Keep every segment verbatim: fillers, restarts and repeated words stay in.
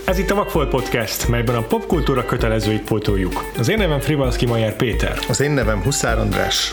Ez itt a Vakfolt Podcast, melyben a popkultúra kötelezőit pótoljuk. Az én nevem Frivalszky Mayer Péter. Az én nevem Huszár András.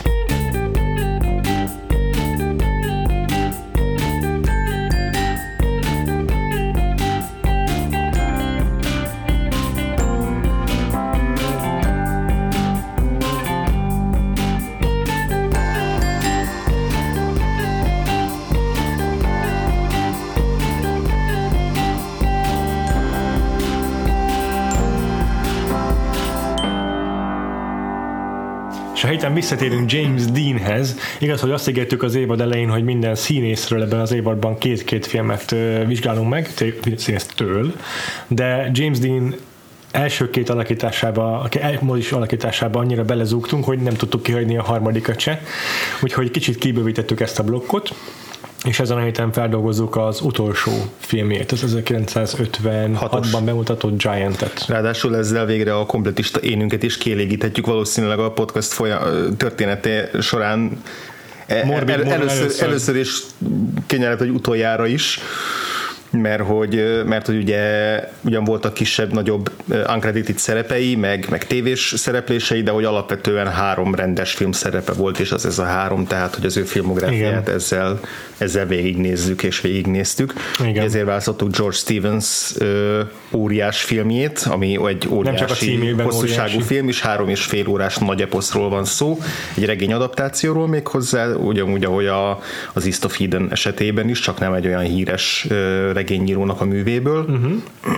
És a héten visszatérünk James Deanhez. Igaz, hogy azt ígértük az évad elején, hogy minden színészről ebben az évadban két-két filmet vizsgálunk meg, színésztől, de James Dean első két alakításába, mozis alakításába annyira belezúgtunk, hogy nem tudtuk kihagyni a harmadikat se. Úgyhogy kicsit kibővítettük ezt a blokkot, és ezen a héten feldolgozzuk az utolsó filmjét, az ezerkilencszázötvenhatban bemutatott Giant-et. Ráadásul ezzel végre a kompletista énünket is kielégíthetjük valószínűleg a podcast folyam- története során Morbid, el- morbid először, először. először is kényelmet, hogy utoljára is, mert hogy, mert hogy ugye ugyan voltak kisebb, nagyobb uncredited szerepei, meg, meg tévés szereplései, de hogy alapvetően három rendes film szerepe volt, és az ez a három, tehát hogy az ő filmográfiát ezzel, ezzel végignézzük és végignéztük. Igen. Ezért választottuk George Stevens ö, óriás filmjét, ami egy óriási hosszúságú óriási. film, és három és fél órás nagy eposzról van szó, egy regény adaptációról még hozzá, ugyanúgy, ahogy a, az East of Eden esetében is, csak nem egy olyan híres ö, regényírónak a művéből. Uh-huh.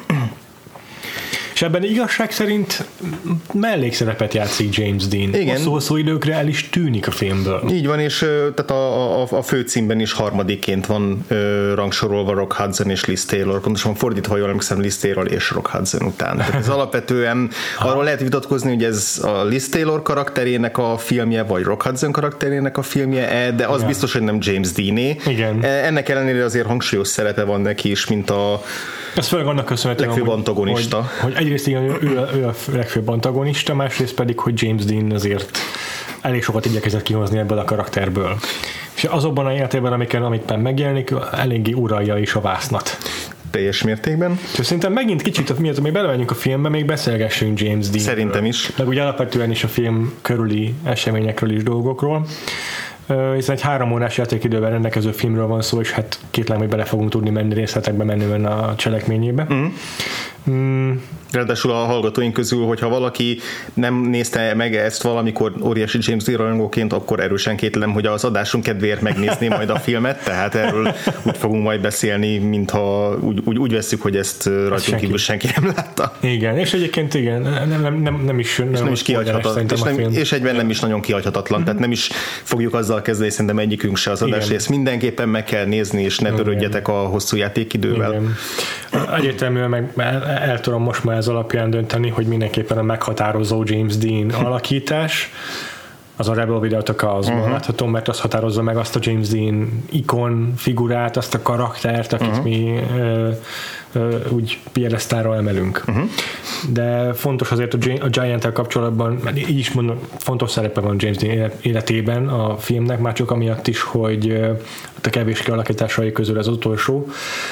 És ebben igazság szerint mellékszerepet játszik James Dean. Igen. Hosszú-hosszú időkre el is tűnik a filmből. Így van, és tehát a, a, a főcímben is harmadikként van ö, rangsorolva Rock Hudson és Liz Taylor, pontosan fordítva, jól emlékszem, Liz Taylor és Rock Hudson után. Tehát ez alapvetően arról lehet vitatkozni, hogy ez a Liz Taylor karakterének a filmje, vagy Rock Hudson karakterének a filmje, de az ja. biztos, hogy nem James Deané. Igen. Ennek ellenére azért hangsúlyos szerepe van neki is, mint a ez főleg annak köszönhetően, legfőbb antagonista. Hogy, hogy egyrészt igen, ő, ő, ő a legfőbb antagonista, másrészt pedig, hogy James Dean azért elég sokat igyekezett kihozni ebből a karakterből. És azokban a életében, amiken, amikben megjelenik, eléggé uralja is a vásznat. Teljes mértékben. És szerintem megint kicsit, miatt, amíg belevegyünk a filmbe, még beszélgessünk James Deanről. Szerintem is. Meg úgy alapvetően is a film körüli eseményekről is dolgokról. Hiszen egy három órás játékidővel rendelkező filmről van szó, és hát kétlem, hogy bele fogunk tudni menni részletekbe menően a cselekményébe. Mm. Mm. Ráadásul a hallgatóink közül, hogyha valaki nem nézte meg ezt valamikor óriási James Dean rajongóként, akkor erősen kétlem, hogy az adásunk kedvéért megnézné majd a filmet, tehát erről úgy fogunk majd beszélni, mintha úgy, úgy, úgy vesszük, hogy ezt rajtunk senki. kívül senki nem látta. Igen, és egyébként igen, nem, nem, nem, nem is, nem és nem is kihagyhatatlan, és, nem, és egyben nem is nagyon kihagyhatatlan, mm-hmm. tehát nem is fogjuk azzal kezdeni, szerintem egyikünk se az adás, ezt mindenképpen meg kell nézni, és ne törődjetek a hosszú játékidővel. Igen. Egyértelműen meg el, el tudom most már ez alapján dönteni, hogy mindenképpen a meghatározó James Dean alakítás az a Rebel Without a Cause-ban uh-huh. látható, mert az határozza meg azt a James Dean ikon figurát, azt a karaktert, akit uh-huh. mi ö, ö, úgy piedesztálra emelünk. Uh-huh. De fontos azért a Giant-tel kapcsolatban, mert így is mondom, fontos szerepe van James Dean életében a filmnek, már csak amiatt is, hogy a kevés kialakításai közül az utolsó,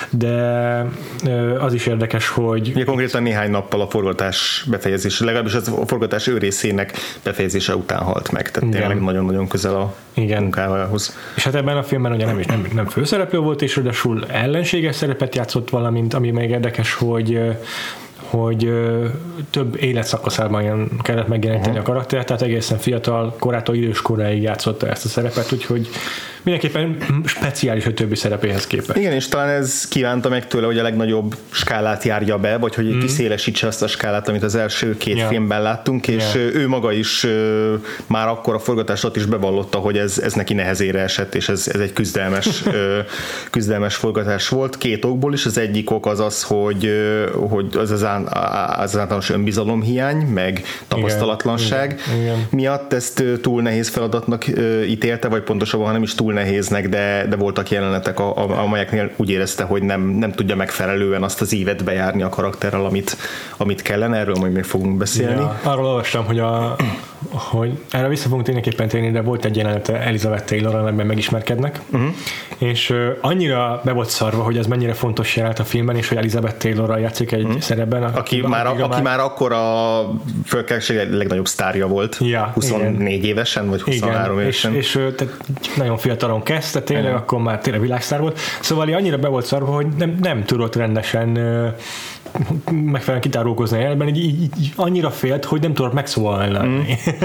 de az is érdekes, hogy... Ugye konkrétan néhány nappal a forgatás befejezése, legalábbis az a forgatás ő részének befejezése után halt meg, tehát igen. tényleg nagyon-nagyon közel a igen. munkához. És hát ebben a filmben ugye nem, nem, nem főszereplő volt, és ráadásul ellenséges szerepet játszott, valamint, ami még érdekes, hogy hogy ö, több életszakaszában ilyen kellett megjeleníteni uh-huh. a karaktert, tehát egészen fiatal korától idős koráig játszotta ezt a szerepet, úgyhogy mindenképpen speciális a többi szerepéhez képest. Igen, és talán ez kívánta meg tőle, hogy a legnagyobb skálát járja be, vagy hogy mm. kiszélesítse azt a skálát, amit az első két yeah. filmben láttunk, és yeah. ő maga is ö, már akkor a forgatásot is bevallotta, hogy ez, ez neki nehezére esett, és ez, ez egy küzdelmes, ö, küzdelmes forgatás volt. Két okból is, az egyik ok az az, hogy, ö, hogy az az, án, az általános önbizalomhiány, meg tapasztalatlanság igen. Igen. miatt ezt túl nehéz feladatnak ö, ítélte, vagy pontosabban, ha nem is túl nehéznek, de, de voltak jelenetek, a, a, amelyeknél úgy érezte, hogy nem, nem tudja megfelelően azt az ívet bejárni a karakterrel, amit, amit kellene, erről majd még fogunk beszélni. Ja, arról olvastam, hogy a hogy erre vissza fogunk ténylegéppen térni, de volt egy jelenete Elizabeth Taylor, amiben megismerkednek, uh-huh. és uh, annyira be volt szarva, hogy ez mennyire fontos jelenet a filmben, és hogy Elizabeth Taylorral játszik egy uh-huh. szerepben. Aki, aki, már, a, aki már, már akkor a fölkeltség legnagyobb sztárja volt, ja, huszonnégy igen. évesen, vagy huszonhárom igen, évesen. És, és tehát nagyon fiatalon kezdte, tényleg, uh-huh. akkor már tényleg világsztár volt. Szóval annyira be volt szarva, hogy nem, nem tudott rendesen uh, megfelelően kitárulkozni a jelben, így, így, így annyira félt, hogy nem tudott megszólalni. Mm.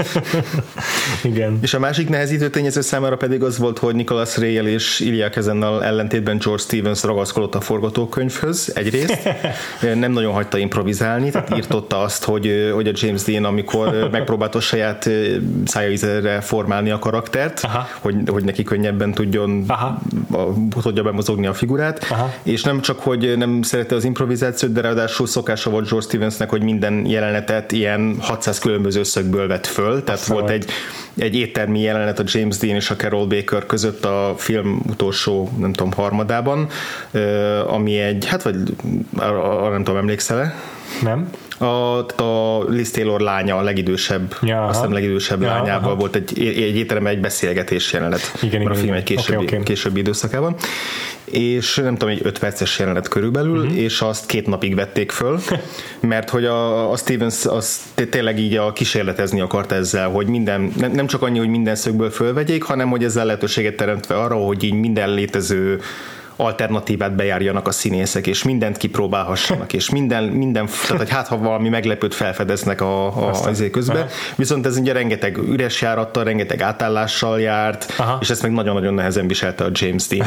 Igen. És a másik nehezítő tényező számára pedig az volt, hogy Nicholas Ray-el és Ilya Kazannal ellentétben George Stevens ragaszkodott a forgatókönyvhöz egyrészt, nem nagyon hagyta improvizálni, tehát írtotta azt, hogy, hogy a James Dean, amikor megpróbált a saját szájaízre formálni a karaktert, hogy, hogy neki könnyebben tudjon Aha. tudja bemozogni a figurát, Aha. és nem csak, hogy nem szerette az improvizációt, de ráadásul szokása volt George Stevensnek, hogy minden jelenetet ilyen hatszáz különböző összögből vett föl, tehát szóval. volt egy, egy éttermi jelenet a James Dean és a Carol Baker között a film utolsó, nem tudom, harmadában, ami egy, hát vagy arra nem tudom, emlékszel-e? Nem. A, a Liz Taylor lánya, a legidősebb, ja, azt hiszem legidősebb ja, lányával aha. volt egy, egy étteremben egy beszélgetés jelenet igen, igen, a film egy későbbi, okay, okay. későbbi időszakában, és nem tudom, egy öt perces jelenet körülbelül, uh-huh. és azt két napig vették föl, mert hogy a, a Stevens az tényleg így a kísérletezni akart ezzel, hogy minden, nem csak annyi, hogy minden szögből fölvegyék, hanem hogy ezzel lehetőséget teremtve arra, hogy így minden létező alternatívát bejárjanak a színészek, és mindent kipróbálhassanak, és minden, minden tehát hogy hát ha valami meglepőt felfedeznek a, a, azért közben. Aha. Viszont ez ugye rengeteg üres járattal, rengeteg átállással járt, Aha. és ezt meg nagyon-nagyon nehezen viselte a James Dean.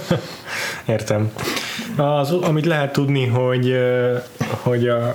Értem. Az, amit lehet tudni, hogy, hogy a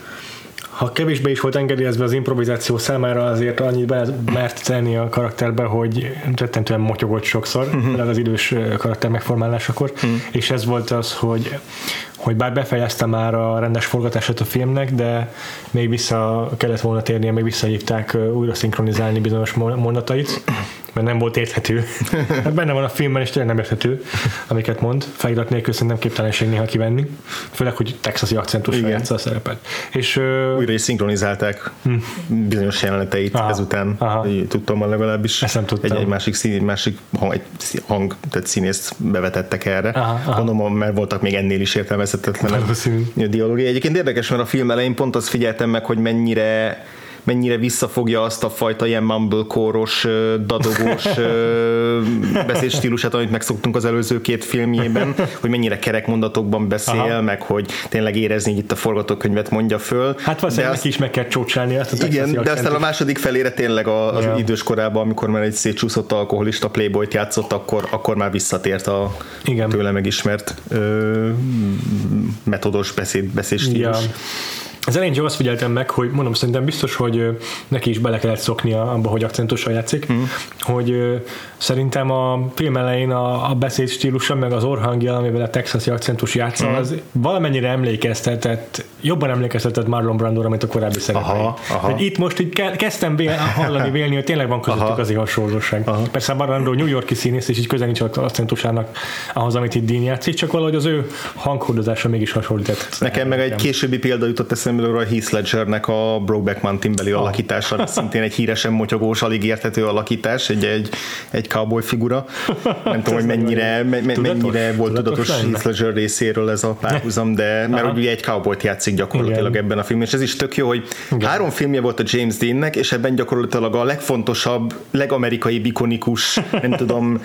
ha kevésbé is volt engedélyezve az improvizáció számára, azért annyit be mert tenni a karakterbe, hogy rettentően motyogott sokszor, uh-huh. az idős karakter megformálásakor, uh-huh. és ez volt az, hogy hogy bár befejezte már a rendes forgatását a filmnek, de még vissza kellett volna térnie, még visszahívták újra szinkronizálni bizonyos mondatait, mert nem volt érthető. Hát benne van a filmben, és tényleg nem érthető, amiket mond. Felirat nélkül szerintem képtelenség néha kivenni. Főleg, hogy texasi akcentusra játsza a szerepet. És, uh, újra is szinkronizálták hm. bizonyos jeleneteit aha, ezután. Aha. Tudtam legalábbis. Ezt nem tudtam. Egy, egy másik, szín, másik hang, egy hang, tehát színészt bevetettek erre. Aha, aha. Gondolom, mert voltak még ennél is értelmezhetetlenebb dialógia. Egyébként érdekes, mert a film elején pont azt figyeltem meg, hogy mennyire mennyire visszafogja azt a fajta ilyen mumblecore-os, dadogós beszédstílusát, amit megszoktunk az előző két filmjében, hogy mennyire kerek mondatokban beszél, aha. meg hogy tényleg érezni, hogy itt a forgatókönyvet mondja föl. Hát valószínűleg neki is meg kell csócsálni azt a igen, de aztán a második felére tényleg az ja. idős korában, amikor már egy szétcsúszott alkoholista playboyt játszott, akkor, akkor már visszatért a igen. tőle megismert ö, metodos beszéd, beszédstílus. Ja. Az elején csak azt figyeltem meg, hogy mondom, szerintem biztos, hogy neki is bele kellett szoknia abba, hogy akcentussal játszik, mm. hogy szerintem a film elején a, a beszéd stílusa, meg az orhangja, amivel a texasi akcentus játsza, mm. az valamennyire emlékeztetett, jobban emlékeztetett Marlon Brandóra, mint a korábbi szerepei. Itt most így kezdtem vél, hallani, vélni, hogy tényleg van közöttük az hasonlóság. Aha. Persze Brandó New York-i színész, és így közel nincs az akcentusának ahhoz, amit itt Dean játszik, csak valahogy az ő hanghordozása mégis hasonlített. Nekem meg egy későbbi példa jutott eszembe a Heath Ledgernek a Brokeback Mountain beli oh. alakítása, szintén egy híresen motyogós, alig érthető alakítás, egy, egy, egy cowboy figura. Nem tudom, hogy mennyire, me, me, mennyire volt tudatos, tudatos Heath Ledger részéről ez a párhuzam, de mert ugye egy cowboyt játszik gyakorlatilag igen. ebben a filmben, és ez is tök jó, hogy igen. három filmje volt a James Deannek, és ebben gyakorlatilag a legfontosabb, legamerikaibb, ikonikus, nem tudom,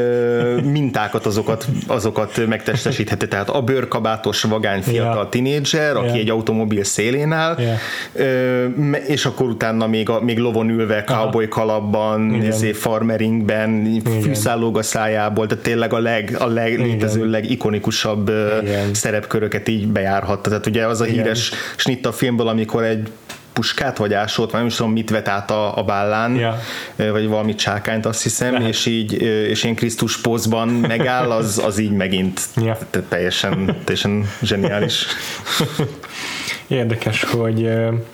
mintákat azokat, azokat megtestesíthette. Tehát a bőrkabátos, vagány fiatal yeah. tinédzser, aki yeah. egy automobil szélén áll, yeah. és akkor utána még, a, még lovon ülve, cowboy kalapban, farmeringben, fűszállóg a szájából, tehát tényleg a, leg, a leg, létező legikonikusabb igen. szerepköröket így bejárhatta. Tehát ugye az a igen. híres snitt a filmből, amikor egy puskát vagy ásót, nem is tudom mit vet át a, a vállán, yeah. vagy valami csákányt, azt hiszem, yeah. és így és ilyen Krisztus pózban megáll, az, az így megint yeah. teljesen, teljesen zseniális. Érdekes, hogy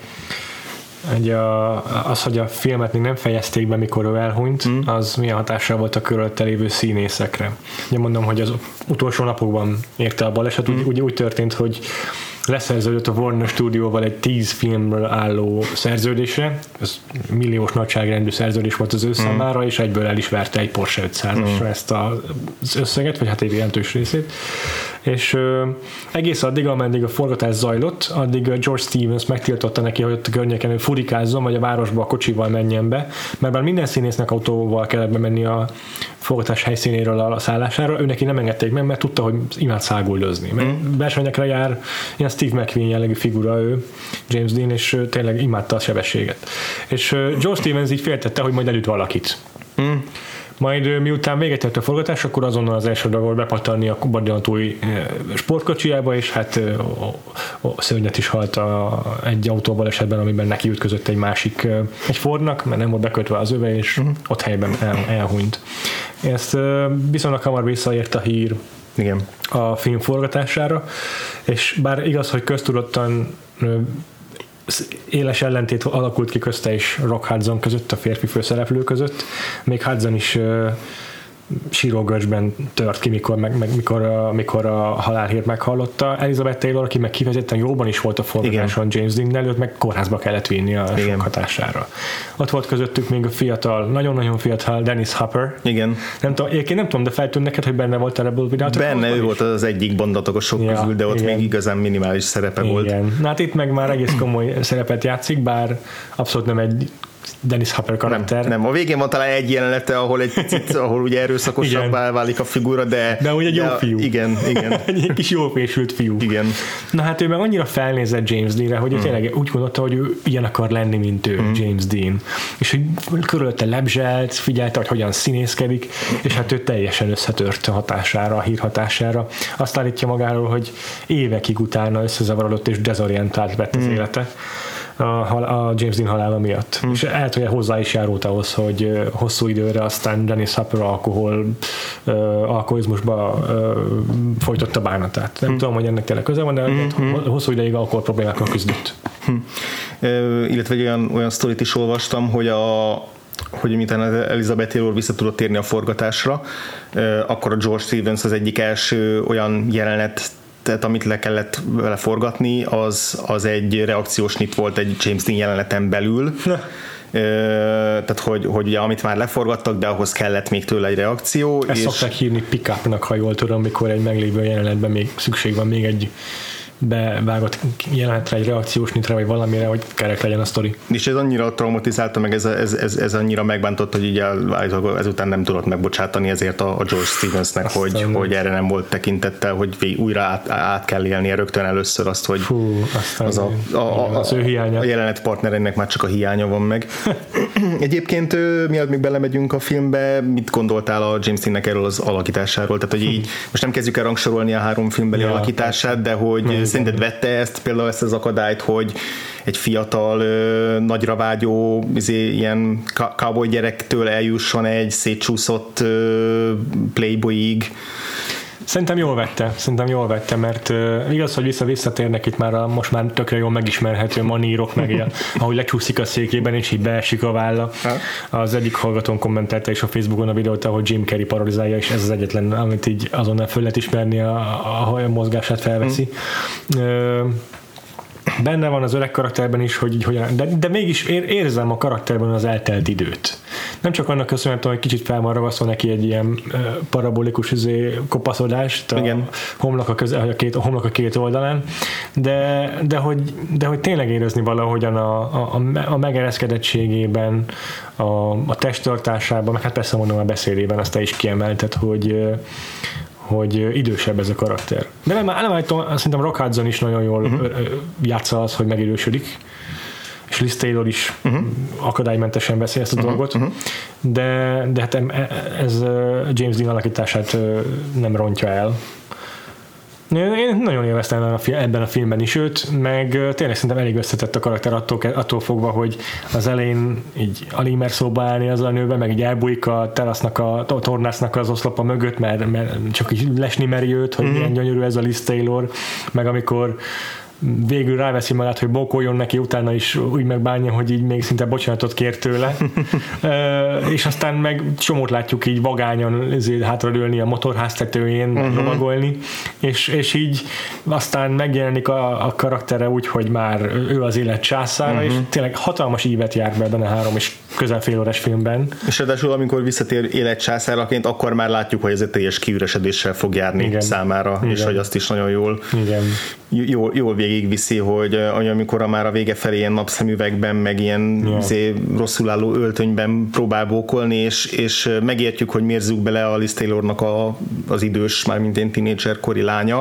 Egy a, az, hogy a filmet még nem fejezték be, mikor ő elhunyt, mm. az milyen hatással volt a körülötte lévő színészekre. Ugye mondom, hogy az utolsó napokban érte a baleset, mm. úgy, úgy történt, hogy leszerződött a Warner Studióval egy tíz filmről álló szerződésre, ez milliós nagyságrendű szerződés volt az ő számára, mm. és egyből el is verte egy Porsche ötszázasra mm. ezt az összeget, vagy hát egy jelentős részét. És ö, egész addig, ameddig a forgatás zajlott, addig George Stevens megtiltotta neki, hogy ott a környéken ő furikázzon, vagy a városba a kocsival menjen be, mert bár minden színésznek autóval kellett bemenni a forgatás helyszínéről a szállására, ő neki nem engedték meg, mert tudta, hogy imád száguldozni. Mert mm. versenyekre jár, ilyen Steve McQueen jellegű figura ő, James Dean, és tényleg imádta a sebességet. És George Stevens így féltette, hogy majd elüt valakit. Mm. Majd miután véget ért a forgatás, akkor azonnal az első dolog volt bepattanni a vadonatúj sportkocsijába, és hát a szörnyet is halt a, egy autóval esetben, amiben neki ütközött egy másik, egy Fordnak, mert nem volt bekötve az öve, és uh-huh. ott helyben el, elhunyt. Ezt viszonylag hamar visszaért a hír Igen. a film forgatására, és bár igaz, hogy köztudottan éles ellentét alakult ki közte és Rock Hudson között, a férfi főszereplő között. Még Hudson is uh, sírógörcsben tört ki, mikor, meg, meg, mikor, a, mikor a halálhírt meghallotta. Elizabeth Taylor, aki meg kifejezetten jóban is volt a forgatáson James Dean előtt, meg kórházba kellett vinni a Igen. sok hatására. Ott volt közöttük még a fiatal, nagyon-nagyon fiatal Dennis Hopper. Igen. Nem tudom, én nem tudom, de feltűnt neked, hogy benne volt a Rebel Without. Benne ő volt az egyik bondatokosok ja, közül, de ott igen. még igazán minimális szerepe igen. volt. Na hát itt meg már egész komoly szerepet játszik, bár abszolút nem egy Dennis Hopper karakter. Nem, nem, a végén van talán egy jelenete, ahol egy picit, ahol ugye erőszakosabbá válik a figura, de... De úgy egy jó de, fiú. Igen, igen. Egy kis jó fésült fiú. Igen. Na hát ő meg annyira felnézett James Deanre, hogy hmm. ő tényleg úgy gondolta, hogy ő ilyen akar lenni, mint ő, hmm. James Dean. És hogy körülötte lebzselt, figyelte, hogy hogyan színészkedik, és hát ő teljesen összetört a hatására, a hír hatására. Azt állítja magáról, hogy évekig utána összezavarodott és dezorientált lett az hmm. élete. A, a James Dean halála miatt. Hmm. És lehet, hogy hozzá is járult ahhoz, hogy hosszú időre aztán Dennis Hopper alkohol, uh, alkoholizmusba uh, folytotta bánatát. Nem hmm. tudom, hogy ennek tényleg köze van, de hmm. hosszú ideig alkohol problémákkal küzdött. Hmm. Uh, illetve egy olyan, olyan sztorit is olvastam, hogy a hogy miután Elizabeth Taylor vissza tudott térni a forgatásra, uh, akkor a George Stevens az egyik első olyan jelenet, tehát amit le kellett vele forgatni, az, az egy reakciós nit volt egy James Dean jeleneten belül. Ö, tehát, hogy, hogy ugye, amit már leforgattak, de ahhoz kellett még tőle egy reakció. Ezt és szokták hívni pick-upnak, ha jól tudom, amikor egy meglévő jelenetben még szükség van még egy bevágott jelenetre, egy reakciós nitre, vagy valamire, hogy kerek legyen a sztori. És ez annyira traumatizálta, meg ez, ez, ez, ez annyira megbántott, hogy így ezután nem tudott megbocsátani ezért a, a George Stevensnek, hogy, hogy erre nem volt tekintettel, hogy újra át, át kell élnie rögtön először azt, hogy Fú, az, a, a, a, az ő hiánya. A jelenet partnerének már csak a hiánya van meg. Egyébként miatt még belemegyünk a filmbe, mit gondoltál a James Deannek erről az alakításáról? Tehát, hogy így most nem kezdjük el rangsorolni a három filmbeli ja, alakítását, de hogy nem. Szerinted vette ezt, például ezt az akadályt, hogy egy fiatal, ö, nagyra vágyó izé, ilyen cowboy gyerektől eljusson egy szétcsúszott ö, playboyig? Szerintem jól vette, szerintem jól vette, mert uh, igaz, hogy vissza-visszatérnek itt már a, most már tökre jól megismerhető manírok, meg ilyen, ahogy lecsúszik a székében, és így beesik a válla. Ha? Az egyik hallgatón kommentelte is a Facebookon a videót, ahogy Jim Carrey parodizálja, és ez az egyetlen, amit így azonnal föl lehet ismerni, a, a, a mozgását felveszi. Mm. Uh, Benne van az öreg karakterben is, hogy így hogyan, de, de mégis ér, érzem a karakterben az eltelt időt. Nem csak annak köszönhetően, hogy kicsit fel van ragasztva neki egy ilyen uh, parabolikus izé, kopaszodást a homlok a, közel, a, két, a homlok a két oldalán, de, de, hogy, de hogy tényleg érezni valahogyan a, a, a megereszkedettségében, a, a testtartásában, meg hát persze mondom a beszédében, azt te is kiemelted, hogy hogy idősebb ez a karakter. De nem, nem állítom, szerintem Rock Hudson is nagyon jól uh-huh. játsza az, hogy megidősödik, és Liz Taylor is uh-huh. akadálymentesen veszi ezt a uh-huh. dolgot, uh-huh. de, de hát ez James Dean alakítását nem rontja el. Én nagyon élveztem ebben a filmben is őt, meg tényleg szerintem elég összetett a karakter attól, attól fogva, hogy az elején így alig mer szóba állni azzal a nővel, meg így elbújik a terasznak, a tornásznak az oszlopa mögött, mert, mert csak így lesni meri őt, hogy mm. milyen gyönyörű ez a Liz Taylor, meg amikor végül ráveszi magát, hogy bókoljon neki, utána is úgy megbánja, hogy így még szinte bocsánatot kér tőle. uh, és aztán meg csomót látjuk így vagányan hátradőlni a motorház tetőjén, uh-huh. lovagolni, és, és így aztán megjelenik a, a karaktere úgy, hogy már ő az élet császára, uh-huh. és tényleg hatalmas ívet jár be benne három és közel fél órás filmben. És ráadásul, amikor visszatér élet császáraként, akkor már látjuk, hogy ez egy teljes kiüresedéssel fog járni igen. számára, igen. és hogy azt is nagyon jól, igen. jól, jól végigviszi, hogy amikor már a vége felé ilyen napszemüvegben, meg ilyen ja. zé, rosszul álló öltönyben próbál bókolni, és, és megértjük, hogy miért zúg bele a Liz Taylornak a, az idős, mármint én tínédzser kori lánya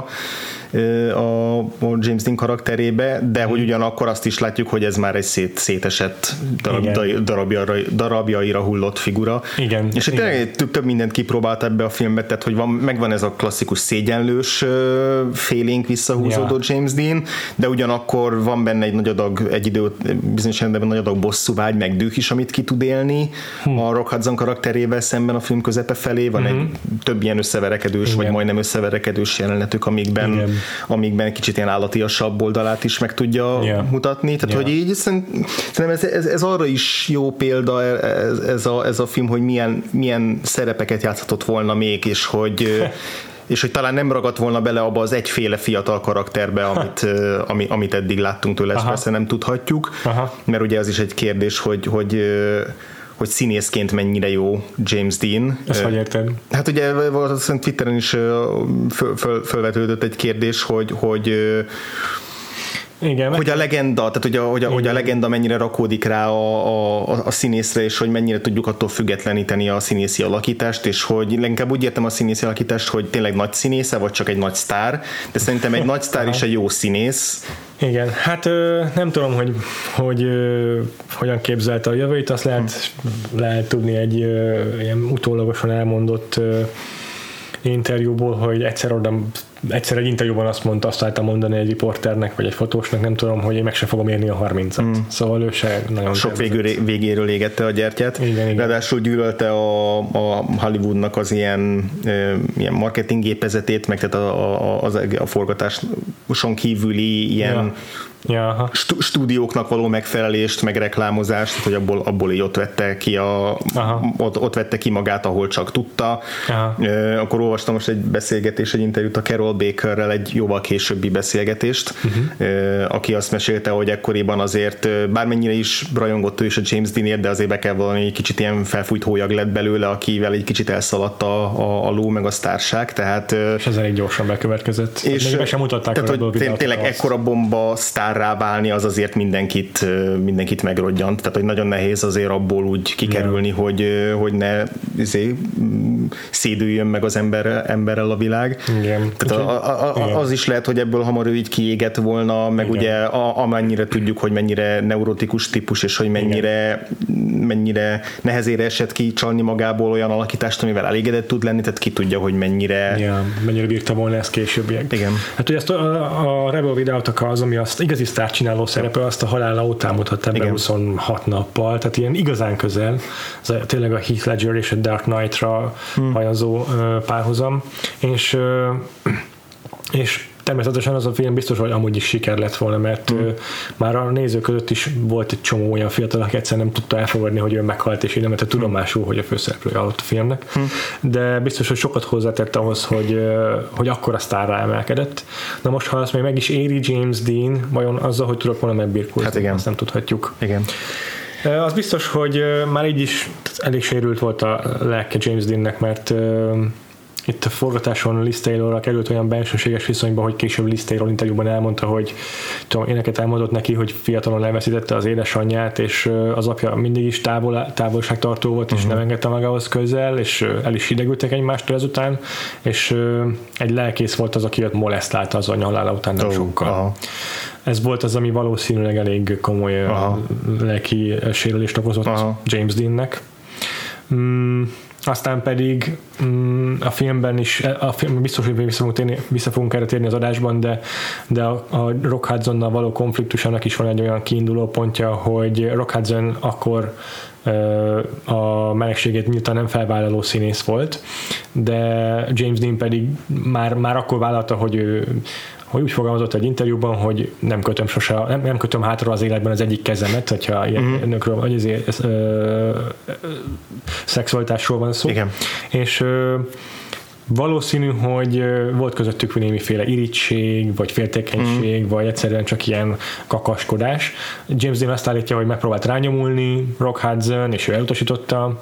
a, a James Dean karakterébe, de hogy ugyanakkor azt is látjuk, hogy ez már egy szét, szétesett darab, darabjaira, darabjaira hullott figura. Igen. És tényleg több, több mindent kipróbált ebbe a filmbe, tehát hogy van, megvan ez a klasszikus szégyenlős félénk visszahúzódó ja. James Dean, de ugyanakkor van benne egy nagy adag, egy idő, bizonyos rendben nagy adag bosszúvágy, meg düh is, amit ki tud élni hm. a Rock Hudson karakterével szemben a film közepe felé. Van mm-hmm. egy több ilyen összeverekedős, igen. vagy majdnem összeverekedős jelenetük, amikben igen. amikben kicsit ilyen állatiasabb oldalát is meg tudja yeah. mutatni. Tehát, yeah. hogy így szerintem ez, ez, ez arra is jó példa ez, ez, a, ez a film, hogy milyen, milyen szerepeket játszhatott volna még, és hogy és hogy talán nem ragadt volna bele abba az egyféle fiatal karakterbe, amit, ami, amit eddig láttunk tőle, ezt persze nem tudhatjuk, Aha. mert ugye az is egy kérdés, hogy, hogy hogy színészként mennyire jó James Dean. Ezt hogy érted? Hát ugye valószínűleg Twitteren is föl, föl, fölvetődött egy kérdés, hogy, hogy igen, hogy a legenda, tehát hogy a, hogy a, hogy a legenda mennyire rakódik rá a, a, a színészre, és hogy mennyire tudjuk attól függetleníteni a színészi alakítást, és hogy inkább úgy értem a színészi alakítást, hogy tényleg nagy színésze, vagy csak egy nagy sztár, de szerintem egy nagy sztár is egy jó színész. Igen, hát nem tudom, hogy, hogy hogyan képzelte a jövőt, azt lehet, hmm. lehet tudni egy ilyen utólagosan elmondott interjúból, hogy egyszer oda egyszer egy interjúban azt mondta, azt álltam mondani egy riporternek, vagy egy fotósnak, nem tudom, hogy én meg sem fogom érni a harmincat. Mm. Szóval ő se nagyon sok végül, végéről égette a gyertyát. Igen, igen. Ráadásul gyűlölte a, a Hollywoodnak az ilyen, e, ilyen marketing gépezetét, meg tehát a, a, a, a forgatáson kívüli ilyen ja. Ja, stúdióknak való megfelelést, meg reklámozást, tehát, hogy abból, abból így ott vette ki a, ott, ott vette ki magát, ahol csak tudta. E, akkor olvastam most egy beszélgetés, egy interjút a Carol Bakerrel, egy jóval későbbi beszélgetést, uh-huh. e, aki azt mesélte, hogy ekkoriban azért bármennyire is rajongott ő is a James Deanért, de azért be kell valami egy kicsit ilyen felfújt hólyag lett belőle, akivel egy kicsit elszaladt a, a, a ló, meg a sztárság, tehát és ez elég gyorsan bekövetkezett. És még sem mutatták, tehát, hogy tény, tényleg ekkora bomba sztárrá válni, az azért mindenkit, mindenkit megrodjant, tehát hogy nagyon nehéz azért abból úgy kikerülni, yeah. hogy, hogy ne azért, szédüljön meg az ember, emberrel a világ. Igen. Tehát a, a, a, az is lehet, hogy ebből hamar ő így kiégett volna, meg igen. ugye a, amennyire tudjuk, hogy mennyire neurotikus típus, és hogy mennyire, mennyire nehezére esett ki csalni magából olyan alakítást, amivel elégedett tud lenni, tehát ki tudja, hogy mennyire ja, mennyire bírta volna ezt későbbiek. Igen. Hát ugye ezt a, a Rebel Without az, ami azt igazi sztárcsináló szerepe, azt a halála után mutatta be huszonhat nappal, tehát ilyen igazán közel, ez a, tényleg a Heath Ledger és a Dark Knight-ra hmm. hajazó uh, párhuzam, és uh, és természetesen az a film biztos, hogy amúgy is siker lett volna, mert mm. már a nézők között is volt egy csomó olyan fiatal, aki egyszerűen nem tudta elfogadni, hogy ő meghalt, és így nem vette tudomásul, hogy a főszereplője alatt a filmnek. Mm. De biztos, hogy sokat hozzátett ahhoz, hogy, hogy akkor a sztárra emelkedett. Na most, ha azt még meg is éri James Dean, vajon azzal, hogy tudok volna megbirkózni, hát igen. azt nem tudhatjuk. Igen. Az biztos, hogy már így is elég sérült volt a lelke James Deannek, mert itt a forgatáson Liz Taylorral került olyan bensőséges viszonyba, hogy később Liz Taylor interjúban elmondta, hogy tudom, éneket elmondott neki, hogy fiatalon elveszítette az édesanyját, és az apja mindig is távol, távolságtartó volt, és uh-huh. nem engedte magához közel, és el is hidegültek egymástól ezután, és egy lelkész volt az, aki őt molesztálta az anya halála után nem oh, sokkal. Aha. Ez volt az, ami valószínűleg elég komoly aha. lelki sérülést okozott aha. James Deannek. Mm. Aztán pedig mm, a filmben is, a film biztos, hogy vissza fogunk, térni, vissza fogunk erre térni az adásban, de, de a, a Rock Hudsonnal való konfliktusának is van egy olyan kiinduló pontja, hogy Rock Hudson akkor a melegségét nyilván nem felvállaló színész volt, de James Dean pedig már, már akkor vállalta, hogy ő hogy úgy fogalmazott egy interjúban, hogy nem kötöm sose, nem, nem kötöm hátra az életben az egyik kezemet, hogyha ilyen mm-hmm. nőkről, vagy ezért ez, ö, ö, szexualitásról van szó. Igen. És ö, valószínű, hogy volt közöttük némiféle irigység, vagy féltékenység, mm. vagy egyszerűen csak ilyen kakaskodás. James Dean azt állítja, hogy megpróbált rányomulni Rock Hudson, és ő elutasította.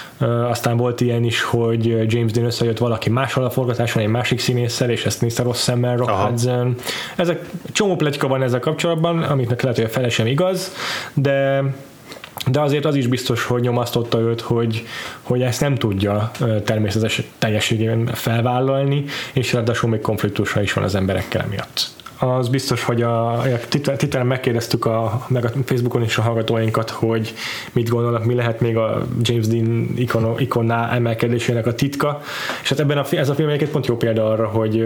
Aztán volt ilyen is, hogy James Dean összejött valaki mással a forgatáson, egy másik színésszel, és ezt nézte rossz szemmel Rock Aha. Hudson. Ezek csomó pletyka van ezzel kapcsolatban, amiknek lehet, hogy a fele sem igaz, de de azért az is biztos, hogy nyomasztotta őt, hogy, hogy ezt nem tudja természetes teljességében felvállalni, és ráadásul még konfliktusa is van az emberekkel emiatt. Az biztos, hogy a, a Twitteren megkérdeztük a, meg a Facebookon is a hallgatóinkat, hogy mit gondolnak, mi lehet még a James Dean ikon, ikonná emelkedésének a titka, és hát ebben a, ez a film egyébként pont jó példa arra, hogy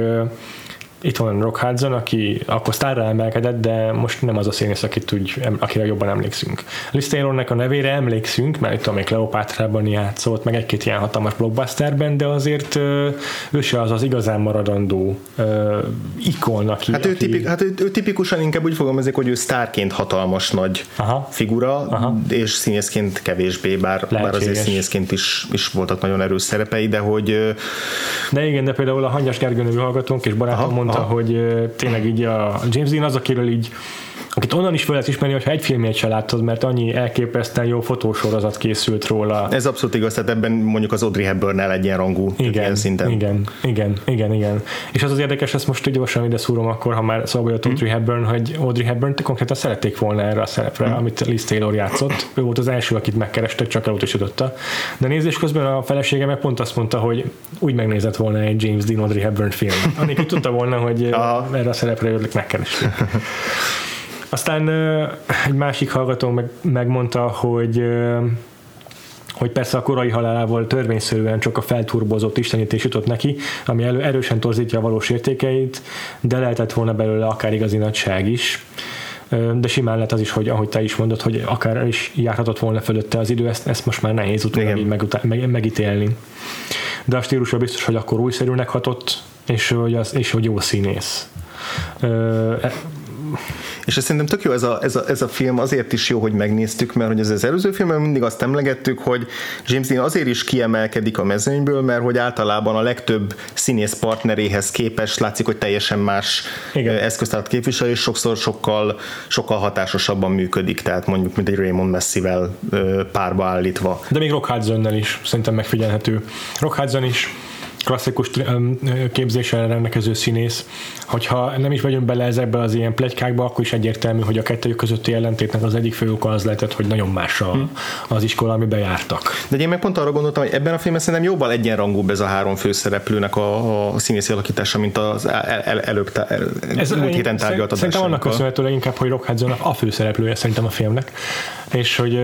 itt van Rock Hudson, aki akkor sztárra emelkedett, de most nem az a színész, akit úgy, akire jobban emlékszünk. Liz Taylornak a nevére emlékszünk, mert itt még Kleopátrában játszott, meg egy-két ilyen hatalmas blockbusterben, de azért ő se az az igazán maradandó uh, ikon, aki... Hát, ő, aki... tipik, hát ő, ő tipikusan inkább úgy fogalmazik, hogy ő sztárként hatalmas nagy Aha. figura, Aha. és színészként kevésbé, bár, bár azért színészként is, is voltak nagyon erős szerepei, de hogy... De igen, de például a Hangyas Gergő nevű hallgatónk és barátom mondta, Aha. hogy tényleg így a James Dean az, akiről így, akit onnan is fel lehet ismerni, hogyha egy filmét se láttad, mert annyi elképesztően jó fotósorozat készült róla. Ez abszolút igaz, tehát ebben mondjuk az Audrey Hepburn-nel egyenrangú ilyen szinten. Igen, igen, igen, igen. És az az érdekes, ezt most gyorsan ide szúrom akkor, ha már szóval jött Audrey hmm. Hepburn, hogy Audrey Hepburn konkrétan szerették volna erre a szerepre, hmm. amit Liz Taylor játszott. Ő volt az első, akit megkerestek, csak elutasította. De nézés közben a felesége meg pont azt mondta, hogy úgy megnézett volna egy James Dean Audrey Hepburn film. Anélkül tudta volna, hogy erre a szerepre őrlik megkeresték. Aztán egy másik hallgató meg, megmondta, hogy hogy persze a korai halálával törvényszerűen csak a felturbozott istenítés jutott neki, ami elő, erősen torzítja a valós értékeit, de lehetett volna belőle akár igazi nagyság is. De simán lett az is, hogy ahogy te is mondod, hogy akár is járhatott volna fölötte az idő, ezt, ezt most már nehéz utólag meg, meg, megítélni. De a stílusra biztos, hogy akkor újszerűnek hatott, és hogy, az, és hogy jó színész. És ez szerintem tök jó ez a, ez, a, ez a film, azért is jó, hogy megnéztük, mert hogy ez az előző filmben mindig azt emlegettük, hogy James Dean azért is kiemelkedik a mezőnyből, mert hogy általában a legtöbb színész partneréhez képest látszik, hogy teljesen más Igen. eszköztárat képvisel, és sokszor sokkal, sokkal hatásosabban működik, tehát mondjuk mint egy Raymond Massey-vel párba állítva. De még Rock Hudsonnal is szerintem megfigyelhető. Rock Hudson is klasszikus képzéssel rendelkező színész, hogyha nem is vagyunk bele ezekbe az ilyen pletykákba, akkor is egyértelmű, hogy a kettőjük közötti ellentétnek az egyik fő oka az lehetett, hogy nagyon más a, hmm. az iskola, amiben jártak. De én meg pont arra gondoltam, hogy ebben a filmben szerintem jóval egyenrangúbb ez a három főszereplőnek a, a színészi alakítása, mint az el, el, előbb tá, el, ez múlt héten tárgyalt adásunkkal. Szerintem annak köszönhetőleg inkább, hogy Rock Hudson a főszereplője szerintem a filmnek, és hogy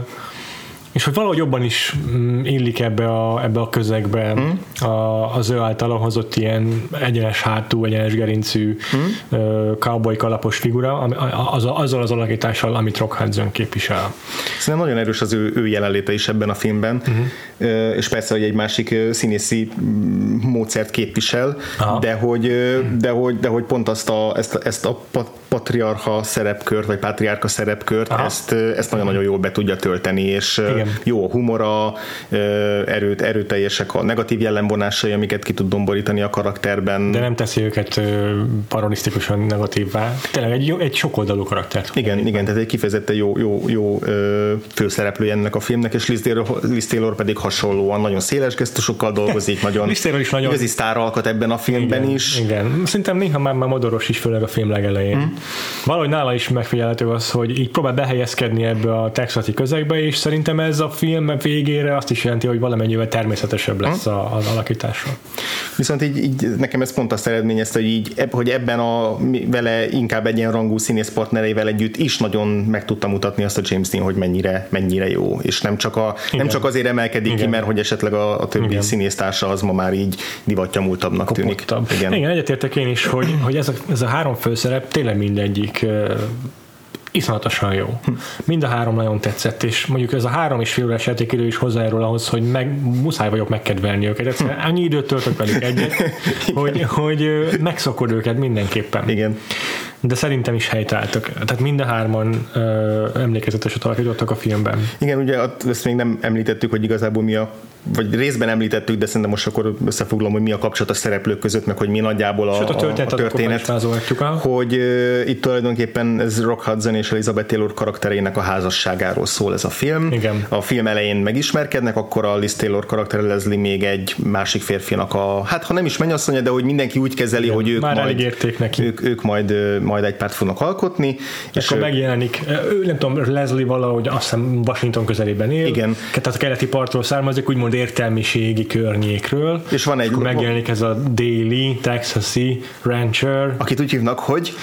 és hogy valahogy jobban is illik ebbe a, ebbe a közegbe mm. a, az ő által hozott ilyen egyenes hátú, egyenes gerincű mm. uh, cowboy kalapos figura, az, azzal az alakítással, amit Rock Hudson képvisel. Szerintem nagyon erős az ő, ő jelenléte is ebben a filmben, uh-huh. uh, és persze, hogy egy másik színészi módszert képvisel, de hogy, de, hogy, de hogy pont azt a, ezt, a, ezt a patriarcha szerepkört, vagy patriárka szerepkört, ezt, ezt nagyon-nagyon jól be tudja tölteni, és Igen. jó a humora, erőt, erőteljesek a negatív jellemvonásai, amiket ki tud domborítani a karakterben. De nem teszi őket parodisztikusan negatívvá. Tényleg egy, egy sokoldalú karakter. Igen, igen, tehát egy kifejezetten jó, jó, jó főszereplője ennek a filmnek, és Liz Taylor, Liz Taylor pedig hasonlóan nagyon széles gesztusokkal dolgozik, nagyon, Liz Taylor is nagyon igazi sztáralkat ebben a filmben igen, is. Igen, szerintem néha már, már modoros is, főleg a film legelején. Hmm. Valahogy nála is megfigyelhető az, hogy így próbál behelyezkedni ebbe a texasi közegbe, és szerintem ez a film végére azt is jelenti, hogy valamennyivel természetesebb lesz hmm. az alakítása. Viszont így, így nekem ez pont azt eredményezte, hogy, így, hogy ebben a vele inkább egyenrangú színészpartnereivel együtt is nagyon meg tudta mutatni azt a James Dean, hogy mennyire, mennyire jó, és nem csak, a, nem csak azért emelkedik Igen. ki, mert hogy esetleg a, a többi Igen. színésztársa az ma már így divattyamultabbnak tűnik. Igen. Igen, egyetértek én is, hogy, hogy ez, a, ez a három főszerep tényleg mindegyik iszonyatosan jó. Mind a három nagyon tetszett, és mondjuk ez a három és fél órás játékidő is hozzájárul ahhoz, hogy meg, muszáj vagyok megkedvelni őket. Egyszerűen annyi időt töltök velük egyet, hogy, hogy megszokod őket mindenképpen. Igen. De szerintem is helytáltak. Tehát mind a hárman ö, emlékezeteset alakítottak a filmben. Igen, ugye ezt még nem említettük, hogy igazából mi a, vagy részben említettük, de szerintem most akkor összefoglalom, hogy mi a kapcsolat a szereplők között, meg hogy mi nagyjából a, Sőt, a történet. A történet hogy uh, itt tulajdonképpen ez Rock Hudson és Elizabeth Taylor karakterének a házasságáról szól ez a film. Igen. A film elején megismerkednek, akkor a Liz Taylor karaktere Leslie még egy másik férfinak a, hát ha nem is mennyasszonya, de hogy mindenki úgy kezeli, Igen. hogy ők Már majd, neki. Ők, ők majd, majd egy párt fognak alkotni. És akkor ő, megjelenik, ő nem tudom, Leslie valahogy azt hiszem Washington közelében él. Igen. Tehát a keleti partról származik, úgymond értelmiségi környékről. És van egy... És megjelenik ez a déli, texasi rancher. Akit úgy hívnak, hogy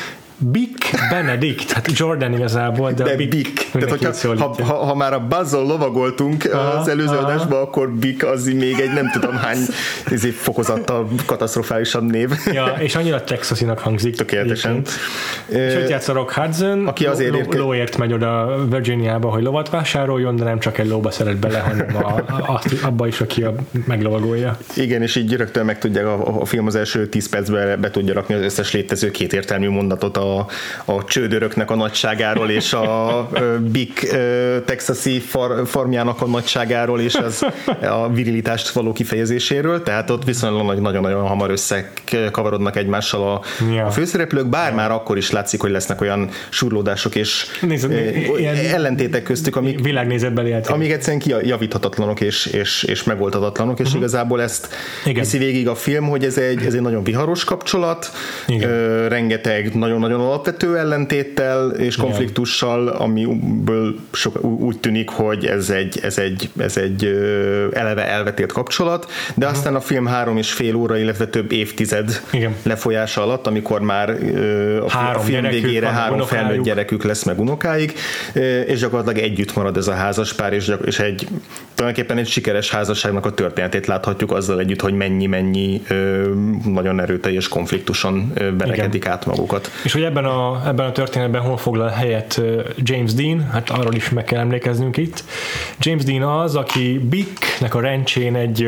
Bick Benedict, hát Jordan igazából, de, de a Bick. Bick. Tehát, hogyha, ha, ha, ha már a Buzz-zal lovagoltunk aha, az előző aha. adásban, akkor Bick az még egy nem tudom hány fokozattal katasztrofálisabb név. Ja, és annyira texasinak hangzik. Tökéletesen. És ott játsz a Rock Hudson, aki azért lo, lo, lóért megy oda Virginiába, hogy lovat vásároljon, de nem csak egy lóba szeret bele, hanem a, a, abba is, aki a meglovagolja. Igen, és így rögtön meg tudják, a, a film az első tíz percben be tudja rakni az összes létező kétértelmű mondatot a A, a csődöröknek a nagyságáról és a Bick texasi far, farmjának a nagyságáról és az, a virilitást való kifejezéséről, tehát ott viszonylag nagyon-nagyon hamar összekavarodnak egymással a, ja. a főszereplők, bár ja. már akkor is látszik, hogy lesznek olyan surlódások és Nézd, eh, ellentétek köztük, amik, világnézetbeli amik egyszerűen kijavíthatatlanok és, és, és megoldhatatlanok, és uh-huh. igazából ezt Igen. viszi végig a film, hogy ez egy, ez egy nagyon viharos kapcsolat, ö, rengeteg nagyon-nagyon alapvető ellentéttel és konfliktussal, amiből sok, úgy tűnik, hogy ez egy, ez egy, ez egy eleve elvetélt kapcsolat, de uh-huh. aztán a film három és fél óra, illetve több évtized Igen. lefolyása alatt, amikor már a, három a film végére három felnőtt gyerekük lesz meg unokáig, és gyakorlatilag együtt marad ez a házaspár, és, és egy tulajdonképpen egy sikeres házasságnak a történetét láthatjuk azzal együtt, hogy mennyi-mennyi nagyon erőteljes konfliktuson verekedik át magukat. És hogy ebben a, ebben a történetben hol foglal helyet James Dean, hát arról is meg kell emlékeznünk itt. James Dean az, aki Bicknek a ranchén egy,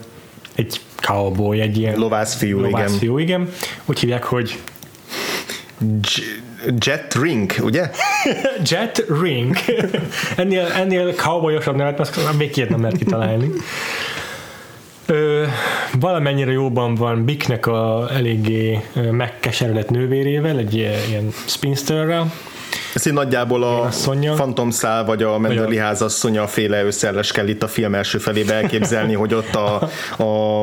egy cowboy, egy ilyen lovászfiú, lovászfiú igen. igen. Úgy hívják, hogy Jet Ring, ugye? Jet Ring. ennél, ennél cowboyosabb nevet, mert még két nem lehet kitalálni. Ö, valamennyire jóban van Bicknek a eléggé megkeseredett nővérével, egy ilyen spinsterrel. Ez így nagyjából a Phantom Szál vagy a Mendeli házasszonya féle összeállás kell itt a film első felébe elképzelni, hogy ott a a,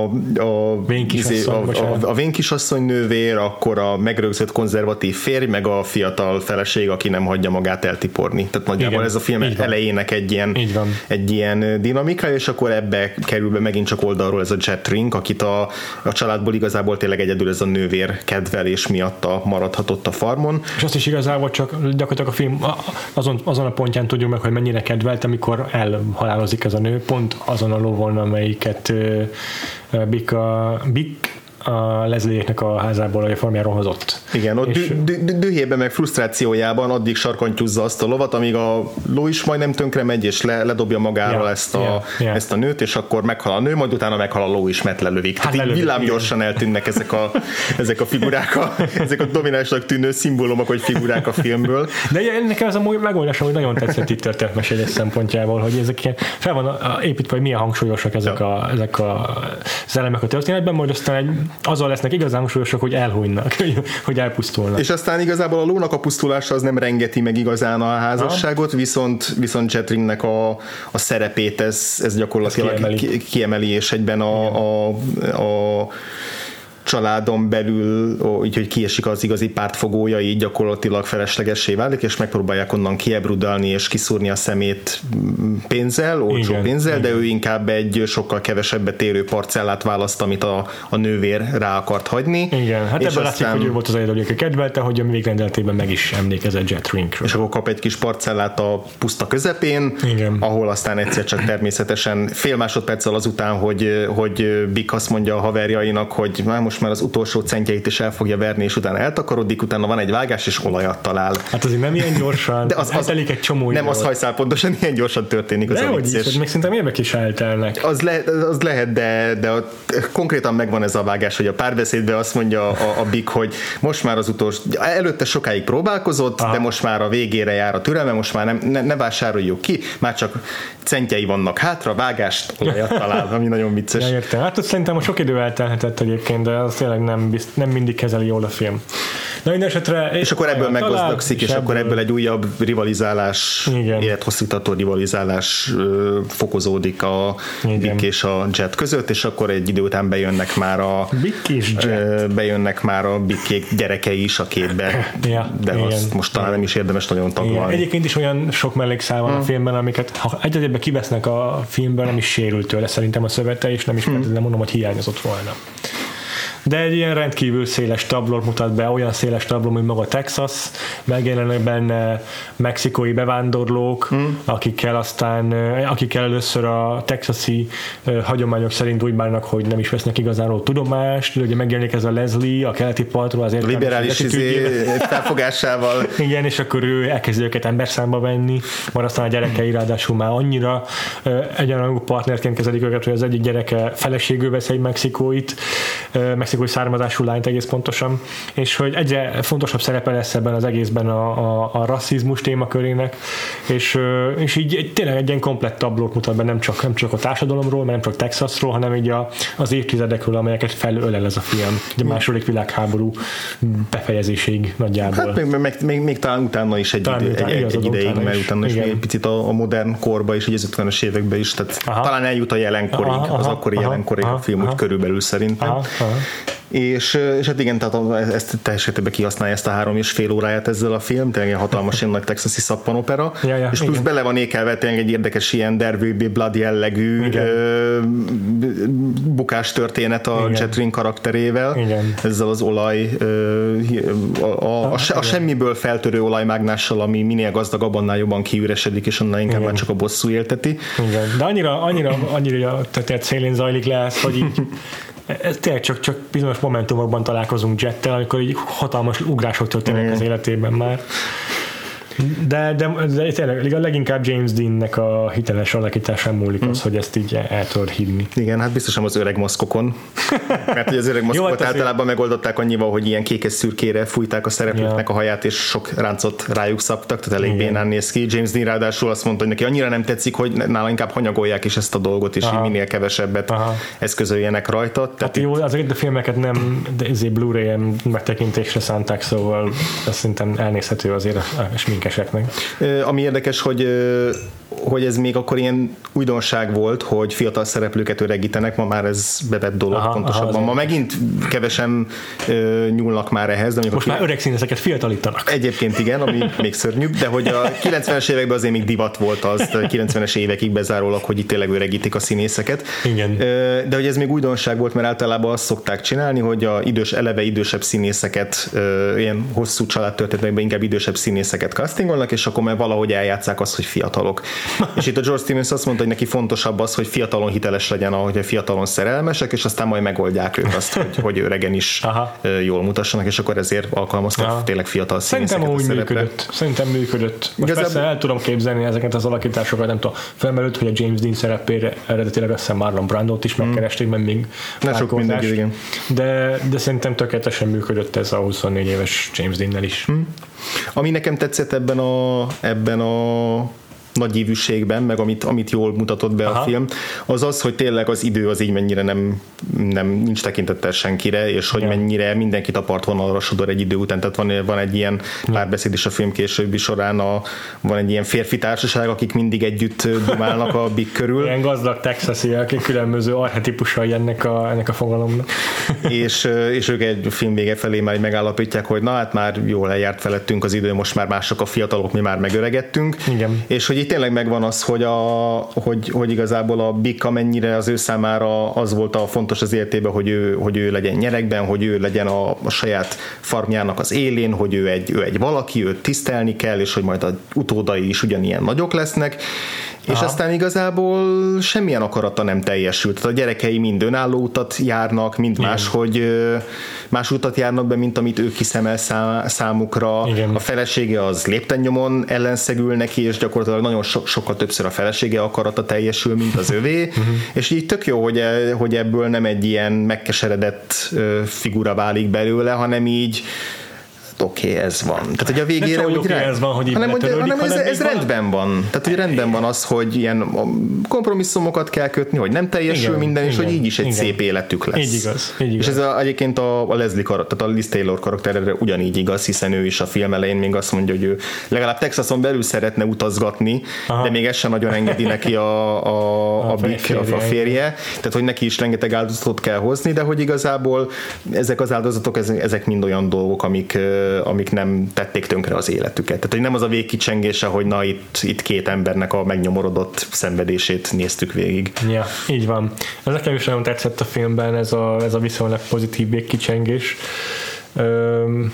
a, vénkisasszony, a, a, a vénkisasszony nővér, akkor a megrögzött konzervatív férj, meg a fiatal feleség, aki nem hagyja magát eltiporni. Tehát nagyjából Igen, ez a film elejének egy ilyen, egy ilyen dinamika, és akkor ebbe kerül be megint csak oldalról ez a Jet Ring, akit a, a családból igazából tényleg egyedül ez a nővér kedvelés miatt a maradhatott a farmon. És azt is igazából csak gyakorlatilag a film azon, azon a pontján tudjuk meg, hogy mennyire kedvelt, amikor elhalálozik ez a nő, pont azon a lovon, amelyiket uh, Bick, a, Bick a Leslie-nek a házából, vagy a farmjáról hozott. Igen, ott dü- dü- dühében meg frusztrációjában addig sarkantyúzza azt a lovat, amíg a ló is majdnem tönkre megy, és le, ledobja magáról yeah, ezt, a, yeah, yeah. ezt a nőt, és akkor meghal a nő, majd utána meghal a ló is, mert lelövik. Hát Tehát így villámgyorsan eltűnnek ezek a, ezek a figurák, a, ezek a dominánsnak tűnő szimbólumok, vagy figurák a filmből. De nekem ez a megoldás, hogy nagyon tetszett itt történetmesélés szempontjából, hogy ezek ilyen fel van építve, hogy milyen hangsúlyosak ezek, ja. a, ezek a, az elemek a történetben, majd aztán egy azzal lesznek igazán hangsúlyosak, hogy elhújnak, hogy elpusztulnak. És aztán igazából a lónak a pusztulása az nem rengeti meg igazán a házasságot, ha. viszont, viszont Jet Ringnek a, a szerepét ez, ez gyakorlatilag ez kiemeli. Ki, kiemeli, és egyben a, a, a családon belül, így, hogy kiesik az igazi pártfogója, így gyakorlatilag feleslegessé válik, és megpróbálják onnan kiebrudalni és kiszúrni a szemét pénzzel, olcsó igen, pénzzel, igen. de ő inkább egy sokkal kevesebbet érő parcellát választ, amit a, a nővér rá akart hagyni. Igen, hát ebben látszik, hogy ő volt az egyedül, aki kedvelte, hogy a végrendeletében meg is emlékezett Jet Ringről. És akkor kap egy kis parcellát a puszta közepén, igen. ahol aztán egyszer csak természetesen fél másodperccel azután, hogy, hogy Bick azt mondja a haverjainak, hogy már most most már az utolsó centjeit is el fogja verni, és utána eltakarodik, utána van egy vágás, és olajat talál. Hát azért nem ilyen gyorsan, de az, az eltelik egy csomó nem, az hajszál pontosan ilyen gyorsan történik. Az de hogy is, még szerintem évek is eltelnek. Az, le, az lehet, de, de ott konkrétan megvan ez a vágás, hogy a párbeszédben azt mondja a, a Big, hogy most már az utolsó, előtte sokáig próbálkozott, aha, de most már a végére jár a türelme, most már nem, ne, ne vásároljuk ki, már csak centjei vannak hátra, vágást, olajat talál, ami nagyon vicces. Ja, értem. Hát ott szerintem sok idő eltelhetett egyébként, de az tényleg nem, bizt, nem mindig kezeli jól a film. De minden esetre, és akkor ebből meggazdagszik, és, és ebből... akkor ebből egy újabb rivalizálás, élethosszígtató rivalizálás ö, fokozódik a Big és a Jet között, és akkor egy idő után bejönnek már a ö, bejönnek már a Big gyerekei is a képbe, ja, de igen, azt most talán nem is érdemes nagyon taglalni. Egyébként is olyan sok mellékszál van hmm. a filmben, amiket ha egyébként kivesznek a filmből, nem is sérült tőle szerintem a szövete, és nem is hmm. nem mondom, hogy hiányozott volna. De egy ilyen rendkívül széles tablót mutat be, olyan széles tabló, mint maga Texas, megjelennek benne mexikói bevándorlók, hmm. akikkel aztán, akikkel először a texasi uh, hagyományok szerint úgy bánnak, hogy nem is vesznek igazáról tudomást, ugye megjelenik ez a Leslie, a keleti partról, az liberális felfogásával. Igen, és akkor ő elkezdi őket emberszámba venni, majd aztán a gyerekei ráadásul már annyira uh, egyenlő partnerként kezelik őket, hogy az egyik gyereke feleségül vesz egy mexikóit, uh, mexikói származású lányt egész pontosan, és hogy egyre fontosabb szerepe lesz ebben az egészben a, a, a rasszizmus témakörének, és, és így egy, tényleg egy ilyen komplett tablót mutat be, nem csak, nem csak a társadalomról, nem csak Texasról, hanem így a, az évtizedekről, amelyeket felölel ez a film. A második világháború befejezéséig nagyjából. Hát még, még, még, még talán utána is egy, talán idő, utána, egy, igaz, egy ideig, utána mert utána is még egy picit a, a modern korba is, így az ötvenes években is, tehát aha, talán eljut a jelenkorig, aha, az akkori aha, jelenkorig aha, a film aha, úgy körülbelül szerintem. Aha, aha. És, és hát igen, tehát ezt teljes értelemben kihasználja ezt a három és fél óráját ezzel a film, tényleg egy hatalmas ilyen nagy texasi szappanopera, ja, ja, és plusz igen, bele van ékelve tényleg egy érdekes ilyen There Will Be Blood jellegű ö, bukástörténet a Jetrin karakterével, igen, ezzel az olaj ö, a, a, a, a semmiből feltörő olajmágnással, ami minél gazdagabb, annál jobban kiüresedik, és annál inkább igen, már csak a bosszú élteti. Igen, de annyira, annyira, annyira tehát szélén zajlik le ez, hogy így ez tényleg csak, csak bizonyos momentumokban találkozunk Jettel, amikor így hatalmas ugrások történnek az életében már. De, de, de tényleg a leginkább James Deannek a hiteles alakításán múlik az, hmm. hogy ezt így el tudod hinni. Igen, hát biztosan az öreg maszkokon. Mert hogy az öreg maszkokot jó, általában megoldották annyival, hogy ilyen kékes-szürkére fújták a szereplőknek ja, a haját, és sok ráncot rájuk szabtak, tehát elég igen, bénán néz ki. James Dean ráadásul azt mondta, hogy neki annyira nem tetszik, hogy nála inkább hanyagolják is ezt a dolgot, és minél kevesebbet aha, eszközöljenek rajta. Tehát hát jó, azért a filmeket nem ezért Blu-ray-en megtekintésre szánták, szóval ez szerintem elnézhető azért a sminkeseknek. Ami érdekes, hogy hogy ez még akkor ilyen újdonság volt, hogy fiatal szereplőket öregítenek, ma már ez bevett dolog aha, pontosabban. Aha, ma megint kevesen ö, nyúlnak már ehhez. De most már öreg színészeket fiatalítanak. Egyébként igen, ami még szörnyűbb, de hogy a kilencvenes években azért még divat volt az, a kilencvenes évekig bezárólag, hogy itt tényleg öregítik a színészeket. Igen. De hogy ez még újdonság volt, mert általában azt szokták csinálni, hogy a idős, eleve idősebb színészeket, ilyen hosszú családtörténetekben inkább idősebb színészeket castingolnak, és akkor már valahogy eljátszák azt, hogy fiatalok. És itt a George Stevens azt mondta, hogy neki fontosabb az, hogy fiatalon hiteles legyen, ahogy a fiatalon szerelmesek, és aztán majd megoldják ők azt, hogy, hogy öregen is aha, jól mutassanak, és akkor ezért alkalmaztak aha, tényleg fiatal színészeket. Szerintem úgy működött. Szerintem működött. Most igazából persze el tudom képzelni ezeket az alakításokat, nem tudom, felmerült, hogy a James Dean szerepére eredetileg azt hiszem Marlon Brandot is megkeresték, mert még mindenki, igen. De, de szerintem tökéletesen működött ez a huszonnégy éves James Dean-nel is. Hmm. Ami nekem tetszett ebben a, ebben a nagy ívűségben, meg amit, amit jól mutatott be aha, a film, az az, hogy tényleg az idő az így mennyire nem, nem nincs tekintettel senkire, és hogy ja, mennyire mindenkit a partvonalra sodor egy idő után, tehát van, van egy ilyen párbeszéd is a film későbbi során, a, van egy ilyen férfi társaság, akik mindig együtt dumálnak a Big körül. Ilyen gazdag texasi, akik különböző archetípusai ennek a, ennek a fogalomnak. és, és ők egy film vége felé már megállapítják, hogy na hát már jól eljárt felettünk az idő, most már mások a fiatalok, mi már megöregedtünk. Igen. És hogy tényleg megvan az, hogy, a, hogy, hogy igazából a Big, amennyire az ő számára az volt a fontos az életében, hogy ő, hogy ő legyen nyeregben, hogy ő legyen a, a saját farmjának az élén, hogy ő egy, ő egy valaki, őt tisztelni kell, és hogy majd az utódai is ugyanilyen nagyok lesznek, és Aha. aztán igazából semmilyen akarata nem teljesült. Tehát a gyerekei mind önálló utat járnak, mind máshogy más utat járnak be, mint amit ő kiszemel számukra. Igen. A felesége az léptennyomon ellenszegül neki, és gyakorlatilag nagyon so- sokkal többször a felesége akarata teljesül, mint az övé, és így tök jó, hogy, e, hogy ebből nem egy ilyen megkeseredett figura válik belőle, hanem így oké, okay, ez van. Tehát, hogy a végére nem úgy oké, rend... ez van, hogy hanem, hogy, hanem, hanem ez, ez van... rendben van. Tehát, hogy rendben van az, hogy ilyen kompromisszumokat kell kötni, hogy nem teljesül igen, minden, és igen, hogy így is egy igen. szép életük lesz. Így igaz. Így igaz. És ez a, egyébként a, a Leslie karakter, tehát a Liz Taylor karakterre ugyanígy igaz, hiszen ő is a film elején még azt mondja, hogy ő legalább Texason belül szeretne utazgatni, Aha. de még ez sem nagyon engedi neki a, a, a, a, big, férje, a férje. Tehát, hogy neki is rengeteg áldozatot kell hozni, de hogy igazából ezek az áldozatok, ezek mind olyan dolgok, amik, amik nem tették tönkre az életüket. Tehát, hogy nem az a végkicsengése, hogy na itt, itt két embernek a megnyomorodott szenvedését néztük végig. Ja, így van. Ez nekem is nagyon tetszett a filmben, ez a, ez a viszonylag pozitív végkicsengés. Üm,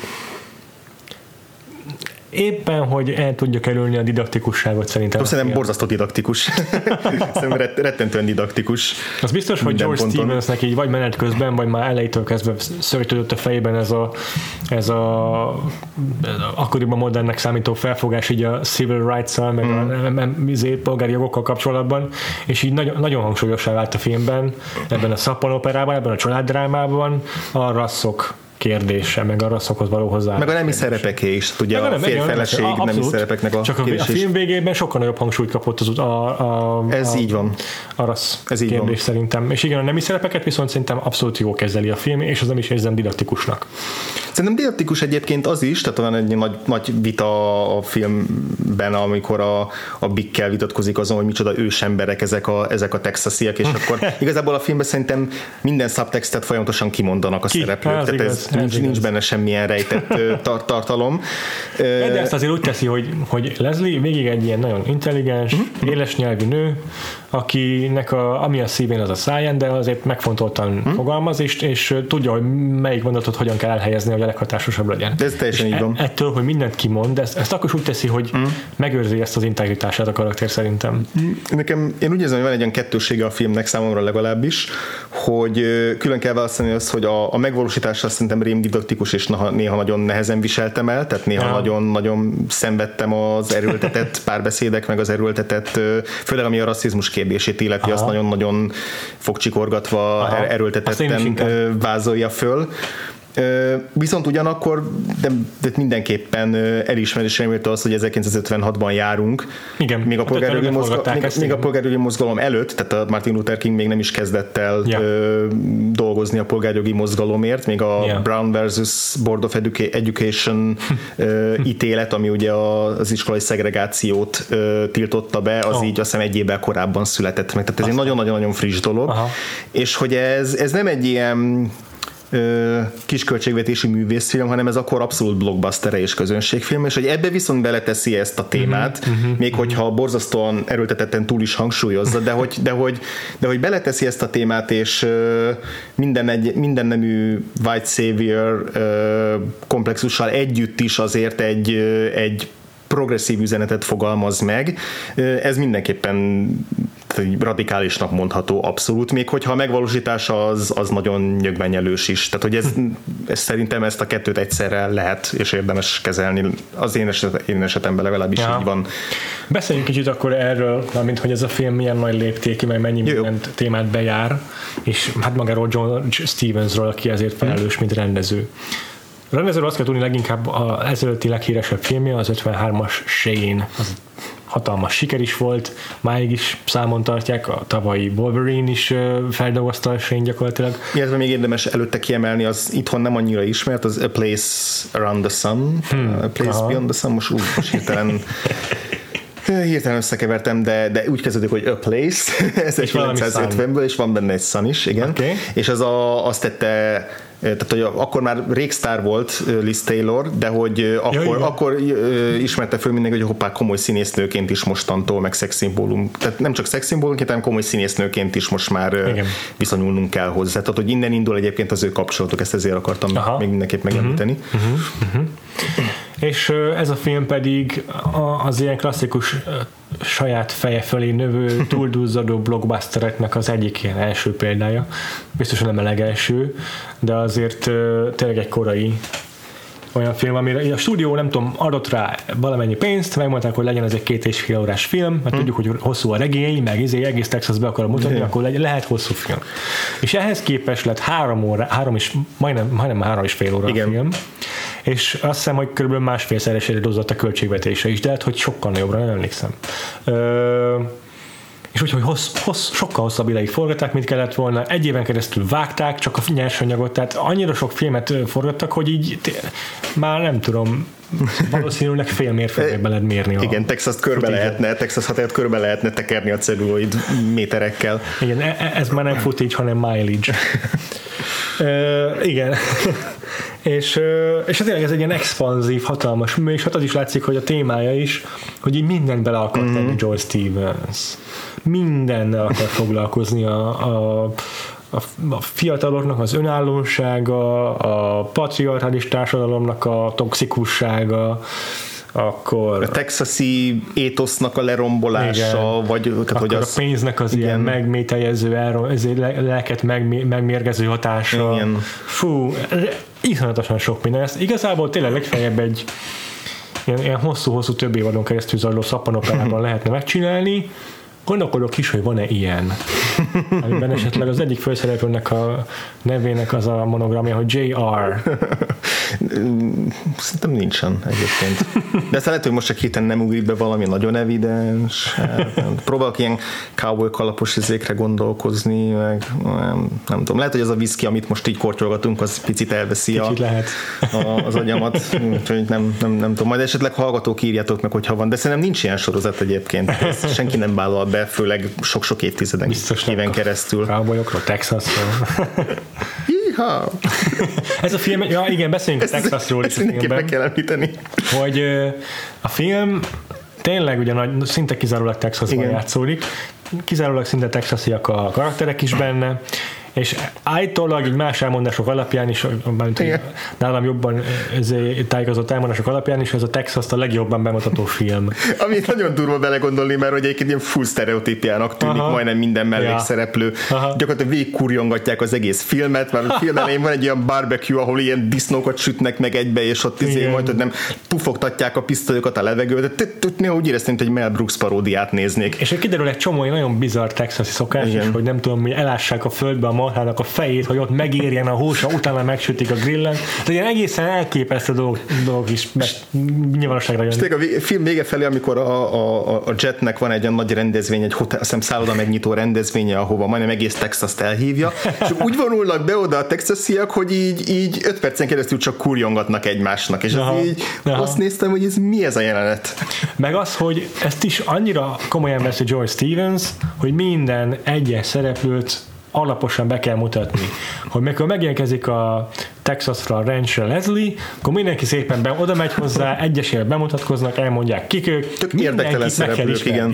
éppen, hogy el tudja kerülni a didaktikusságot szerintem. Szerintem borzasztó didaktikus. Szerintem rettentően didaktikus. Az biztos, hogy George ponton. Stevensnek így vagy menet közben, vagy már elejétől kezdve szörtődött a fejében ez a, ez a akkoriban modernnek számító felfogás így a civil rights-szal, meg mm. a, a, a polgári jogokkal kapcsolatban, és így nagyon, nagyon hangsúlyossá vált a filmben, ebben a szappanoperában, ebben a családdrámában a rasszok kérdése, meg a rasszokhoz való hozzá. Meg a nemi szerepeké is, ugye a férj-feleség nemi szerepeknek a Csak a, a film végében sokkal nagyobb hangsúlyt kapott az a, a, Ez a, így van. A rassz Ez kérdés van. szerintem. És igen, a nemi szerepeket viszont szerintem abszolút jól kezeli a film, és az nem is érzem didaktikusnak. Szerintem didaktikus egyébként az is, tehát van egy nagy, nagy vita a filmben, amikor a, a Big-kel vitatkozik azon, hogy micsoda ősemberek ezek a, ezek a texasiak, és akkor igazából a filmben szerintem minden subtextet folyamatosan kimondanak a Ki? szereplők. Ez tehát igaz, ez, ez nincs, nincs benne semmilyen rejtett tar- tartalom. De ezt azért úgy teszi, hogy, hogy Leslie végig egy ilyen nagyon intelligens, uh-huh. éles nyelvű nő, akinek a, ami a szívén, az a száján, de azért megfontoltan uh-huh. fogalmaz, és, és tudja, hogy melyik mondatot hogyan kell elhelyezni, hogy a leghatásosabb legyen. De ez teljesen így van. Ettől, hogy mindent kimond, ezt, ezt akkor is úgy teszi, hogy uh-huh. megőrzi ezt az integritását a karakter szerintem. Nekem, én úgy érzem, hogy van egy olyan kettőssége a filmnek számomra legalábbis, hogy külön kell választani azt, hogy a, a megvalósításra szerintem rém didaktikus, és néha nagyon nehezen viseltem el, tehát néha ja. nagyon, nagyon szenvedtem az erőltetett párbeszédek, meg az erőltetett, főleg ami a rasszizmus kérdését illeti, Aha. azt nagyon-nagyon fogcsikorgatva, Aha. erőltetetten vázolja föl. Viszont ugyanakkor de, de mindenképpen elismerésre méltó az, hogy ezerkilencszázötvenhatban járunk. Igen, még a polgárjogi mozgalom, még, még a polgárjogi mozgalom előtt, tehát a Martin Luther King még nem is kezdett el yeah. ö, dolgozni a polgárjogi mozgalomért, még a yeah. Brown versus Board of Educa- Education ö, ítélet, ami ugye az iskolai szegregációt ö, tiltotta be, az oh. így azt hiszem egy évvel korábban született meg. Tehát ez egy nagyon-nagyon friss dolog. Aha. És hogy ez, ez nem egy ilyen kisköltségvetési művészfilm, hanem ez akkor abszolút blockbuster és közönségfilm, és hogy ebbe viszont beleteszi ezt a témát, uh-huh, uh-huh, még uh-huh. hogyha borzasztóan erőltetetten túl is hangsúlyozza, de hogy, de hogy, de hogy beleteszi ezt a témát, és minden, egy, minden nemű white savior komplexussal együtt is azért egy, egy progresszív üzenetet fogalmaz meg. Ez mindenképpen radikálisnak mondható abszolút, még hogyha a megvalósítása az, az nagyon nyögvenyelős is. Tehát, hogy ez, ez szerintem ezt a kettőt egyszerre lehet és érdemes kezelni. Az én, eset, én esetemben legalábbis ja. így van. Beszéljünk kicsit akkor erről, mint hogy ez a film milyen nagy léptékű, meg mennyi minden témát bejár, és hát magáról John Stevensről, aki ezért felelős, mint rendező. A rendezőről azt kell tudni, leginkább az ezelőtti leghíresebb filmje, az ötvenhármas Shane, az hatalmas siker is volt, máig is számon tartják, a tavalyi Wolverine is feldolgozta a Shane gyakorlatilag. Illetve még érdemes előtte kiemelni, az itthon nem annyira ismert, az A Place Around the Sun, hmm. A Place Aha. Beyond the Sun, most úgy most hirtelen hirtelen összekevertem, de, de úgy kezdődik, hogy A Place ezerkilencszázötvenből, és van benne egy Sun is, igen, okay. És az a, azt tette, tehát hogy akkor már rég sztár volt Liz Taylor, de hogy akkor, ja, akkor ismerte föl mindenki, hogy hoppá, komoly színésznőként is mostantól, meg szexszimbólum, tehát nem csak szexszimbólumként, hanem komoly színésznőként is most már igen. viszonyulnunk kell hozzá. Tehát, hogy innen indul egyébként az ő kapcsolatok, ezt ezért akartam Aha. még mindenképp megemlíteni. Uh-huh. Uh-huh. És ez a film pedig az ilyen klasszikus saját feje fölé növő, túlduzzadó blockbustereknek az egyik ilyen első példája. Biztosan nem a legelső, de azért uh, tényleg egy korai olyan film, amire a stúdió nem tudom, adott rá valamennyi pénzt, megmondták, hogy legyen ez egy két és fél órás film, mert hmm. tudjuk, hogy hosszú a regény, meg izé, egész Texas be akarom mutatni, yeah. akkor legyen, lehet hosszú film. És ehhez képest lett három óra, három és, majdnem, majdnem három és fél óra a film, és azt hiszem, hogy körülbelül másfélszeresére dozott a költségvetése is, de hát, hogy sokkal nagyobbra, nem emlékszem. Ö- és úgyhogy hossz, hossz, sokkal hosszabb ideig forgatták, mint kellett volna, egy éven keresztül vágták csak a nyersanyagot, tehát annyira sok filmet forgattak, hogy így t- már nem tudom, valószínűleg fél mérföldbe lehet mérni. Igen, Texas-t körbe lehetne, Texas hatályt körbe lehetne tekerni a celluloid méterekkel. Igen, ez már nem footage, hanem mileage. uh, igen. és, uh, és tényleg ez egy ilyen expanzív, hatalmas mű, és hát az is látszik, hogy a témája is, hogy így mindent bele akar tenni mm-hmm. Joel Stevens. Mindennel akar foglalkozni a, a, a, a fiataloknak az önállósága, a patriarchális társadalomnak a toxikussága, akkor a texasi étosznak a lerombolása, igen. vagy tehát, akkor hogy az, a pénznek az igen. ilyen megmételjező, lelket meg, megmérgező hatása. Igen. Fú, iszonyatosan sok minden. Ezt igazából tényleg legfeljebb egy ilyen, ilyen hosszú-hosszú több évadon keresztül zajló szappanoperában lehetne megcsinálni. Gondolkodok is, hogy van-e ilyen, amiben esetleg az egyik főszereplőnek a nevének az a monogramja, hogy jé er. Szerintem nincsen egyébként. De aztán lehet, hogy most csak héten nem ugrik be valami nagyon evidens. Hát, próbálok ilyen cowboy kalapos izékre gondolkozni, meg nem, nem tudom. Lehet, hogy az a whisky, amit most így kortyolgatunk, az picit elveszi a, a, az agyamat. Úgyhogy nem, nem, nem tudom. Majd esetleg hallgatók írjátok meg, hogyha van. De szerintem nincs ilyen sorozat egyébként. Ezt senki nem vállal be, főleg sok-sok évtizeden biztos éven keresztül. Cowboyokról, Texasról. Ez a film, ja igen, beszéljünk ezt, a Texasról is a filmben. Kell említeni. Hogy a film tényleg ugye nagy, szinte kizárólag Texasban igen. játszódik, kizárólag szinte texasiak a karakterek is benne, és állítólag így más elmondások alapján is, nálam jobban tájékozott elmondások alapján is, ez a Texas a legjobban bemutató film. Ami nagyon durva belegondolni, mert hogy egyébként ilyen full sztereotípiának tűnik, aha. majdnem minden mellékszereplő. Ja. Gyakorlatilag végigkurjongatják az egész filmet, mert a film elején van egy olyan barbecue, ahol ilyen disznókat sütnek meg egybe, és ott izé, majd, hogy nem pufogtatják a pisztolyokat a levegőt. Néha úgy éreztem, hogy egy Mel Brooks paródiát néznék. És kiderül egy csomó nagyon bizarr texasi szokás, és hogy nem tudom, hogy elássák a földbe a marhának a fejét, hogy ott megérjen a húsa, utána megsütik a grillen. Tehát ilyen egészen elképesztő dolog, dolog is nyilvánosságra jön. És a film vége felé, amikor a, a, a Jetnek van egy olyan nagy rendezvény, egy hotel, azt hiszem szálloda megnyitó rendezvénye, ahova majdnem egész Texast elhívja, és úgy vonulnak be oda a texasiak, hogy így, így öt percen keresztül csak kurjongatnak egymásnak, és aha, így aha. azt néztem, hogy ez mi ez a jelenet. Meg az, hogy ezt is annyira komolyan veszi Joel Stevens, hogy minden egyes szereplőt alaposan be kell mutatni. Hogy mikor megérkezik a Texasra a ranchra Leslie, akkor mindenki szépen be, oda megy hozzá, egyesével bemutatkoznak, elmondják kik ők. Tök érdektelen szereplők, igen.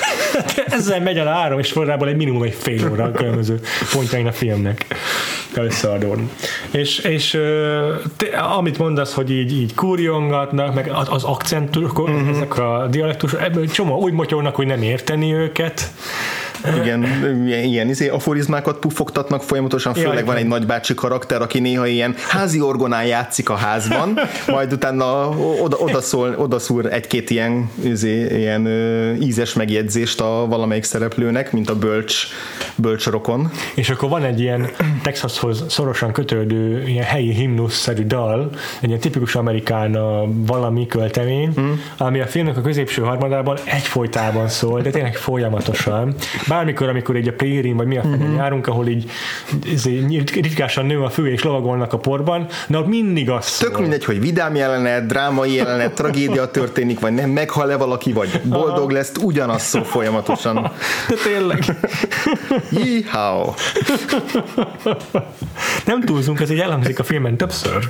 Ezzel megy el a három, és forrából egy minimum egy fél óra a különböző pontjain a filmnek összeadódni. És, és te, amit mondasz, hogy így, így kurjongatnak, meg az, az akcentusok, uh-huh. ezek a dialektusok, ebből csomó úgy motyolnak, hogy nem érteni őket. Igen, ilyen izé, aforizmákat puffogtatnak folyamatosan, főleg ja, van egy nagybácsi karakter, aki néha ilyen házi orgonán játszik a házban, majd utána oda, odaszól, odaszúr egy-két ilyen, izé, ilyen ízes megjegyzést a valamelyik szereplőnek, mint a bölcs, bölcs rokon. És akkor van egy ilyen Texashoz szorosan kötődő ilyen helyi himnusz-szerű dal, egy ilyen tipikus amerikán valami költemény, mm. ami a filmnek a középső harmadában egyfolytában szól, de tényleg folyamatosan. Bármikor, amikor így a prérin, vagy mi a fene mm-hmm. járunk, ahol így, így ritkásan nő a fű, és lovagolnak a porban, de ott mindig az szól. Tök mindegy, hogy vidám jelenet, drámai jelenet, tragédia történik, vagy nem, meghal-e valaki, vagy boldog lesz, ugyanaz szól folyamatosan. De tényleg. Jihau. Nem túlzunk, ez így elhangzik a filmen többször.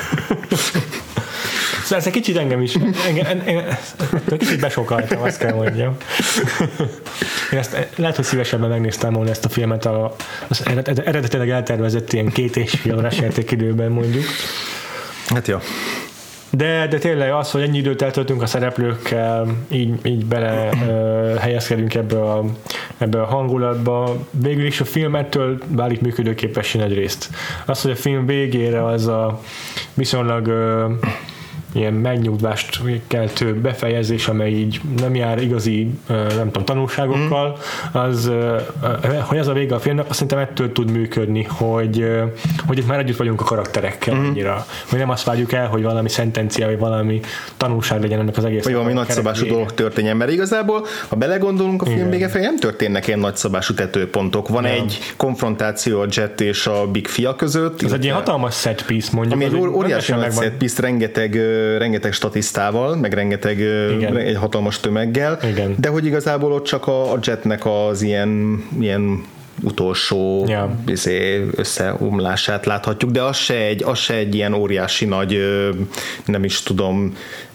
Szóval ez egy kicsit engem is, engem, engem, engem, kicsit besokaltam, azt kell mondjam. Én ezt lehet, hogy szívesebben megnéztem volna ezt a filmet a, az eredetileg eltervezett ilyen két és fél órás játékidőben mondjuk. Hát jó. De, de tényleg az, hogy ennyi időt eltöltünk a szereplőkkel, így, így bele uh, helyezkedünk ebbe a, ebbe a hangulatba, végül is a film ettől válik működőképessé nagy részt. Az, hogy a film végére az a viszonylag uh, ilyen megnyugvást keltő befejezés, amely így nem jár igazi, nem tudom, tanulságokkal, az, hogy az a vége a filmnek, azt szerintem ettől tud működni, hogy, hogy itt már együtt vagyunk a karakterekkel mm. annyira, hogy nem azt várjuk el, hogy valami szentencia, vagy valami tanulság legyen ennek az egész. Vagy valami nagyszabású dolog történjen, mert igazából, ha belegondolunk, a film Igen. vége felé nem történnek ilyen nagyszabású tetőpontok. Van ja. egy konfrontáció a Jet és a Big Fia között. Ez egy ilyen hatalmas set piece, mondjuk. Ami egy óriási nagy set piece, rengeteg rengeteg statisztával, meg rengeteg Igen. egy hatalmas tömeggel, Igen. de hogy igazából ott csak a, a Jetnek az ilyen, ilyen utolsó ja. összeomlását láthatjuk, de az se egy, az se egy ilyen óriási nagy, nem is tudom,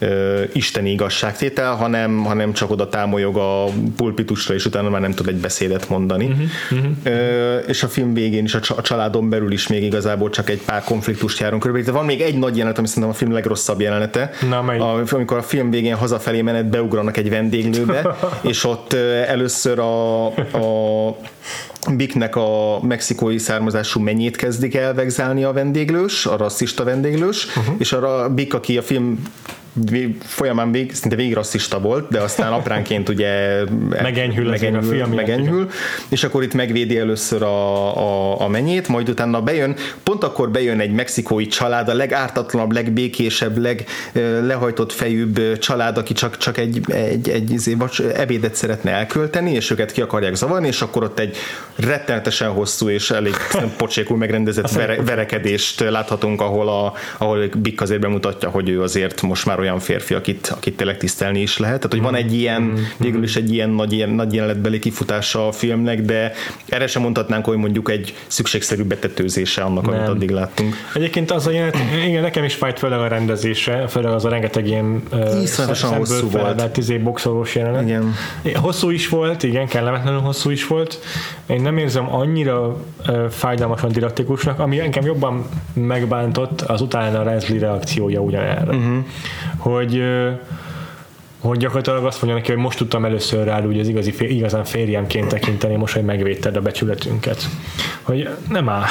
isteni igazságtétel, hanem, hanem csak oda támolyog a pulpitusra, és utána már nem tud egy beszédet mondani. Uh-huh, uh-huh. És a film végén is a családon belül is még igazából csak egy pár konfliktust járunk körülbelül. De van még egy nagy jelenet, ami szerintem a film legrosszabb jelenete, Na, a, amikor a film végén hazafelé menet beugranak egy vendéglőbe, és ott először a, a Bignek a mexikói származású mennyét kezdik elvegzálni a vendéglős, a rasszista vendéglős, uh-huh. és a Big, aki a film folyamán vég, szinte végig rasszista volt, de aztán apránként ugye megenyhül, megenyhül, a film megenyhül és akkor itt megvédi először a, a, a menyét, majd utána bejön, pont akkor bejön egy mexikói család, a legártatlanabb, legbékésebb, leglehajtott fejűbb család, aki csak, csak egy, egy, egy ebédet szeretne elkölteni, és őket ki akarják zavarni, és akkor ott egy rettenetesen hosszú és elég pocsékul megrendezett vere, verekedést láthatunk, ahol, a, ahol Big azért bemutatja, hogy ő azért most már olyan férfi, akit, akit tényleg tisztelni is lehet. Tehát, hogy van egy ilyen, mm-hmm. végül is egy ilyen nagy, ilyen nagy jelenetbeli kifutása a filmnek, de erre sem mondhatnánk, hogy mondjuk egy szükségszerű betetőzése annak, Nem. amit addig láttunk. Egyébként az a jelenet, igen, nekem is fájt főleg a rendezése, főleg az a rengeteg ilyen iszonyatosan uh, hosszú volt. Tizé boxolós jelenet. Igen. Hosszú is volt, igen, kellemetlenül hosszú is volt. Én nem érzem annyira uh, fájdalmasan didaktikusnak, ami engem jobban megbántott, az utána a Leslie reakciója ugyanerre. Uh-huh. Hogy, hogy gyakorlatilag azt mondja neki, hogy most tudtam először rád úgy az igazi, igazán férjemként tekinteni, most, hogy megvédted a becsületünket. Hogy nem áll.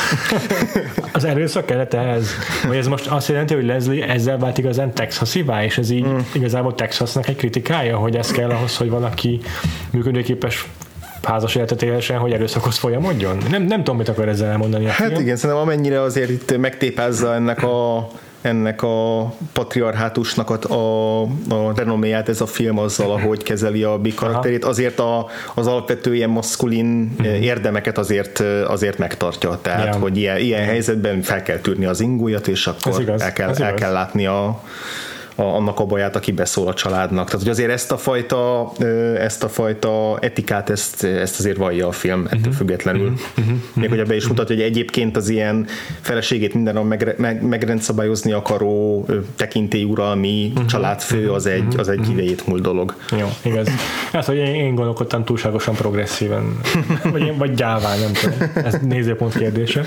Az erőszak kellett ehhez. Vagy ez most azt jelenti, hogy Leslie ezzel vált igazán Texasivá, és ez így mm. igazából Texasnak egy kritikája, hogy ez kell ahhoz, hogy valaki működőképes házas életet élesen, hogy erőszakhoz folyamodjon? Nem, nem tudom, mit akar ezzel elmondani a Hát film. igen, szerintem amennyire azért itt megtépázza ennek a ennek a patriarhátusnak a, a, a renoméját ez a film azzal, ahogy kezeli a Big karakterét, azért a, az alapvető ilyen maszkulin uh-huh. érdemeket azért, azért megtartja. Tehát, yeah. hogy ilyen, ilyen helyzetben fel kell tűrni az ingújat, és akkor igaz, el, kell, el kell látni a A, annak a baját, aki beszól a családnak. Tehát, hogy azért ezt a fajta, ezt a fajta etikát, ezt, ezt azért vallja a film ettől uh-huh. függetlenül. Uh-huh. Még hogy ebbe is mutatja, hogy egyébként az ilyen feleségét mindenhol meg, meg, megrendszabályozni akaró tekintélyuralmi uh-huh. családfő, az egy, az egy uh-huh. idejét múlt dolog. Jó, igaz. Hát, hogy én, én gondolkodtam túlságosan progresszíven, vagy, vagy gyáván, nem tudom. Ez nézőpont kérdése.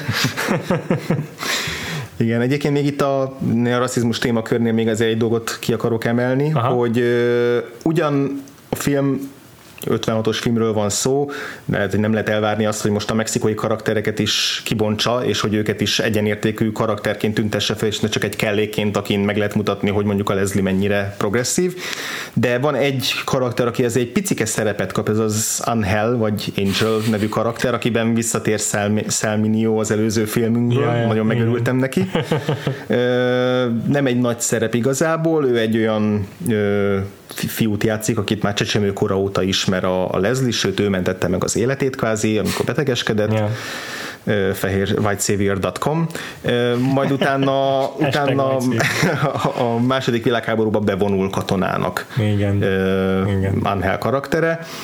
Igen, egyébként még itt a, a rasszizmus témakörnél még azért egy dolgot ki akarok emelni, Aha. hogy uh, ugyan a film ötvenhatos filmről van szó, de nem lehet elvárni azt, hogy most a mexikói karaktereket is kibontsa, és hogy őket is egyenértékű karakterként tüntesse fel, és ne csak egy kellékként, akin meg lehet mutatni, hogy mondjuk a Leslie mennyire progresszív. De van egy karakter, aki ez egy picike szerepet kap, ez az Angel, vagy Angel nevű karakter, akiben visszatér Salminio az előző filmünkből, ja, ja, nagyon megörültem ja. neki. Nem egy nagy szerep igazából, ő egy olyan fiút játszik, akit már csecsemőkora óta ismer a, a Leslie, sőt ő mentette meg az életét kvázi, amikor betegeskedett. Yeah. fehér white savior dot com, majd utána, utána a második világháborúban bevonul katonának. Igen. Igen. Angel karaktere,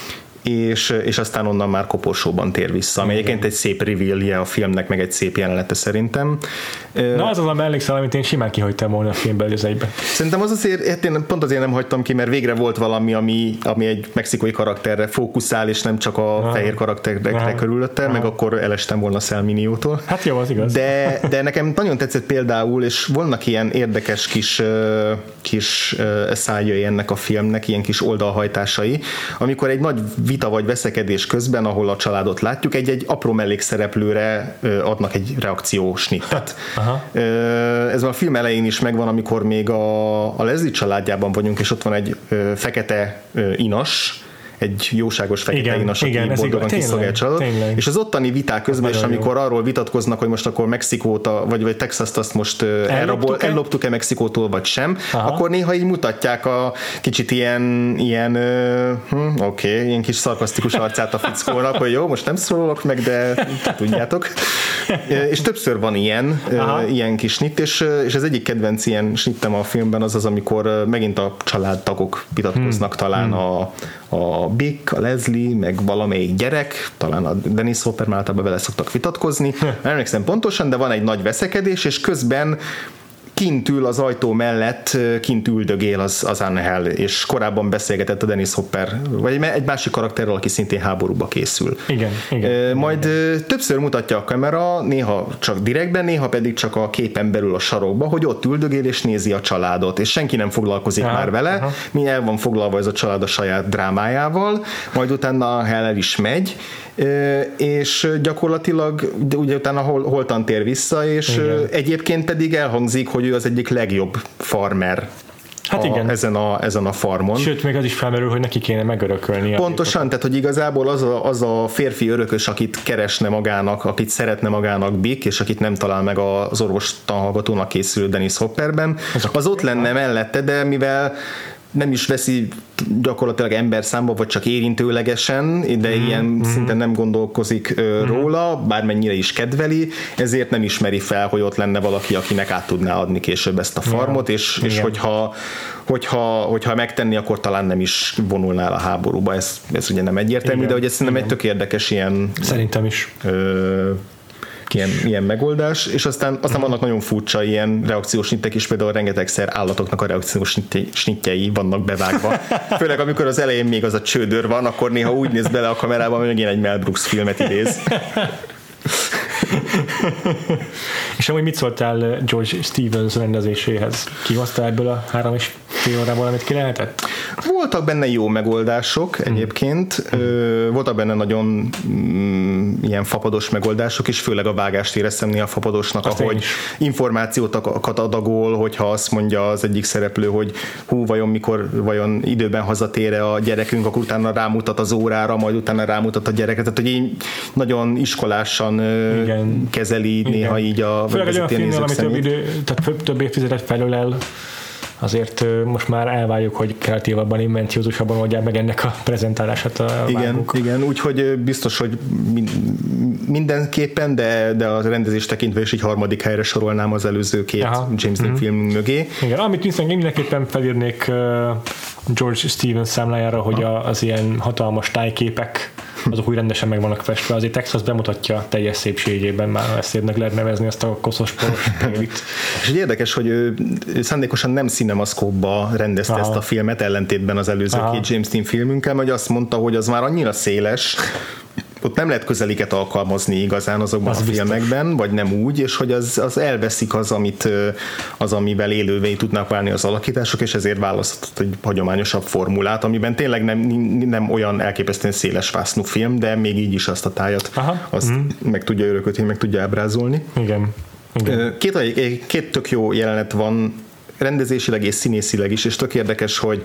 és, és aztán onnan már koporsóban tér vissza, ami egyébként egy szép reveal-je a filmnek, meg egy szép jelenete szerintem. Na az az a mellékszál, amit én simán kihagytam volna a filmből az egybe. Szerintem az azért, hát én pont azért nem hagytam ki, mert végre volt valami, ami, ami egy mexikói karakterre fókuszál, és nem csak a ah. fehér karakterekre ah. körülötte, ah. meg akkor elestem volna Szelminiótól. Hát jó, az igaz. De, de nekem nagyon tetszett például, és vannak ilyen érdekes kis, kis szájai ennek a filmnek, ilyen kis oldalhajtásai, amikor egy nagy vita vagy veszekedés közben, ahol a családot látjuk, egy-egy apró mellékszereplőre adnak egy reakciósnittet. Aha. Ez a film elején is megvan, amikor még a, a Leslie családjában vagyunk, és ott van egy fekete inas, egy jóságos fekete igen, inas, aki boldogan kiszolgál családot, és az ottani viták közben, és amikor jó. arról vitatkoznak, hogy most akkor Mexikót, vagy, vagy Texast azt most elloptuk-e? elloptuk-e Mexikótól, vagy sem, aha. akkor néha így mutatják a kicsit ilyen, ilyen hm, oké, okay, ilyen kis szarkasztikus arcát a fickónak, hogy jó, most nem szólok meg, de tudjátok. És többször van ilyen, aha. ilyen kis snitt, és, és az egyik kedvenc ilyen snittem a filmben az az, amikor megint a családtagok vitatkoznak, hmm. talán hmm. a a Bick, a Leslie, meg valamelyik gyerek, talán a Dennis Hopper általában vele szoktak vitatkozni. Nem emlékszem pontosan, de van egy nagy veszekedés, és közben kint ül az ajtó mellett, kint üldögél az, az Angel, és korábban beszélgetett a Dennis Hopper, vagy egy másik karakterrel, aki szintén háborúba készül. Igen, igen. Majd igen. többször mutatja a kamera, néha csak direktben, néha pedig csak a képen belül a sarokba, hogy ott üldögél és nézi a családot, és senki nem foglalkozik aha, már vele, aha. mi el van foglalva ez a család a saját drámájával, majd utána Angel el is megy, és gyakorlatilag ugye utána hol, holtan tér vissza, és igen. egyébként pedig elhangzik, hogy ő az egyik legjobb farmer hát a, igen. Ezen, a, ezen a farmon. Sőt, még az is felmerül, hogy neki kéne megörökölni. Pontosan, tehát hogy igazából az a, az a férfi örökös, akit keresne magának, akit szeretne magának Bick, és akit nem talál meg az orvostanhallgatónak készülő Dennis Hopperben, az, az ott lenne mellette, de mivel nem is veszi gyakorlatilag ember számba, vagy csak érintőlegesen, de mm, ilyen mm. szinten nem gondolkozik ö, mm. róla, bármennyire is kedveli, ezért nem ismeri fel, hogy ott lenne valaki, akinek át tudná adni később ezt a farmot, ja. és, és hogyha, hogyha, hogyha megtenni, akkor talán nem is vonulnál a háborúba. Ez, ez ugye nem egyértelmű, igen. de hogy ez szerintem egy tök érdekes ilyen... Szerintem is. Ö, Ilyen, ilyen megoldás, és aztán, aztán vannak nagyon furcsa ilyen reakciós snittek is, például rengetegszer állatoknak a reakciós snittjei vannak bevágva. Főleg amikor az elején még az a csődör van, akkor néha úgy néz bele a kamerában, hogy megint egy Mel Brooks filmet idéz. És amúgy mit szóltál George Stevens rendezéséhez? Kihoztál ebből a három és fél órából, amit ki lehetett? Voltak benne jó megoldások egyébként, mm. voltak benne nagyon mm, ilyen fapados megoldások is, főleg a vágást éreztem néha fapadosnak, azt ahogy információkat adagol, hogyha azt mondja az egyik szereplő, hogy hú, vajon mikor, vajon időben hazatér a gyerekünk, akkor utána rámutat az órára, majd utána rámutat a gyereket, tehát hogy így nagyon iskolásan igen. kezeli igen. néha így a főleg egy olyan filmnél, ami több, idő, tehát több évtizedet felölel, azért most már elvárjuk, hogy kreatívabban, invenciózusabban oldják meg ennek a prezentálását a igen, vágók. Igen, úgyhogy biztos, hogy mindenképpen, de, de a rendezés tekintve is így harmadik helyre sorolnám az előző két aha. James Dean mm-hmm. film mögé. Igen, amit viszont mindenképpen felírnék George Stevens számlájára, hogy az ilyen hatalmas tájképek azok úgy rendesen meg vannak festve. Azért Texas bemutatja teljes szépségében, már ezt szépnek lehet nevezni, azt a koszos poros télit. És érdekes, hogy ő szándékosan nem CinemaScope-ba rendezte aha. ezt a filmet, ellentétben az előző aha. két James Dean filmünkkel, hogy azt mondta, hogy az már annyira széles, ott nem lehet közeliket alkalmazni igazán azokban az a filmekben, biztos. Vagy nem úgy, és hogy az, az elveszik az, amit, az, amivel élővé tudnak válni az alakítások, és ezért választott egy hagyományosabb formulát, amiben tényleg nem, nem olyan elképesztően széles fásznú film, de még így is azt a tájat aha. azt mm. meg tudja örökötni, meg tudja ábrázolni. Igen. Igen. Két, két tök jó jelenet van rendezésileg és színészileg is, és tök érdekes, hogy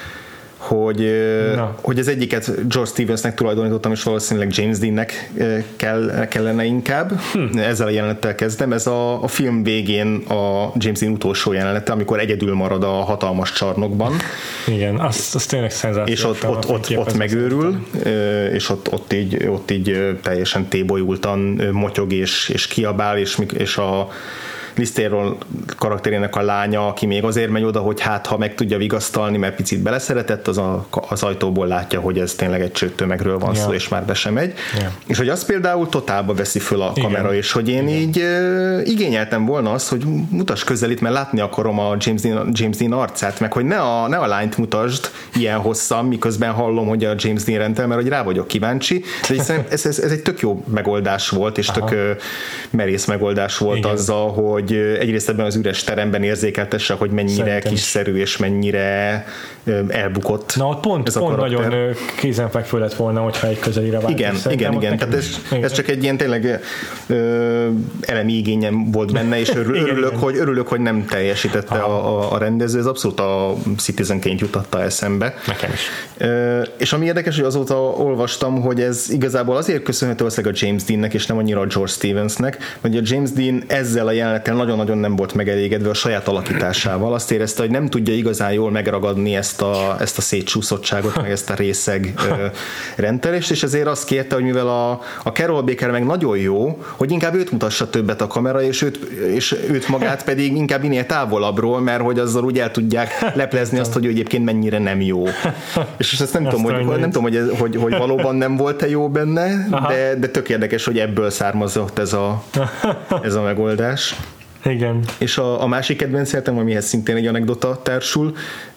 Hogy, hogy az egyiket George Stevensnek tulajdonítottam, és valószínűleg James Deannek kell, kellene inkább. Hm. Ezzel a jelenettel kezdem. Ez a, a film végén a James Dean utolsó jelenete, amikor egyedül marad a hatalmas csarnokban. Igen, az, az tényleg szenzációs. És ott, ott, ott, ott megőrül, és ott, ott, így, ott így teljesen tébolyultan motyog és, és kiabál, és, és a Liz Taylor karakterének a lánya, aki még azért megy oda, hogy hát ha meg tudja vigasztalni, mert picit beleszeretett, az, a, az ajtóból látja, hogy ez tényleg egy csőtömegről van yeah. szó, és már be sem megy. Yeah. És hogy az például totálba veszi föl a igen. kamera, és hogy én igen. így uh, igényeltem volna azt, hogy mutass közelít, mert látni akarom a James Dean, James Dean arcát, meg hogy ne a, ne a lányt mutasd ilyen hosszan, miközben hallom, hogy a James Dean rendel, mert hogy rá vagyok kíváncsi. De ez, ez, ez egy tök jó megoldás volt, és aha. tök uh, merész megoldás volt igen. azzal, hogy egyrészt ebben az üres teremben érzékeltesse, hogy mennyire szerintem kiszerű, és mennyire uh, elbukott. Na ott pont, ez pont nagyon kézenfekvő lett volna, hogyha egy közelire vált. Igen, igen, igen. Tehát ez, ez csak egy ilyen tényleg ö, elemi igényem volt benne, és örül, igen, örülök, igen. hogy, örülök, hogy nem teljesítette a, a, a rendező. Ez abszolút a Citizenként jutatta eszembe. Nekem is. Ö, és ami érdekes, hogy azóta olvastam, hogy ez igazából azért köszönhető a James Deannek, és nem annyira a George Stevensnek, hogy a James Dean ezzel a jelenettel nagyon-nagyon nem volt megelégedve a saját alakításával. Azt érezte, hogy nem tudja igazán jól megragadni ezt a, ezt a szétcsúszottságot, meg ezt a részeg ö, rendelést, és ezért azt kérte, hogy mivel a, a Carol Baker meg nagyon jó, hogy inkább őt mutassa többet a kamera, és őt, és őt magát pedig inkább minél távolabbról, mert hogy azzal úgy el tudják leplezni azt, hogy ő egyébként mennyire nem jó. És ezt nem, tudom, hogy, nem tudom, hogy, ez, hogy, hogy valóban nem volt-e jó benne, de, de tök érdekes, hogy ebből származott ez a, ez a megoldás. Igen. És a, a másik kedvenc életem, amihez szintén egy anekdota társul,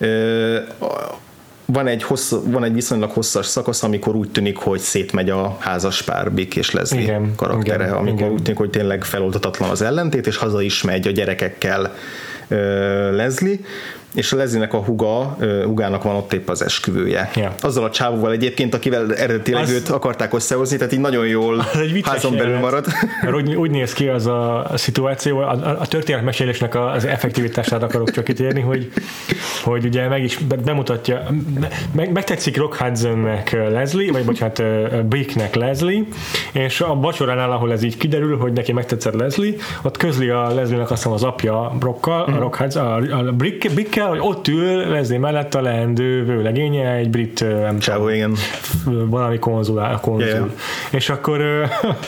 van egy, hossz, van egy viszonylag hosszas szakasz, amikor úgy tűnik, hogy szétmegy a házas pár Bick és Leslie igen, karaktere, igen, amikor igen. úgy tűnik, hogy tényleg feloldhatatlan az ellentét, és haza is megy a gyerekekkel uh, Leslie, és a Leslie-nek a huga, hugának van ott épp az esküvője. Yeah. Azzal a csávóval egyébként, akivel eredetileg az, őt akarták összehozni, tehát így nagyon jól házon belül marad. Úgy, úgy néz ki az a szituáció, a, a, a történetmesélésnek az effektivitására akarok csak kitérni, hogy, hogy ugye meg is bemutatja, meg, megtetszik Rock Hudsonnek Leslie, vagy bocsánat, Bicknek Leslie, és a vacsoránál, ahol ez így kiderül, hogy neki megtetszett Leslie, ott közli a Leslie-nek azt az apja Brockkal, mm. a Rock Hudson, a, a Bick, Bickkel, hogy ott ül Leslie mellett a leendő vőlegénye, egy brit Csávó, igen. valami konzul, konzul. Yeah. És akkor ö,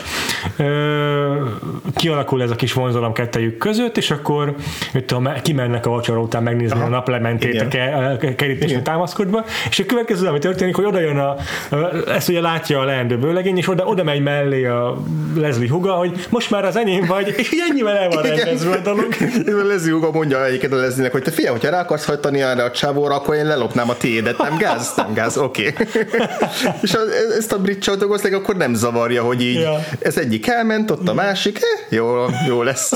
ö, kialakul ez a kis vonzalom kettejük között, és akkor tudom, kimennek a vacsora után megnézni aha. a naplementét igen. a kerítésen támaszkodva, és a következő, ami történik, hogy oda jön a, ezt ugye látja a leendő vőlegény, és oda, oda megy mellé a Leslie huga, hogy most már az enyém vagy, és ennyivel el van rendezve a dolog. A Leslie huga mondja egyiket a Leslie-nek, hogy te figyelj, hogyha rá akarsz hajtani erre a csávóra, akkor én lelopnám a tiédet, nem gáz? Nem gáz, oké. Okay. És a, ezt a brit csatlakozták, akkor nem zavarja, hogy így ja. ez egyik elment, ott a másik, eh, jó, jó lesz.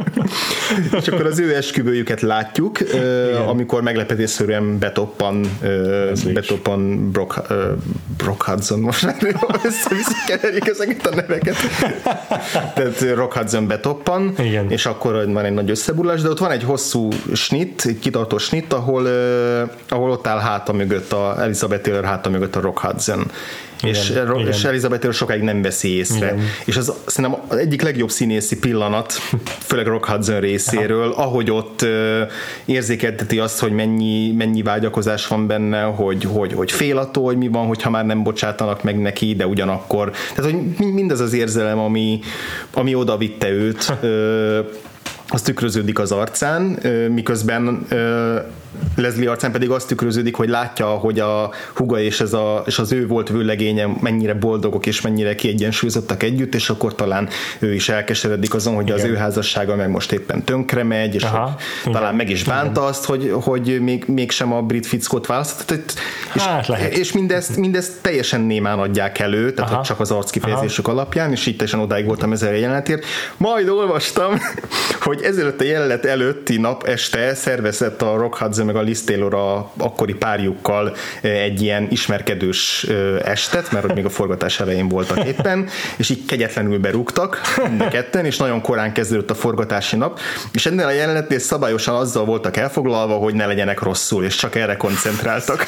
És akkor az ő esküvőjüket látjuk, uh, amikor meglepetésszerűen betoppan uh, betoppan Brock, uh, Brock Hudson, most már visszakeverjük ezeket a neveket. Tehát Rock Hudson betoppan, igen. és akkor van egy nagy összeburlás, de ott van egy hosszú snit, egy kitartó snit, ahol, uh, ahol ott áll háta mögött, a Elizabeth Taylor háta mögött a Rock Hudson. Igen, és, igen. és Elizabeth Taylor sokáig nem veszi észre. Igen. És az szerintem az egyik legjobb színészi pillanat, főleg Rock Hudson részéről, aha. ahogy ott uh, érzékelteti azt, hogy mennyi, mennyi vágyakozás van benne, hogy, hogy, hogy fél attól, hogy mi van, hogyha már nem bocsátanak meg neki, de ugyanakkor, tehát hogy mindez az érzelem, ami, ami oda vitte őt, uh, az tükröződik az arcán, miközben Leslie arcán pedig azt tükröződik, hogy látja, hogy a húga és, ez a, és az ő volt vőlegénye mennyire boldogok és mennyire kiegyensúlyozottak együtt, és akkor talán ő is elkeseredik azon, hogy igen. az ő házassága meg most éppen tönkre megy, és aha, talán meg is bánta igen. azt, hogy, hogy még, mégsem a brit fickót választott. Hát, és, és mindezt, mindezt teljesen némán adják elő, tehát aha. csak az arckifejezésük alapján, és így teljesen odáig voltam ezzel a jelenetért. Majd olvastam, hogy ezelőtt a jelenet előtti nap este szervezett a Rock Hudson meg a Liz Taylor a akkori párjukkal egy ilyen ismerkedős estet, mert ott még a forgatás elején voltak éppen, és így kegyetlenül berúgtak mind a ketten, és nagyon korán kezdődött a forgatási nap, és ennél a jelenetnél szabályosan azzal voltak elfoglalva, hogy ne legyenek rosszul, és csak erre koncentráltak.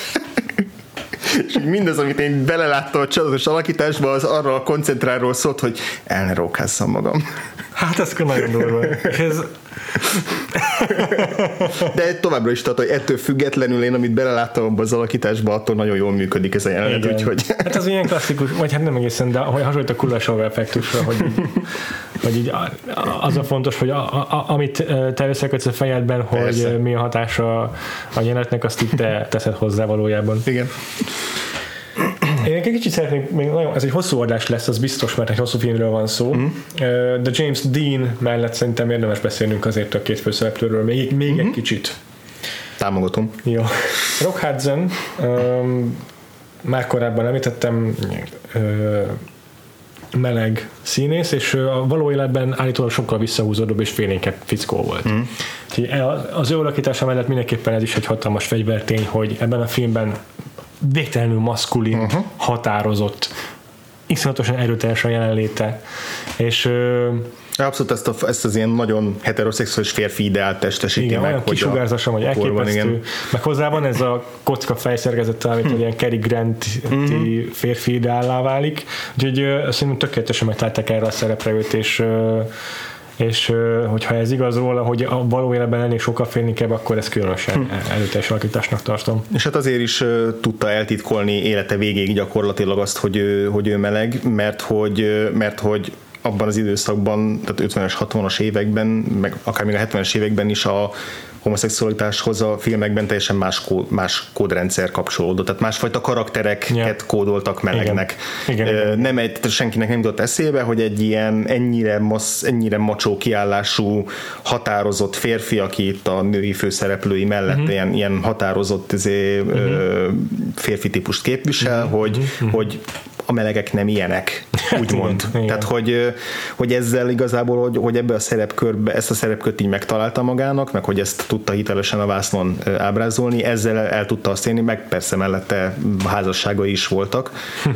És mindaz, amit én beleláttam a csodatos alakításba, az arra a koncentrálról szólt, hogy el ne rókázzam magam. Hát ez nagyon durva. Ez... De továbbra is, tehát, hogy ettől függetlenül én, amit beleláttam abban az alakításban, attól nagyon jól működik ez a jelenet, úgyhogy... Hát az ilyen klasszikus, vagy hát nem egészen, de hogy hasonlít a Kuleshov effektusra, hogy vagy így az a fontos, hogy a, a, amit te összekötsz a fejedben, hogy Persze. mi a hatása a jelenetnek, azt itt te teszed hozzá valójában. Igen. Én egy kicsit szeretnék, még nagyon, ez egy hosszú adás lesz, az biztos, mert egy hosszú filmről van szó, mm. de James Dean mellett szerintem érdemes beszélnünk azért a két főszereplőről, még, még mm-hmm. egy kicsit. Támogatom. Jó. Rock Hudson, um, már korábban említettem, uh, meleg színész, és a való életben állítólag sokkal visszahúzódóbb és félénkebb fickó volt. Mm. Az ő alakítása mellett mindenképpen ez is egy hatalmas fegyvertény, hogy ebben a filmben végtelenül maszkulin, uh-huh. határozott, iszonyatosan erőteljes a jelenléte, és abszolút ezt, a, ezt az ilyen nagyon heteroszexuális férfi ideált testesíti igen, meg. Igen, olyan kisugárzása, hogy elképesztő. Meg hozzá van ez a kocka fejszerkezete, amit hmm. ilyen Cary Grant-i hmm. férfi ideállá válik. Úgyhogy uh, szerintem tökéletesen megtalálták erre a szerepre őt, és és hogyha ez igaz róla, hogy a való életben ennél sokkal félnikebb, akkor ez különösen hm. előteljes alakításnak tartom. És hát azért is uh, tudta eltitkolni élete végéig gyakorlatilag azt, hogy ő, hogy ő meleg, mert hogy, mert hogy abban az időszakban, tehát ötvenes, hatvanas években, meg akár még a hetvenes években is a homoszexualitáshoz a filmekben teljesen más, kód, más kódrendszer kapcsolódott, tehát másfajta karaktereket yeah. kódoltak melegnek. Igen. Igen, igen. Nem egy, senkinek nem jutott eszébe, hogy egy ilyen ennyire, massz, ennyire macsó kiállású, határozott férfi, aki itt a női főszereplői mellett uh-huh. ilyen, ilyen határozott izé, uh-huh. férfi típust képvisel, uh-huh. hogy, uh-huh. hogy a melegek nem ilyenek, úgymond. Igen, Tehát, hogy, hogy ezzel igazából, hogy, hogy ebbe a szerepkörbe, ezt a szerepkört így megtalálta magának, meg hogy ezt tudta hitelesen a vásznon ábrázolni, ezzel el, el tudta azt érni, meg persze mellette házasságai is voltak,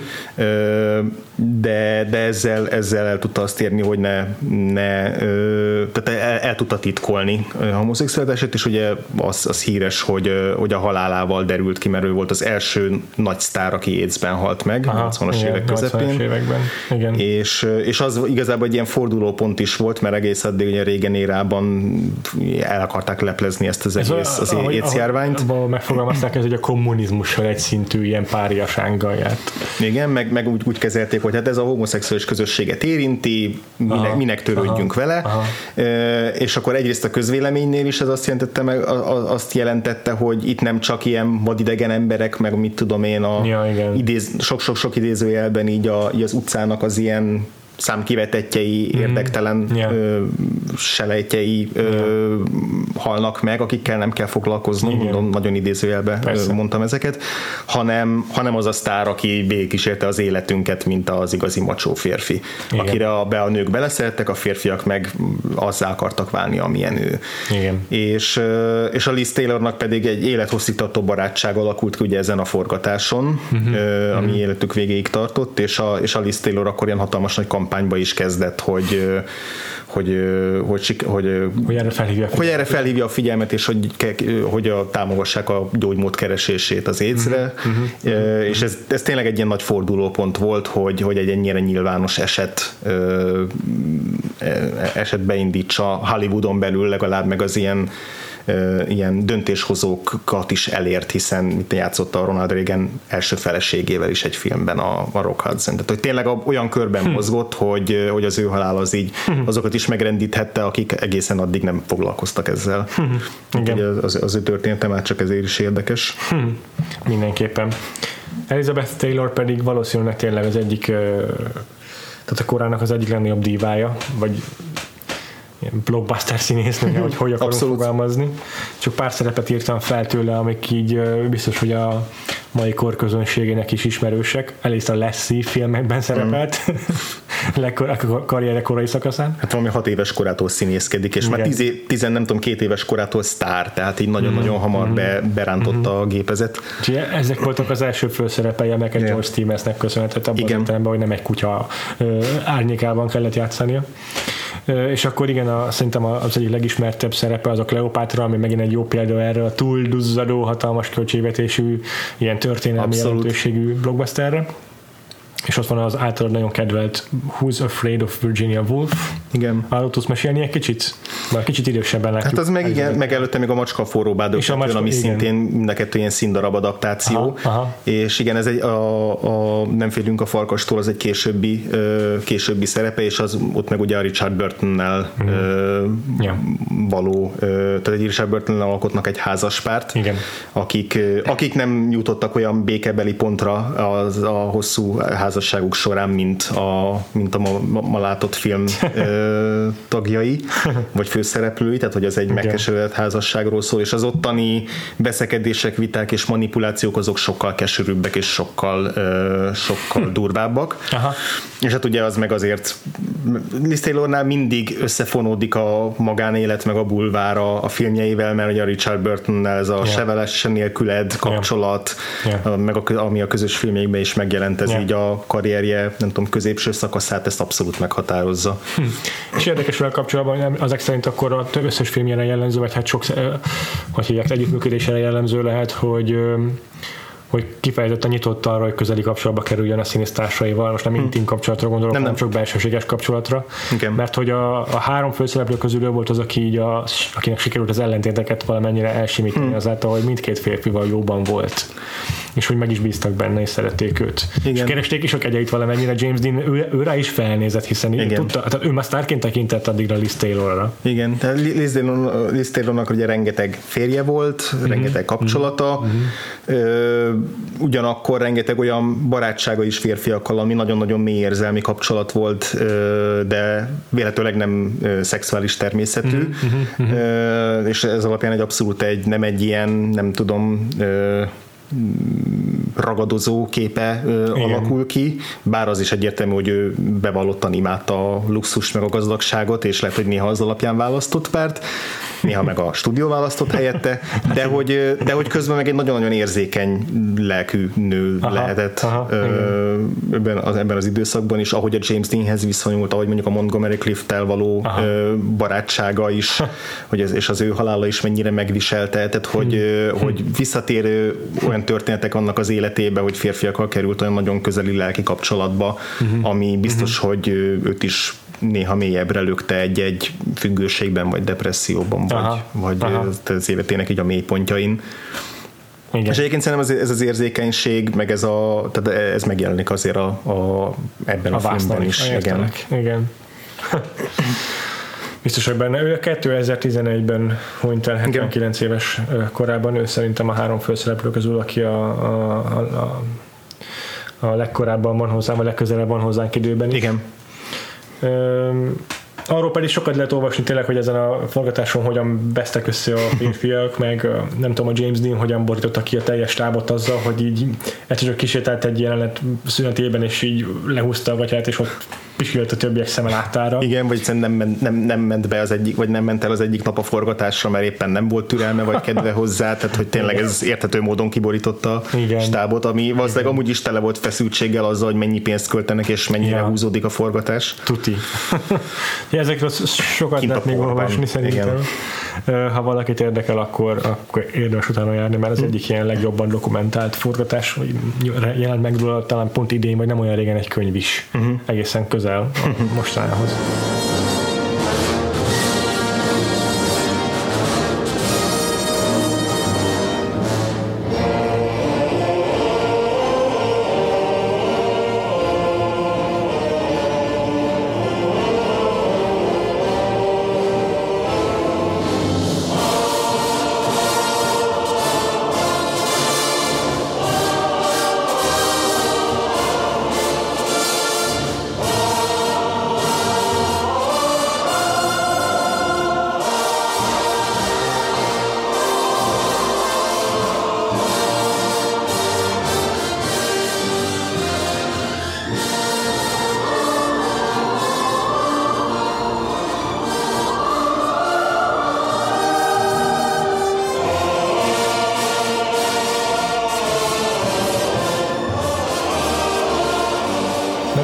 de, de ezzel, ezzel el tudta azt érni, hogy ne, ne tehát el, el tudta titkolni a homoszexualitását, és ugye az, az híres, hogy, hogy a halálával derült ki, mert ő volt az első nagy sztár, aki AIDS-ben halt meg, Aha, nyolcvanas igen, évek közepén. Években. Igen. És, és az igazából egy ilyen fordulópont is volt, mert egész addig ugye régen érában el akarták leplezni ezt az ez egész, az AIDS járványt. Abban megfogalmazták, ez, hogy a kommunizmussal egy szintű ilyen páriasággal járt. Igen, meg, meg úgy, úgy kezelték, hogy hát ez a homoszexuális közösséget érinti, minek, minek törődjünk aha, vele, aha. E, és akkor egyrészt a közvéleménynél is ez azt jelentette, meg, azt jelentette, hogy itt nem csak ilyen vadidegen emberek, meg mit tudom én, a ja, idéz, sok-sok-sok idézőjelben így, a, így az utcának az ilyen számkivetettjei, mm. érdektelen yeah. ö, selejtjei ö, yeah. halnak meg, akikkel nem kell foglalkoznom, mondom, nagyon idézőjelben Persze. mondtam ezeket, hanem, hanem az a sztár, aki végigkísérte az életünket, mint az igazi macsó férfi. Igen. Akire a, be a nők beleszerettek, a férfiak meg azzá akartak válni, amilyen ő. Igen. És, és a Liz Taylornak pedig egy élethosszígtartó barátság alakult ki ugye ezen a forgatáson, mm-hmm. ö, ami mm-hmm. életük végéig tartott, és a, és a Liz Taylor akkor ilyen hatalmas nagy kampányba is kezdett, hogy hogy, hogy, hogy, hogy, erre, felhívja hogy erre felhívja a figyelmet, és hogy, hogy a, támogassák a gyógymód keresését az AIDS-re, uh-huh. és ez, ez tényleg egy ilyen nagy fordulópont volt, hogy, hogy egy ennyire nyilvános eset eset beindítsa Hollywoodon belül legalább, meg az ilyen ilyen döntéshozókat is elért, hiszen itt játszott a Ronald Reagan első feleségével is egy filmben a, a Rock Hudson. Tehát, hogy tényleg olyan körben hm. mozgott, hogy, hogy az ő halál az így hm. azokat is megrendíthette, akik egészen addig nem foglalkoztak ezzel. Hm. Igen. Az, az ő története már csak ezért is érdekes. Hm. Mindenképpen. Elizabeth Taylor pedig valószínűleg tényleg az egyik tehát a korának az egyik legnagyobb dívája, vagy blockbuster színésznő, hogy hogy akarunk Abszolút. fogalmazni. Csak pár szerepet írtam fel tőle, amik így biztos, hogy a mai kor közönségének is ismerősek. Elég a Lassie filmekben szerepelt. Mm. a karriere korai szakaszán. Hát valami hat éves korától színészkedik, és Igen. már tíz, tíz, nem tudom, két éves korától sztár, tehát így nagyon-nagyon mm. hamar mm. be, berántotta mm. a gépezet. Úgyhogy ezek voltak az első főszerepei, amelyeket yeah. George Stevensnek köszönhetett abban az értelemben, hogy nem egy kutya ö, árnyékában kellett játszania. És akkor igen, a, szerintem az egyik legismertebb szerepe az a Kleopátra, ami megint egy jó példa erre a túl duzzadó, hatalmas költségvetésű, ilyen történelmi jelentőségű blockbusterre. És ott van az általad nagyon kedvelt Who's Afraid of Virginia Woolf. Igen. Arról tudsz mesélni egy kicsit? Már kicsit idősebben látjuk. Hát az meg igen, meg előtte még a Macska forró bádog, ami igen. szintén mind a kettő ilyen színdarab adaptáció, aha, aha. és igen, ez egy a, a Nem félünk a farkastól, az egy későbbi, későbbi szerepe, és az ott meg ugye a Richard Burtonnel mm. yeah. való, tehát egy Richard Burtonnel alkotnak egy házaspárt, igen. akik, akik nem jutottak olyan békebeli pontra az, a hosszú házasságuk során, mint a, mint a ma, ma, ma látott film tagjai, vagy főszereplői, tehát hogy az egy megkeserült házasságról szól, és az ottani beszekedések, viták és manipulációk azok sokkal keserűbbek és sokkal, sokkal durvábbak. Aha. És hát ugye az meg azért Liz Taylornál mindig összefonódik a magánélet meg a bulvára a filmjeivel, mert ugye a Richard Burtonnel ez a yeah. se veled, se nélküled kapcsolat, yeah. meg a, ami a közös filmjékben is megjelent, ez yeah. így a karrierje, nem tudom, középső szakaszát ezt abszolút meghatározza. Hm. És érdekes vele kapcsolatban, azek szerint akkor a összes filmjére jellemző, vagy hát sok, hogy hívják, együttműködésére jellemző lehet, hogy hogy kifejezetten nyitott arra, hogy közeli kapcsolatba kerüljön a színésztársaival. Most nem hmm. intim kapcsolatra gondolok, nem, nem csak belsőséges kapcsolatra. Okay. Mert hogy a, a három főszereplő közül ő volt az, aki így a, akinek sikerült az ellentéteket valamennyire elsimítani hmm. azáltal, hogy mindkét férfival jóban volt. És hogy meg is bíztak benne, és szerették őt. Igen. És keresték is a kegyeit valamennyire. James Dean ő, ő rá is felnézett, hiszen ő, tudta, tehát ő már sztárként tekintett addigra Liz Taylorra. Igen, tehát Liz, Taylor, Liz Taylornak ugye rengeteg férje volt, mm-hmm. rengeteg kapcsolata, mm-hmm. Ö, ugyanakkor rengeteg olyan barátsága is férfiakkal, ami nagyon-nagyon mély érzelmi kapcsolat volt, ö, de véletlenül nem ö, szexuális természetű, mm-hmm. ö, és ez alapján egy abszolút egy, nem egy ilyen, nem tudom, ö, ragadozó képe ö, alakul ki, bár az is egyértelmű, hogy ő bevallottan imádta a luxust meg a gazdagságot, és lehet, hogy néha az alapján választott párt, néha meg a stúdió választott helyette, de hogy, de hogy közben meg egy nagyon-nagyon érzékeny lelkű nő aha, lehetett aha, ö, ebben, az, ebben az időszakban is, ahogy a James Deanhez viszonyult, ahogy mondjuk a Montgomery Clift-tel való ö, barátsága is, hogy ez, és az ő halála is mennyire megviselte, tehát hogy, hmm. hogy visszatérő olyan történetek vannak az életébe, hogy férfiakkal került olyan nagyon közeli lelki kapcsolatba, hmm. ami biztos, hmm. hogy őt is néha mélyebbre lökte egy-egy függőségben, vagy depresszióban, aha, vagy, vagy az életének így a mélypontjain. Igen. És egyébként szerintem ez az érzékenység, meg ez, a, tehát ez megjelenik azért a, a, ebben a, a filmben is. Igen. Igen. Biztos, hogy benne. Ő kétezer-tizenegyben hunyt el hetvenkilenc igen. éves korában, ő szerintem a három főszereplő közül, aki a, a, a, a legkorábban van hozzám, vagy legközelebb van hozzánk időben is. Igen. Um, arról pedig sokat lehet olvasni tényleg, hogy ezen a forgatáson hogyan vesztek össze a férfiak, meg nem tudom, a James Dean hogyan borította ki a teljes tábot azzal, hogy így egyszer csak kísértelt egy jelenet szünetében, és így lehúzta a gatyát, és ott piskilt a többiek szeme láttára. Igen, vagy nem, nem, nem, nem ment be az egyik, vagy nem ment el az egyik nap a forgatásra, mert éppen nem volt türelme, vagy kedve hozzá, tehát hogy tényleg ez érthető módon kiborította a stábot, ami valószínűleg amúgy is tele volt feszültséggel azzal, hogy mennyi pénzt költenek, és mennyire ja. húzódik a forgatás. Tuti. Ja, ezekről sokat lehet még olvasni szerintem. Igen. Ha valakit érdekel, akkor, akkor érdemes utána járni, mert az hmm. egyik ilyen legjobban dokumentált forgatás, jelent meg róla talán pont idén, vagy nem olyan régen egy könyv is. Uh-huh. Egészen közel mostanához.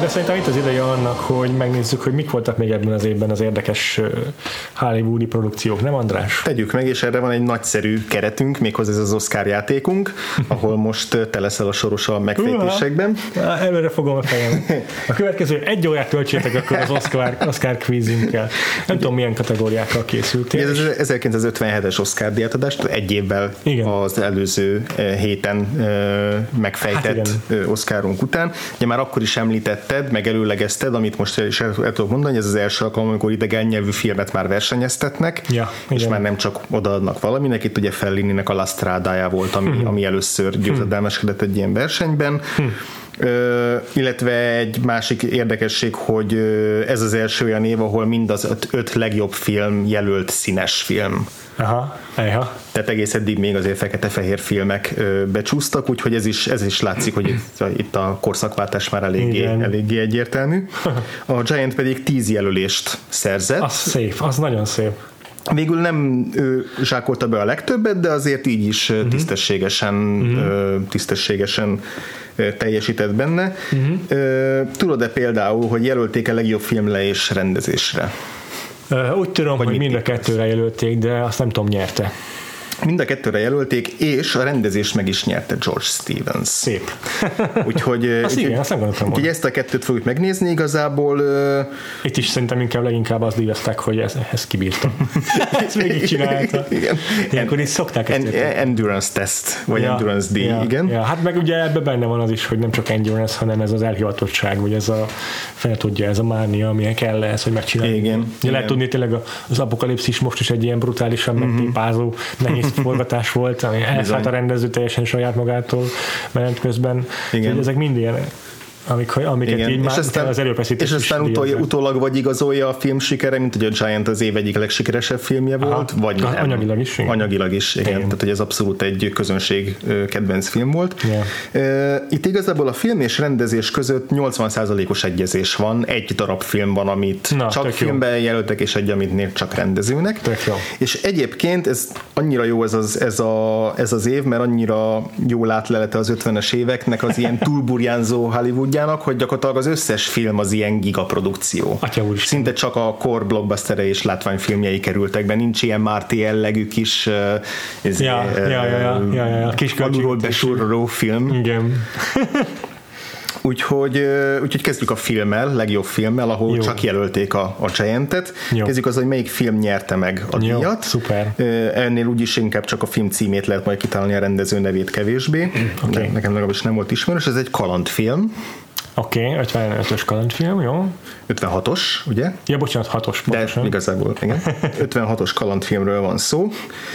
De szerintem itt az ideje annak, hogy megnézzük, hogy mik voltak még ebben az évben az érdekes hollywoodi produkciók, nem András? Tegyük meg, és erre van egy nagyszerű keretünk, méghozzá ez az Oscar játékunk, ahol most te leszel a soros a megfejtésekben. Uh, előre fogom a fejem. A következő egy órát töltsétek akkor az Oscar, Oscar quizzünkkel. Nem tudom, milyen kategóriákkal készültél. Ez az ezerkilencszázötvenhetes Oscar díjadást egy évvel igen. az előző héten megfejtett hát Oscarunk után. Ugye már akkor is említetted, meg előlegezted, amit most is el, el tudok mondani, ez az első alkalom, amikor idegen nyelvű filmet már versenyeztetnek, ja, és igen. már nem csak odaadnak valaminek, itt ugye Fellininek a La Strada volt, ami, hmm. ami először győzedelmeskedett egy ilyen versenyben. Hmm. Ö, illetve egy másik érdekesség, hogy ez az első olyan év, ahol mind az öt, öt legjobb film jelölt színes film. Aha, ejha. Tehát egész eddig még azért fekete-fehér filmek ö, becsúsztak, úgyhogy ez is, ez is látszik, hogy itt, itt a korszakváltás már eléggé, eléggé egyértelmű. A Giant pedig tíz jelölést szerzett. Az szép, az nagyon szép. Végül nem ő zsákolta be a legtöbbet, de azért így is uh-huh. tisztességesen, uh-huh. tisztességesen teljesített benne. Uh-huh. Tudod-e például, hogy jelölték a legjobb filmre és rendezésre? Úgy tudom, vagy hogy mind a kettőre jelölték, de azt nem tudom, nyerte. Mind a kettőre jelölték, és a rendezést meg is nyerte George Stevens. Szép. Úgyhogy, azt úgy, igen, azt nem gondoltam úgyhogy ezt a kettőt fogjuk megnézni igazából. Itt is szerintem inkább leginkább azt díjazták, hogy ez, ezt kibírtam. Ezt még így csinálta. Igen. Ilyenkor is szokták ezt. En, endurance test, vagy ja, endurance díj, ja, igen. Ja, hát meg ugye ebben benne van az is, hogy nem csak endurance, hanem ez az elhivatottság, vagy ez a fene tudja, ez a mánia, amilyen kell ez, hogy megcsinálni. Igen. Ja, lehet tudni, tényleg az apokalipszis most is egy ilyen brutálisan mm-hmm. megtépázó, nehéz forgatás volt, ami elszállt a rendező teljesen saját magától menet közben. Igen. Ezek mind ilyen, amik, amiket igen. így már aztán, az erőfeszítés. És aztán utol, utólag vagy igazolja a film sikere, mint hogy a Giant az év egyik legsikeresebb filmje aha, volt, vagy nem. Anyagilag is. Igen. Anyagilag is, igen. igen. Tehát, hogy ez abszolút egy közönség kedvenc film volt. Yeah. Itt igazából a film és rendezés között nyolcvan százalékos egyezés van. Egy darab film van, amit na, csak filmben jó. jelöltek, és egy, amit csak rendezőnek. És egyébként ez annyira jó ez az, ez, a, ez az év, mert annyira jól átlelete az ötvenes éveknek az ilyen túlburjánzó Hollywood, hogy gyakorlatilag az összes film az ilyen gigaprodukció. Szinte csak a core blockbusterei és látványfilmjei kerültek be, nincs ilyen Marty jellegű kis ez, ja, uh, ja, ja, ja, ja, ja, kis alulról besurró film. Igen. Úgyhogy, úgyhogy kezdjük a filmmel, legjobb filmmel, ahol jó. csak jelölték a, a Giantet. Jó. Kezdjük az, hogy melyik film nyerte meg a díjat. Jó, szuper. Ennél úgyis inkább csak a film címét lehet majd kitalálni, a rendező nevét kevésbé. Okay. Nekem legalábbis nem volt ismerős, ez egy kalandfilm. Oké, okay, ötvenötös kalandfilm, jó. ötvenhatos, ugye? Ja, bocsánat, hatos. De pontosan. Igazából, igen. ötvenhatos kalandfilmről van szó.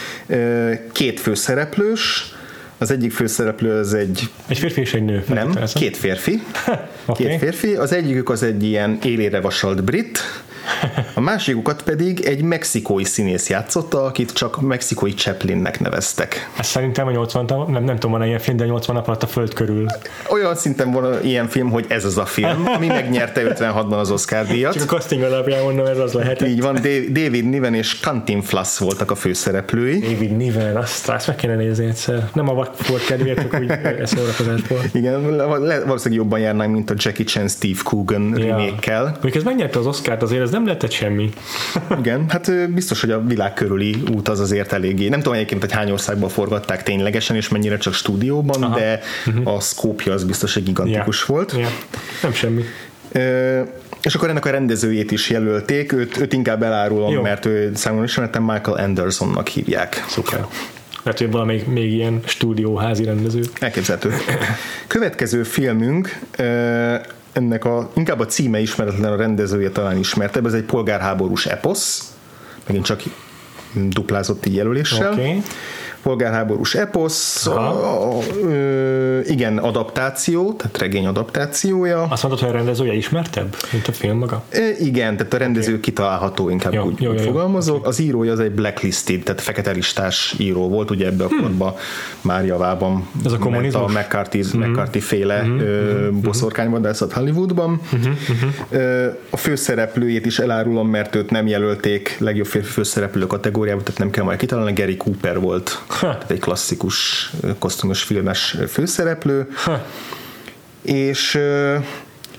Két főszereplős. Az egyik főszereplő az egy... Egy férfi és egy nő. Nem, két férfi. Okay. Két férfi. Az egyikük az egy ilyen élére vasalt brit, a másikukat pedig egy mexikói színész játszotta, akit csak mexikói Chaplinnek neveztek. Ez szerintem a nyolcvan, nem, nem tudom, van ilyen film, de nyolcvan nap alatt a föld körül. Olyan szinten van ilyen film, hogy ez az a film, ami megnyerte ötvenhatban az Oscar díjat. Csak a casting alapján mondom, ez az lehetett. Így van, David Niven és Cantinflas voltak a főszereplői. David Niven, azt, azt meg kéne nézni egyszer. Nem a vakfort kedvéért, csak úgy ez szórakozásból. Igen, valószínűleg jobban járnánk, mint a Jackie Chan Steve Coogan ja. remake-kel. Mondjuk ez megnyerte az Oscart, azért ez nem lehetett semmi. Igen, hát biztos, hogy a világ körüli út az azért eléggé. Nem tudom egyébként, hogy hány országban forgatták ténylegesen, és mennyire csak stúdióban, aha. de uh-huh. a szkópja az biztos, hogy gigantikus yeah. volt. Yeah. Nem semmi. Uh, és akkor ennek a rendezőjét is jelölték, őt, őt inkább elárulom, jó. mert ő számomra ismertem, Michael Andersonnak hívják. Szuper. Lehet, hogy valamelyik még ilyen stúdióházi rendező. Elképzelhető. Következő filmünk uh, ennek a, inkább a címe ismeretlen, a rendezője talán ismertebb, ez egy polgárháborús eposz, megint csak duplázott így jelöléssel. Okay. Polgárháborús eposz, a, a, ö, igen, adaptáció, tehát regény adaptációja. Azt mondod, hogy a rendezője ismertebb, mint a film maga? E, igen, tehát a rendező okay. kitalálható, inkább jó, úgy, jó, úgy jó, fogalmazok. Okay. Az írója az egy blacklisted, tehát fekete listás író volt, ugye ebbe a hmm. korban már javában ez a kommunizmus? A McCarthy, mm-hmm. McCarthy féle mm-hmm. ö, boszorkányvadászat Hollywoodban. Mm-hmm. A főszereplőjét is elárulom, mert őt nem jelölték legjobb főszereplő kategóriába, tehát nem kell majd kitalálni, Gary Cooper volt. Tehát egy klasszikus kosztümös filmes főszereplő. Ha. És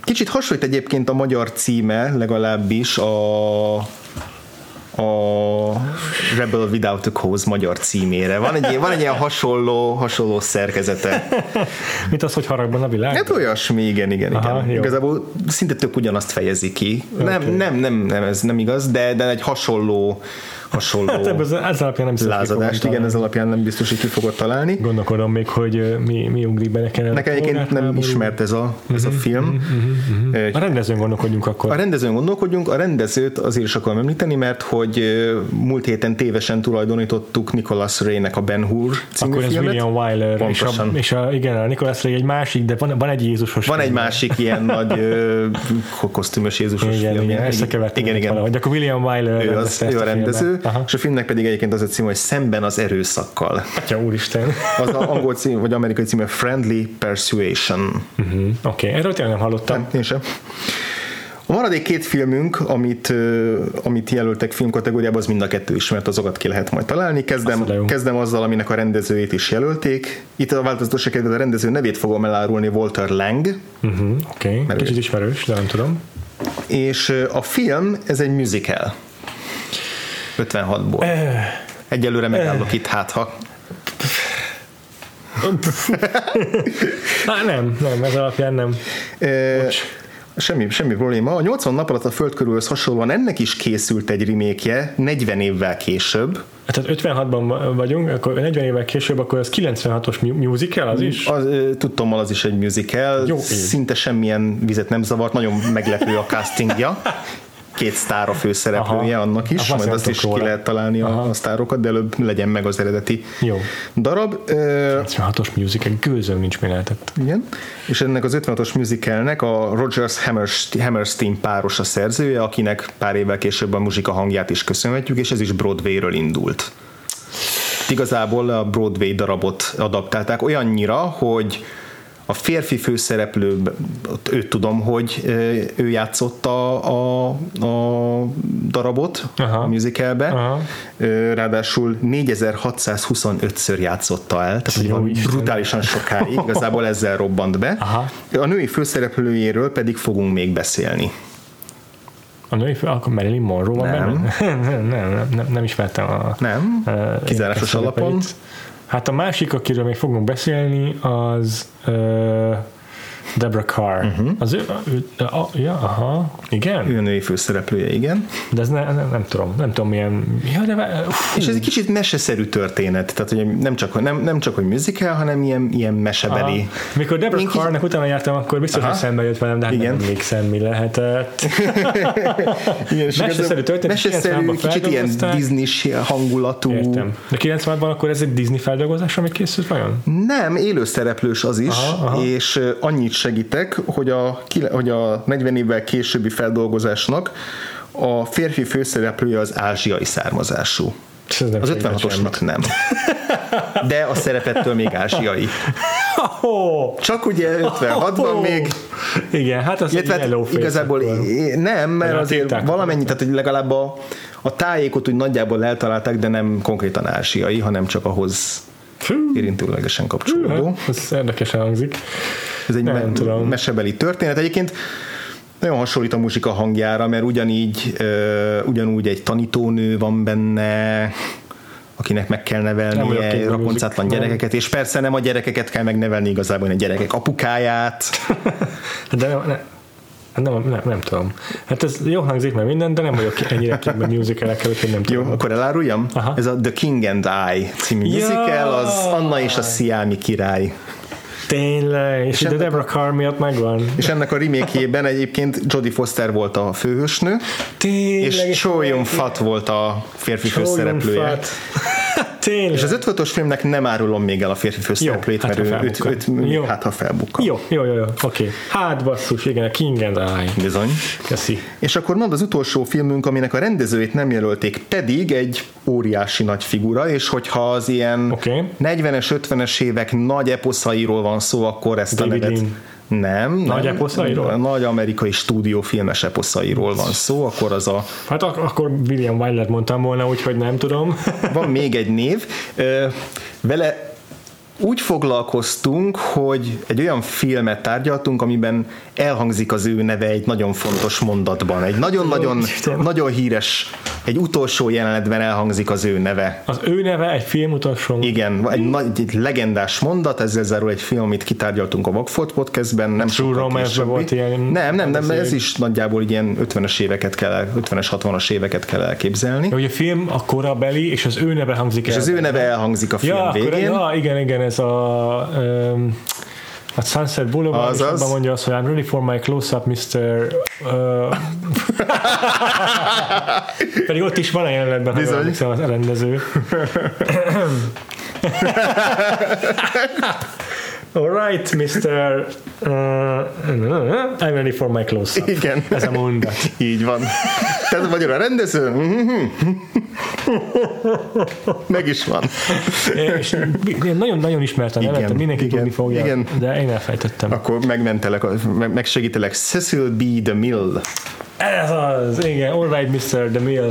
Kicsit hasonlít egyébként a magyar címe, legalábbis a a Rebel Without a Cause magyar címére. Van egy, van egy ilyen hasonló, hasonló szerkezete. Mint az, hogy haragban a világ? Hát olyasmi, igen, igen, Aha, igen. Jó. Igazából szinte tök ugyanazt fejezi ki. Okay. Nem, nem, nem, nem, ez nem igaz, de, de egy hasonló hasonló hát ez, ez alapján nem lázadást, igen, ez alapján nem biztos, hogy ki fogod találni. Gondolkodom még, hogy mi, mi ugrik be nekem. Nekem egyébként nem háború. Ismert ez a, ez uh-huh, a film. Uh-huh, uh-huh. A rendezőn gondolkodjunk akkor. A rendezőn gondolkodjunk, a rendezőt azért is akarom említeni, mert hogy múlt héten tévesen tulajdonítottuk Nicholas Ray-nek a Ben-Hur című akkor ez filmet. William Wyler, Pontosan. és, a, és a, igen, a Nicholas Ray egy másik, de van, van egy Jézusos Van film. egy másik ilyen nagy ö, kosztümös Jézusos igen, film. Igen, összekevertem igen, igen. valahogy. De akkor William Wyler ő, az, ő a rendező, és a filmnek pedig egyébként az a cím, hogy Szemben az erőszakkal. Atya úristen. Az a angol cím, vagy amerikai cím, Friendly Persuasion. Uh-huh. Oké, okay. Erről tényleg nem hallottam. Nem, én sem. A maradék két filmünk, amit, uh, amit jelöltek filmkategóriába, az mind a kettő ismert, azokat ki lehet majd találni. Kezdem, kezdem azzal, aminek a rendezőjét is jelölték. Itt a változatosság kedvéért a rendező nevét fogom elárulni, Walter Lang. Uh-huh. Oké, okay. Kicsit ismerős, de nem tudom. És uh, a film, ez egy musical. ötvenhatból. Uh, Egyelőre megállok uh, itt, hát ha... Há, nem, nem, ez alapján nem. Uh, Semmi, semmi probléma. A nyolcvan nap alatt a Föld körülhöz hasonlóan ennek is készült egy remake-je negyven évvel később. Tehát ötvenhatban vagyunk, akkor negyven évvel később, akkor az kilencvenhatos musical az is? Az, tudtommal az is egy musical. Jó, szinte semmilyen vizet nem zavart, nagyon meglepő a castingja. Két sztár a főszereplője. Aha. Annak is, aha, majd azt is róla. Ki lehet találni aha. a sztárokat, de előbb legyen meg az eredeti jó. darab. kilencvenhatos musical, gőzöm nincs, mi lehetett. Igen, és ennek az ötvenhatos musicalnek a Rogers Hammerstein páros a szerzője, akinek pár évvel később a muzsika hangját is köszönhetjük, és ez is Broadway-ről indult. Igazából a Broadway darabot adaptálták olyannyira, hogy a férfi főszereplő, őt tudom, hogy ő játszotta a, a darabot aha. a musicalbe, aha. ráadásul négyezer-hatszázhuszonötször játszotta el, tehát hogy brutálisan sokáig, igazából ezzel robbant be. Aha. A női főszereplőjéről pedig fogunk még beszélni. A női fő, akkor Marilyn Monroe van nem. benne? nem, nem, nem, nem ismertem a... Nem, a, kizárásos alapon. Hát a másik, akiről még fogunk beszélni, az uh, Deborah Carr. Uh-huh. Az ő, ő a, ja, aha, igen. Ő a női főszereplője, igen. De ez ne, nem, nem tudom, nem tudom milyen... Ja, de, és ez egy kicsit meseszerű történet, tehát hogy nem csak, nem, nem csak hogy musical, hanem ilyen, ilyen mesebeli. Aha. Mikor Deborah Carrnek kis... utána jártam, akkor biztos, aha. hogy szembe jött velem, de hát nem emlékszem, mi lehetett. Igen, meseszerű történet, meseszerű, kicsit ilyen Disney-s hangulatú. Értem. De kilencvenhatban akkor ez egy Disney feldolgozás, amit készült vajon? Nem, élőszereplős az is, aha, aha. és annyit segítek, hogy a, hogy a negyven évvel későbbi feldolgozásnak a férfi főszereplője az ázsiai származású. Az ötvenhatosnak nem. De a szerepettől még ázsiai. Csak ugye ötvenhatban még... Igen, hát az egy yellow face. Igazából nem, mert azért valamennyi, tehát hogy legalább a, a tájékot úgy nagyjából eltalálták, de nem konkrétan ázsiai, hanem csak ahhoz érintőlegesen kapcsolódó. Ez érdekesen hangzik. Ez egy me- mesebeli történet. Egyébként nagyon hasonlít a muzsika hangjára, mert ugyanígy, uh, ugyanúgy egy tanítónő van benne, akinek meg kell nevelnie rakoncátlan gyerekeket, és persze nem a gyerekeket kell megnevelni, igazából a gyerekek apukáját. De nem, nem. Nem, nem, nem tudom. Hát ez jó hangzik meg minden, de nem vagyok ennyire képben musicalekkel, hogy nem tudom. Jó, akkor eláruljam? Aha. Ez a The King and I című ja. musical, az Anna és a Sziámi király. Tényleg, és, és de Deborah Carr miatt megvan. És ennek a remake-jében egyébként Jodie Foster volt a főhősnő, tényleg, és Chow Yun-fat volt a férfi főszereplője. Tényleg. És az ötvenhatos filmnek nem árulom még el a férfi főszereplőjét, mert ő, őt, őt, őt, hát ha felbukkan. Jó, jó, jó, jó. oké. Okay. Hát basszus, igen, a King and I. Bizony. Köszi. És akkor mond az utolsó filmünk, aminek a rendezőjét nem jelölték, pedig egy óriási nagy figura, és hogyha az ilyen okay. negyvenes, ötvenes évek nagy eposzairól van szó, akkor ezt David a nevet... Lean. Nem, nagy nem. eposzairól? Nagy amerikai stúdiófilmes eposzairól van szó, akkor az a... Hát ak- akkor William Wyler mondtam volna, úgyhogy nem tudom. Van még egy név. Vele úgy foglalkoztunk, hogy egy olyan filmet tárgyaltunk, amiben elhangzik az ő neve egy nagyon fontos mondatban. Egy nagyon-nagyon nagyon híres, egy utolsó jelenetben elhangzik az ő neve. Az ő neve egy film utolsó? Igen, egy, nagy, egy legendás mondat, ezzel zárul egy film, amit kitárgyaltunk a Vagfolt podcastben. Nem True Romance-ben volt ilyen... Nem, nem, nem, ez is nagyjából ilyen ötvenes éveket kell, ötvenes, hatvanas éveket kell elképzelni. Ja, hogy a film a korabeli, és az ő neve hangzik és el. És az ő neve elhangzik a film ja, végén. Akkor, ja, igen, igen, ez a... Um, a Sunset Boulevard, az és abban mondja azt, hogy I'm ready for my close-up, mister Uh, pedig ott is van a jelenetben, ha emlékszem, az rendező. Alright, mister Uh, I'm ready for my close-up. Igen. Ez a mondat. Így van. Tehát vagy a rendező? Meg is van. És nagyon-nagyon ismert a nevet, mindenki igen, tudni fogja, igen. De én elfejtettem. Akkor megmentelek, megsegítelek. Cecil B. DeMille. Ez az, igen, alright, mister DeMille.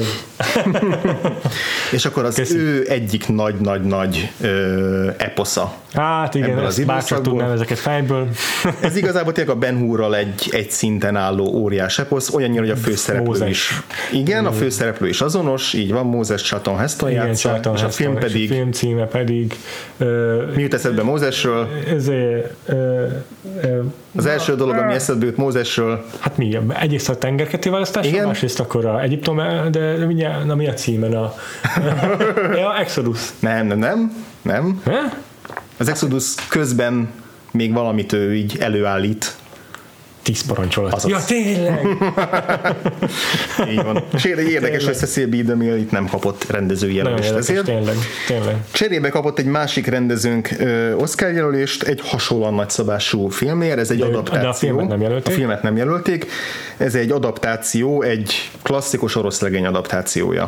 És akkor az Köszön. ő egyik nagy-nagy-nagy eposza. Hát igen, bárcsak tudnám ezeket fejből. Ez igazából tényleg a Ben Hurral egy, egy szinten álló óriás eposz, olyannyira, hogy a főszereplő Mózes. is. Igen, a főszereplő is azonos, így van, Moses Charlton Heston játsza, Charlton és a film Heston, pedig... És a film címe pedig... Uh, mi jut eszedbe Mózesről? Ezért... Uh, uh, az első dolog, ami eszedbe jut Mózesről... Hát mi? Egyrészt a tengerkettéválasztásra, másrészt akkor a Egyiptom, de mindjárt, na mi a címen? A, ja, Exodus. Nem, nem, nem. nem. Ha? Az Exodus közben még valamit ő így előállít. Tíz parancsolat. Azaz. Ja, tényleg! Így van. És érdekes, hogy Cecil B. DeMille itt nem kapott rendezői jelölést ezért. Tényleg, tényleg. Cserébe kapott egy másik rendezőnk uh, Oscar jelölést, egy hasonlóan nagyszabású filmért, ez egy de adaptáció. De a filmet nem jelölték? A filmet nem jelölték. Ez egy adaptáció, egy klasszikus orosz legény adaptációja.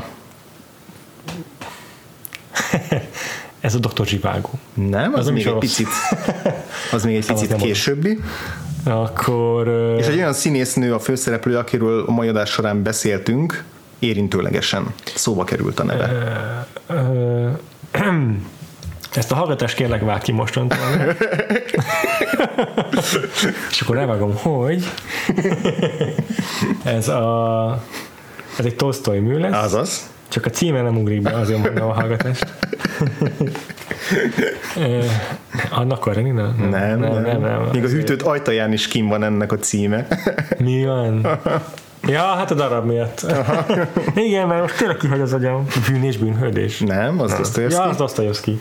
Ez a doktor Zsivágó. Nem, az, az még egy picit, az még egy picit későbbi. Akkor... Uh... És egy olyan színésznő a főszereplő, akiről a mai adás során beszéltünk, érintőlegesen szóba került a neve. Uh, uh, ezt a hallgatást kérlek vág ki mostantól. És akkor elvágom, hogy ez a ez egy Tolsztoj mű lesz. Azaz. Csak a címe nem ugrik be, azért mondom a hallgatást. Annak Karenina? Nem nem, nem, nem, nem. Még a hűtőt ajtaján is kim van ennek a címe. Mi van? Ja, hát a darab miatt. Igen, mert most tényleg kihagy az agyam. Bűn és bűnhődés. Nem, az Dostoyevsky. Ja, az Dostoyevsky.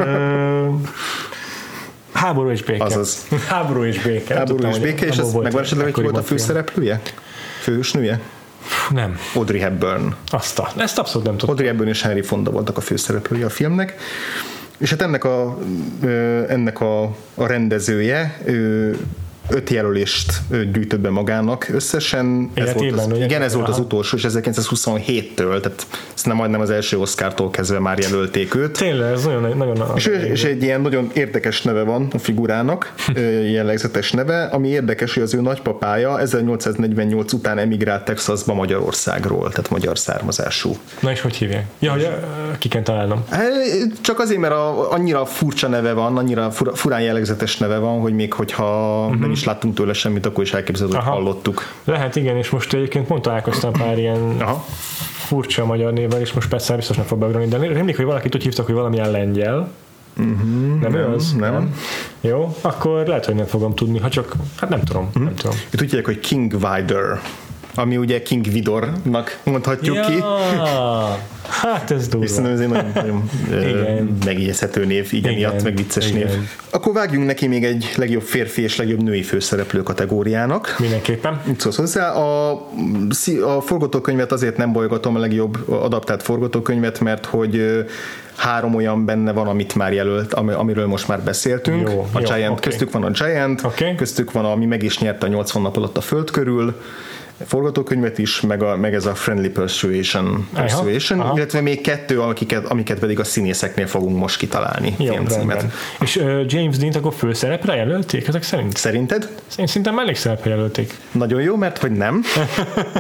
Háború és béke. Azaz. Háború és béke. Háború tudtam, és béke, és ez megvan esetleg, hogy volt a főszereplője? Főhősnője? Nem. Audrey Hepburn. Azt a, ezt abszolút nem tudtam. Audrey Hepburn és Henry Fonda voltak a főszereplője a filmnek. És hát ennek a, ennek a, a rendezője öt jelölést gyűjtött be magának összesen. Ez volt az, igen, ez volt az utolsó, és ezerkilencszázhuszonhéttől, tehát szerintem majdnem az első Oscartól kezdve már jelölték őt. Tényleg, ez nagyon, nagyon és, és egy ilyen nagyon érdekes neve van a figurának, jellegzetes neve, ami érdekes, hogy az ő nagypapája ezernyolcszáznegyvennyolc után emigrált Texasba Magyarországról, tehát magyar származású. Na és hogy hívják? Ja, hogy ki kell találnom. Csak azért, mert a, annyira furcsa neve van, annyira fura, furán jellegzetes neve van, hogy még hogyha uh-huh. nem is láttunk tőle semmit, akkor is elképzelhető, hogy hallottuk. Lehet, igen, és most egyébként pont találkoztam pár ilyen Aha. furcsa magyar névvel, és most persze biztos nem fog beugrani, de remlik, hogy valakit úgy hívtak, hogy valamilyen lengyel. Uh-huh, nem, nem, az? nem. nem. Jó, akkor lehet, hogy nem fogom tudni, ha csak, hát nem tudom. Uh-huh. nem tudom. Itt úgy hívják, hogy King Vidor, ami ugye King Vidornak mondhatjuk ja. ki. Hát ez durva. Viszont ez egy nagyon, nagyon megijeszthető név, így emiatt, meg vicces igen. név. Akkor vágjunk neki még egy legjobb férfi és legjobb női főszereplő kategóriának. Mindenképpen. Szólsz hozzá. A, a forgatókönyvet azért nem bolygatom, a legjobb adaptált forgatókönyvet, mert hogy három olyan benne van, amit már jelölt, amiről most már beszéltünk. Jó, a jó, Giant, okay. Köztük van a Giant, okay. köztük van, ami meg is nyerte a nyolcvan nap alatt a Föld körül, forgatókönyvet is, meg, a, meg ez a Friendly Persuasion, Persuasion aha, aha. illetve még kettő, amiket, amiket pedig a színészeknél fogunk most kitalálni. Jó, és uh, James Dean-t akkor főszerepre jelölték ezek szerint? Szerinted? Én szerintem mellékszerepre jelölték. Nagyon jó, mert hogy nem.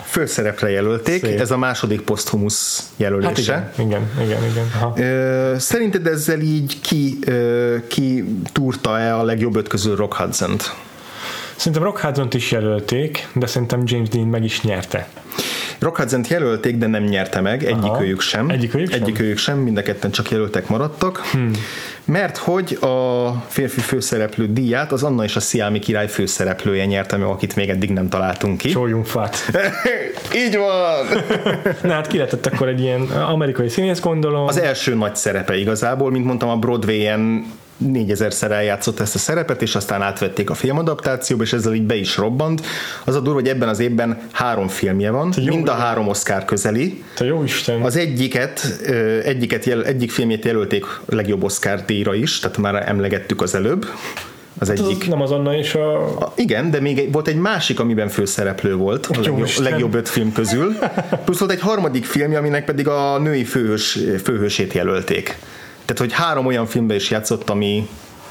főszerepre jelölték, Szép. Ez a második poszthumusz jelölése. Hát igen, igen, igen. igen. Aha. Szerinted ezzel így ki, ki túrta-e a legjobb öt közül Rock Hudson-t? Szerintem Rock Hudson-t is jelölték, de szerintem James Dean meg is nyerte. Rock Hudson-t jelölték, de nem nyerte meg, egyikőjük sem. Egyikőjük sem? Egyikőjük sem, mind a ketten csak jelöltek maradtak. Hmm. Mert hogy a férfi főszereplő díját az Anna és a Sziámi király főszereplője nyerte meg, akit még eddig nem találtunk ki. Csóljunk fát. Így van! Na hát ki lehetett akkor egy ilyen amerikai színész, gondolom. Az első nagy szerepe igazából, mint mondtam, a Broadway-en négyezerszer eljátszott ezt a szerepet, és aztán átvették a filmadaptációba, és ezzel így be is robbant. Az a durva, hogy ebben az évben három filmje van, mind a három Oscar közeli. Te jó Isten! Az egyiket, egyiket jel, egyik filmjét jelölték legjobb Oscar díjra is, tehát már emlegettük az előbb. Az hát egyik. Az nem az Anna és a... a... Igen, de még volt egy másik, amiben főszereplő volt, a legjobb, legjobb öt film közül. Plusz volt egy harmadik filmje, aminek pedig a női főhős, főhősét jelölték. Tehát, hogy három olyan filmben is játszott, ami...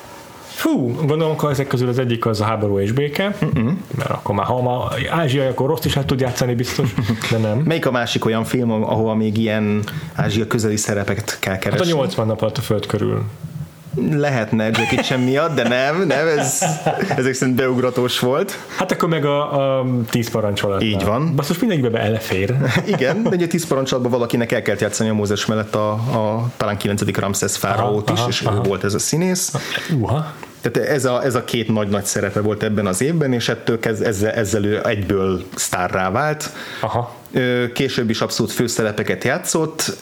Fú, gondolom, hogy ezek közül az egyik az a Háború és béke, uh-uh. mert akkor már, ha ma ázsiai, akkor rossz is hát tud játszani biztos, de nem. Melyik a másik olyan film, ahova még ilyen Ázsia közeli szerepeket kell keresni? Hát a nyolcvan nap alatt a föld körül. Lehetne Jackie Chan miatt, de nem, nem, ez, ezek szerint beugratós volt. Hát akkor meg a, a tíz parancsolat. Így van. Basszus, mindegyikbe belefér. Igen, de ugye a tíz parancsolatban valakinek el kellett játszani a Mózes mellett a, a talán kilencedik Ramszesz fáraót is, aha, és aha. ő volt ez a színész. Uha. Tehát ez a, ez a két nagy-nagy szerepe volt ebben az évben, és ettől kezd, ezzel, ezzel ő egyből sztárrá vált. Aha. Később is abszolút főszerepeket játszott,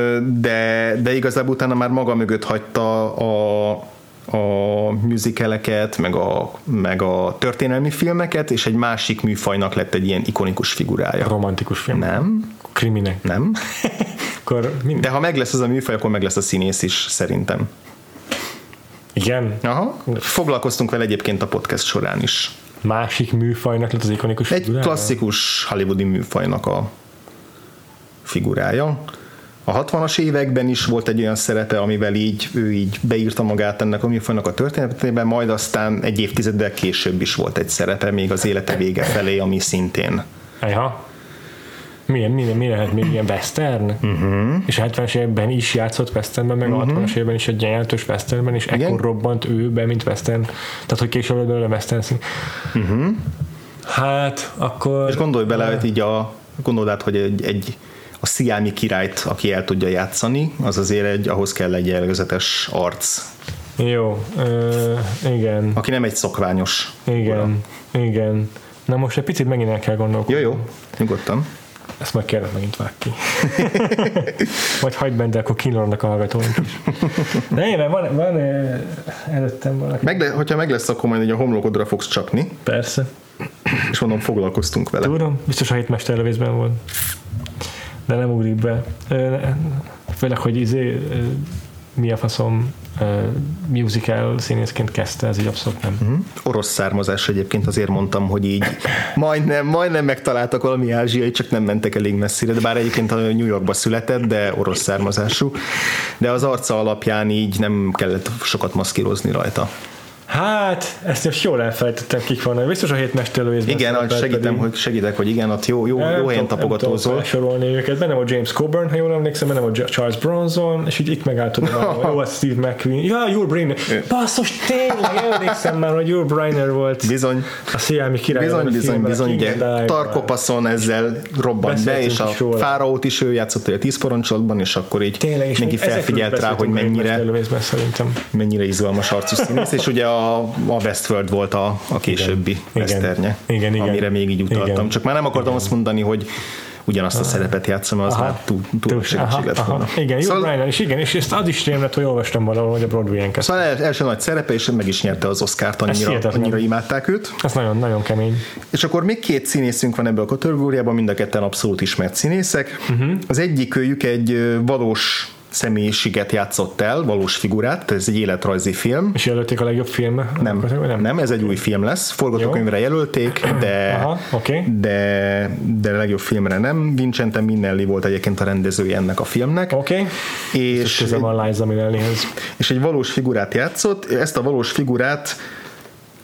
de, de igazából utána már maga mögött hagyta a, a musicaleket, meg a, meg a történelmi filmeket, és egy másik műfajnak lett egy ilyen ikonikus figurája. Romantikus film. Nem. Kriminek. Nem. Akkor de ha meg lesz az a műfaj, akkor meg lesz a színész is, szerintem. Igen? Aha. Foglalkoztunk vele egyébként a podcast során is. Másik műfajnak lett az ikonikus egy figurája? Egy klasszikus hollywoodi műfajnak a figurája. A hatvanas években is volt egy olyan szerepe, amivel így, ő így beírta magát ennek a műfajnak a történetében, majd aztán egy évtizeddel később is volt egy szerepe, még az élete vége felé, ami szintén. Ejha. Milyen, milyen, mi lehet még ilyen western? Uh-huh. És a hetvenes években is játszott westernben, meg uh-huh. a hatvanas években is egy jelentős westernben, és ekkor robbant ő be, mint western. Tehát, hogy később lett belőle western szín. Uh-huh. Hát, akkor... És gondolj bele, hogy így a, gondold át, hogy egy, egy a Sziámi királyt, aki el tudja játszani, az azért egy, ahhoz kell egy előzetes arc. Jó, ö, igen. Aki nem egy szokványos. Igen, ura. Igen. Na most egy picit megint el kell gondolkodni. Jó, jó, nyugodtan. Ezt majd kérlek megint vág ki. Vagy hagyd bent, de akkor kínálnak a hallgatóink is. De mert van, van előttem valaki. Meg le, hogyha meg lesz, akkor majd a homlokodra fogsz csapni. Persze. És mondom, foglalkoztunk vele. Tudom, biztos a hétmester lövésben volt. De nem ugrik be. Főleg, hogy izé, mi a faszom uh, musical színészként kezdte, ez így abszolút nem. Uh-huh. Orosz származás egyébként, azért mondtam, hogy így majdnem, majdnem megtaláltak valami ázsiai, csak nem mentek elég messzire, de bár egyébként a New Yorkba született, de orosz származású. De az arca alapján így nem kellett sokat maszkírozni rajta. Hát, ezt most jól elfelejtettem, kik vannak. Biztos a hétmesterlővészben. Igen, segítem, hogy segítek, hogy igen, ott jó, jó, jó helyen tapogatózol. Nem tudom felsorolni őket. Benne volt James Coburn, ha jól emlékszem, benne volt Charles Bronson, és így itt megálltad, jó, az Steve McQueen. Ja, Yul Brynner. Basszus, tényleg emlékszem már, hogy Yul Brynner volt. Bizony. A Sziámi király. Bizony, bizony, bizony, ugye. Tarkopaszon ezzel robbant be, és a fáraót is ő játszott a tíz parancsolatban, és akkor így mindenki felfigyelt rá, hogy mennyire mennyire izgalmas arcú színész, és ugye a, a Westworld volt a, a későbbi westernje, amire még így utaltam. Igen. Csak már nem akartam igen. azt mondani, hogy ugyanazt a aha. szerepet játszom, az aha. már túl, túl segítség lett volna. Igen, jó, szóval, Brian, és igen, és ezt az is rém lett, hogy olvastam valahol, hogy a Broadway-en kezdte. Szóval első nagy szerepe, és meg is nyerte az Oscart, annyira, annyira imádták őt. Ez nagyon, nagyon kemény. És akkor még két színészünk van ebből a kategóriában, mind a ketten abszolút ismert színészek. Uh-huh. Az egyik őjük egy valós személyiséget játszott el, valós figurát, ez egy életrajzi film. És jelölték a legjobb film? Nem, nem, nem ez egy új film lesz. Forgatókönyvre jelölték, de, aha, okay. de, de a legjobb filmre nem. Vincente Minnelli volt egyébként a rendezője ennek a filmnek. Oké. Okay. És, és, van Liza Minnellihez. És egy valós figurát játszott. Ezt a valós figurát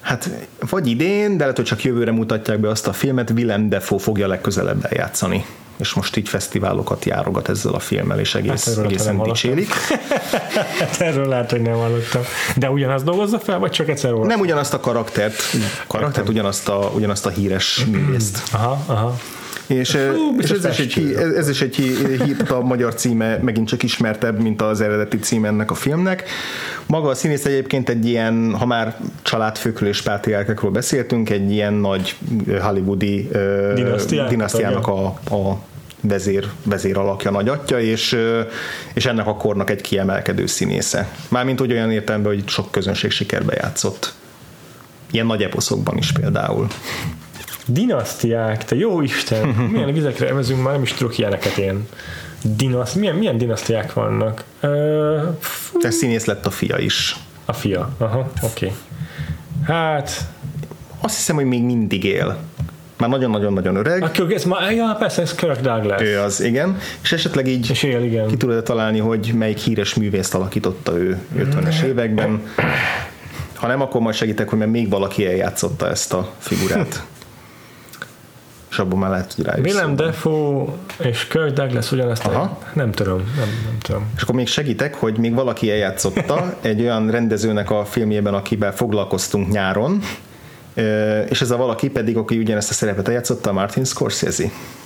Hát vagy idén, de lehet, hogy csak jövőre mutatják be azt a filmet, Willem Dafoe fogja legközelebb eljátszani. És most így fesztiválokat járogat ezzel a filmmel, és egész, hát egészen dicsérik. Hát erről lehet, hogy nem hallottam. De ugyanazt dolgozza fel, vagy csak egyszer olvastam? Nem ugyanazt a karaktert, karaktert ugyanazt, a, ugyanazt a híres művészt. Aha, aha. És, Fú, és ez, is egy, ez is egy hírt, a magyar címe megint csak ismertebb, mint az eredeti címe ennek a filmnek. Maga a színész egyébként egy ilyen, ha már családfőkről és pátriárkákról beszéltünk, egy ilyen nagy hollywoodi dinasztiának a, a vezér, vezér alakja, nagyatja, és, és ennek a kornak egy kiemelkedő színésze. Mármint hogy olyan értelemben, hogy sok közönség sikerbe játszott. Ilyen nagy eposzokban is például. Dinasztiák, te jó Isten, milyen vizekre evezünk, már nem is tudok ilyeneket én. Dinaszt, milyen, milyen dinasztiák vannak? Uh, Te színész lett a fia is. A fia, aha, oké. Okay. Hát... Azt hiszem, hogy még mindig él. Már nagyon-nagyon-nagyon öreg. Akkor ez már, ja, persze, ez Kirk Douglas. Ő az, igen. És esetleg így és él, igen. ki tudod találni, hogy melyik híres művészt alakította ő ötvenes években. Ha nem, akkor majd segítek, hogy mert még valaki eljátszotta ezt a figurát. És abban már lehet, hogy rájössz. Willem Dafoe és Kirk Douglas ugyanezt, a, nem tudom, nem, nem tudom. És akkor még segítek, hogy még valaki eljátszotta egy olyan rendezőnek a filmjében, akivel foglalkoztunk nyáron, és ez a valaki pedig, aki ugyanezt a szerepet eljátszotta, Martin Scorsese.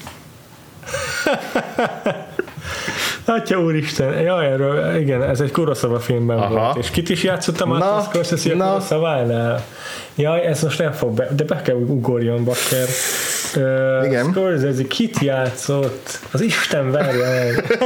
Atya úristen, jaj, erről, igen, ez egy Kurosawa filmben Aha. volt, és kit is játszott Martin na, Scorsese a Kurosawánál? Jaj, ez most nem fog be, de be kell, hogy ugorjon, bakker. Uh, igen. Scorsese kit játszott? Az Isten verje meg.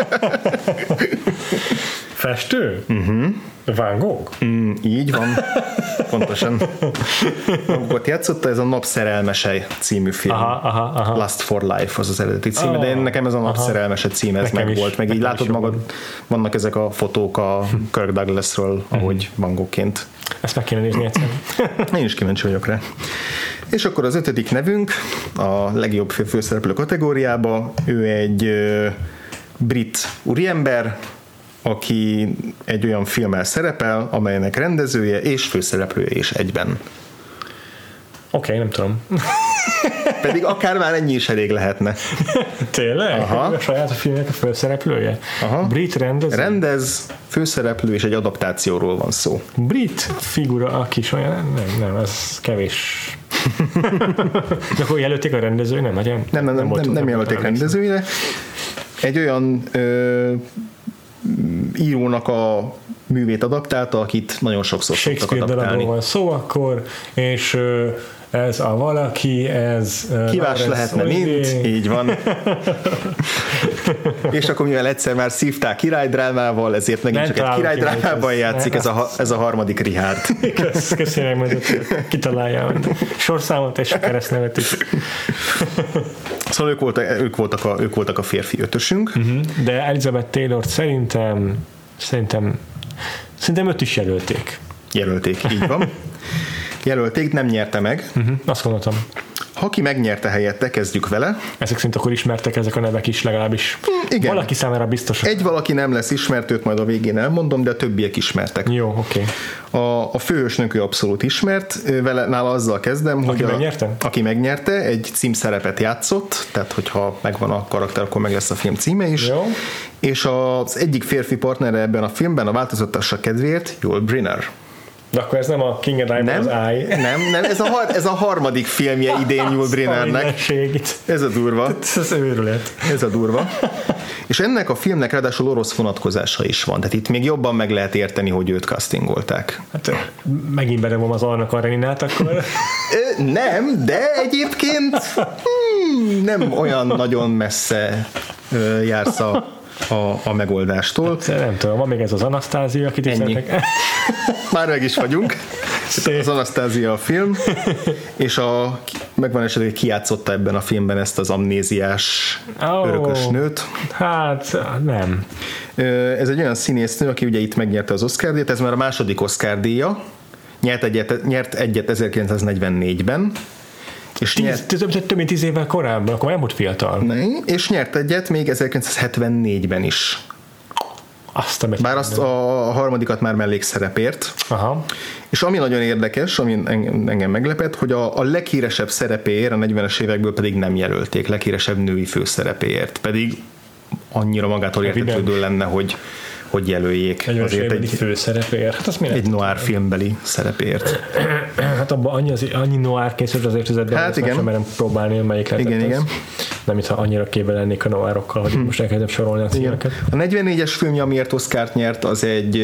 Festő? Uh-huh. Van Gogh? Mm, így van. Pontosan. Van Goghot játszotta, ez a Napszerelmese című film. Aha, aha, aha. Lust for Life az az eredeti címe, oh, de nekem ez a Napszerelmese címe, ez meg volt. Meg így látod magad, van. Vannak ezek a fotók a Kirk Douglasról, ahogy Van Goghként. Ezt meg kéne nézni egyszer. Én is kíváncsi vagyok rá. És akkor az ötödik nevünk a legjobb főszereplő kategóriába, ő egy ö, brit úriember, aki egy olyan filmmel szerepel, amelynek rendezője és főszereplője is egyben. Oké, okay, nem tudom. Pedig akár már ennyi is elég lehetne. Tényleg? Aha. A saját a filmnek a főszereplője? Aha. Brit rendező? Rendez, főszereplő és egy adaptációról van szó. Brit figura, aki olyan, nem, nem, ez kevés. De akkor jelölték a rendező, nem? Nem, nem, nem, nem, nem, nem jelölték rendezőjére. Egy olyan ö, írónak a művét adaptálta, akit nagyon sokszor szoktak adaptálni. Shakespeare van szó akkor, és ez a valaki, ez... Kivás lehetne mind, így van. És akkor mivel egyszer már szívták királydrámával, ezért megint nem csak egy királydrámában játszik, ez a, ez a harmadik Richard. Kösz, köszönöm, hogy kitalálja sorszámot és a keresztnevet is. Szóval ők voltak, ők voltak, a, ők voltak a férfi ötösünk. Uh-huh. De Elizabeth Taylor szerintem szerintem szerintem őt is jelölték. Jelölték, így van. Jelölték, nem nyerte meg. Uh-huh. Azt gondoltam. Ha ki megnyerte helyette, kezdjük vele. Ezek szerint akkor ismertek ezek a nevek is legalábbis. Igen. Valaki számára biztos. Egy valaki nem lesz ismert, őt majd a végén elmondom, de a többiek ismertek. Jó, oké. Okay. A, a főhősnök ő abszolút ismert, vele, nála azzal kezdem, aki hogy megnyerte? A, aki megnyerte, egy címszerepet játszott, tehát hogyha megvan a karakter, akkor meg lesz a film címe is. Jó. És az egyik férfi partnere ebben a filmben a változtatásra kedvéért Yul Brynner. De akkor ez nem a King and I, nem, az I. Nem, nem, ez a, har- ez a harmadik filmje idén Yul Brynnernek. Ez a durva. Ez őrület. Ez a durva. És ennek a filmnek ráadásul orosz vonatkozása is van. Tehát itt még jobban meg lehet érteni, hogy őt castingolták. Hát megint berevom az Arnak Areninát akkor. Nem, de egyébként hmm, nem olyan nagyon messze jársz a A, a megoldástól. Hát, nem tudom, van még ez az Anasztázia, akit is szeretnek. Már meg is vagyunk. Az Anasztázia a film, és a, megvan esetleg, hogy kijátszotta ebben a filmben ezt az amnéziás oh, örökös nőt. Hát nem. Ez egy olyan színésznő, aki ugye itt megnyerte az Oscar-díjat, ez már a második Oscar-díja, nyert egyet, nyert egyet ezerkilencszáznegyvennégyben, és tíz, nyert, több, több mint tíz évvel korábban, akkor nem volt fiatal. Ne, és nyert egyet még ezerkilencszázhetvennégyben is. Azt a Bár azt a harmadikat már mellékszerepért. Aha. És ami nagyon érdekes, ami engem meglepett, hogy a, a leghíresebb szerepéért a negyvenes évekből pedig nem jelölték, leghíresebb női főszerepéért. Pedig annyira magától értetődő lenne, hogy hogy jelöljék azért egy főszerepért. Hát azt egy noir filmbeli szerepért. Hát abban annyi, az, annyi noir készült az évtizedben, hát hogy sem merem próbálni, melyik lehetett igen, ez. Igen. Nem, mintha annyira képbe lennék a noirokkal, hogy hm. most elkezdem sorolni a címeket. A negyvennégyes filmje, amiért Oscart nyert, az egy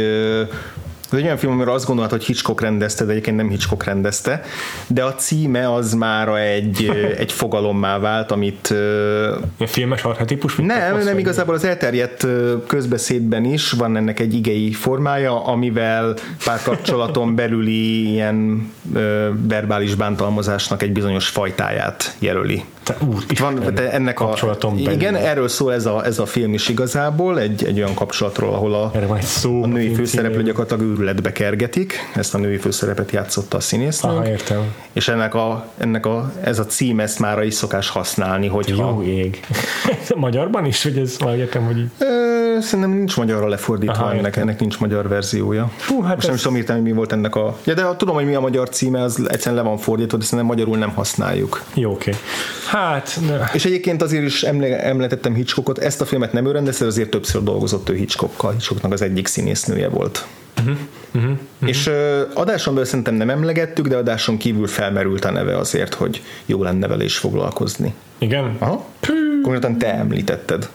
Ez egy olyan film, amiről azt gondolod, hogy Hitchcock rendezte, de egyébként nem Hitchcock rendezte, de a címe az már egy, egy fogalommá vált, amit... Ilyen filmes archetípus? Nem, nem igazából az elterjedt közbeszédben is van ennek egy igei formája, amivel párkapcsolaton belüli ilyen verbális bántalmazásnak egy bizonyos fajtáját jelöli. Te, úr, Itt van ennek a, igen, erről szól ez a, ez a film is igazából, egy, egy olyan kapcsolatról, ahol a, szó, a női főszereplő gyakorlatilag őrületbe kergetik, ezt a női főszerepet játszotta a színésznő. Aha, értem. És ennek a, ennek a, ez a cím, ezt már is szokás használni, hogyha... Jó ég. Magyarban is, hogy ez valahogy értem, hogy így... Ö, szerintem nincs magyarra lefordítva. Aha, ennek, ennek nincs magyar verziója. Hú, hát most ez... nem is tudom írtam, hogy mi volt ennek a... Ja, de tudom, hogy mi a magyar címe, az egyszerűen le van fordítva, de szerintem magyarul nem használjuk. Jó, oké. Okay. Hát... Ne. És egyébként azért is említettem Hitchcockot, ezt a filmet nem ő rendezte, azért többször dolgozott ő Hitchcockkal. Hitchcocknak az egyik színésznője volt. Uh-huh, uh-huh, uh-huh. És uh, adáson belül szerintem nem emlegettük, de adáson kívül felmerült a neve azért, hogy jó lenne vele is foglalkozni. Igen? Aha. Konkrétan te említetted.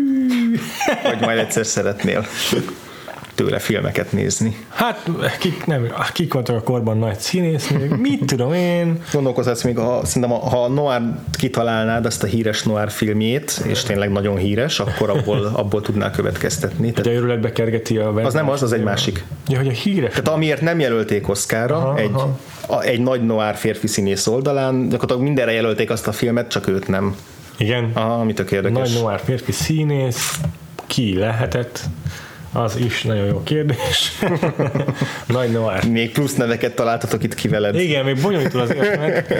Vagy majd egyszer szeretnél tőle filmeket nézni. Hát kik, nem, kik voltak a korban nagy színésznők, mit tudom én. Gondolkozhatsz még, ha, szerintem ha a noir kitalálnád azt a híres noir filmjét, és tényleg nagyon híres, akkor abból, abból tudnál következtetni. Tehát, de őrületbe kergeti a... Az nem az, az egy másik. Ja, hogy a híres. Tehát amiért nem jelölték Oscarra, aha, egy, aha. A, egy nagy noir férfi színész oldalán, gyakorlatilag mindenre jelölték azt a filmet, csak őt nem. Igen. Aha, ami tök érdekes. Nagy noir férfi színész, ki lehetett? Az is nagyon jó kérdés. Nagy noir. Még plusz neveket találtatok itt ki veled. Igen, még bonyolítul az értemet.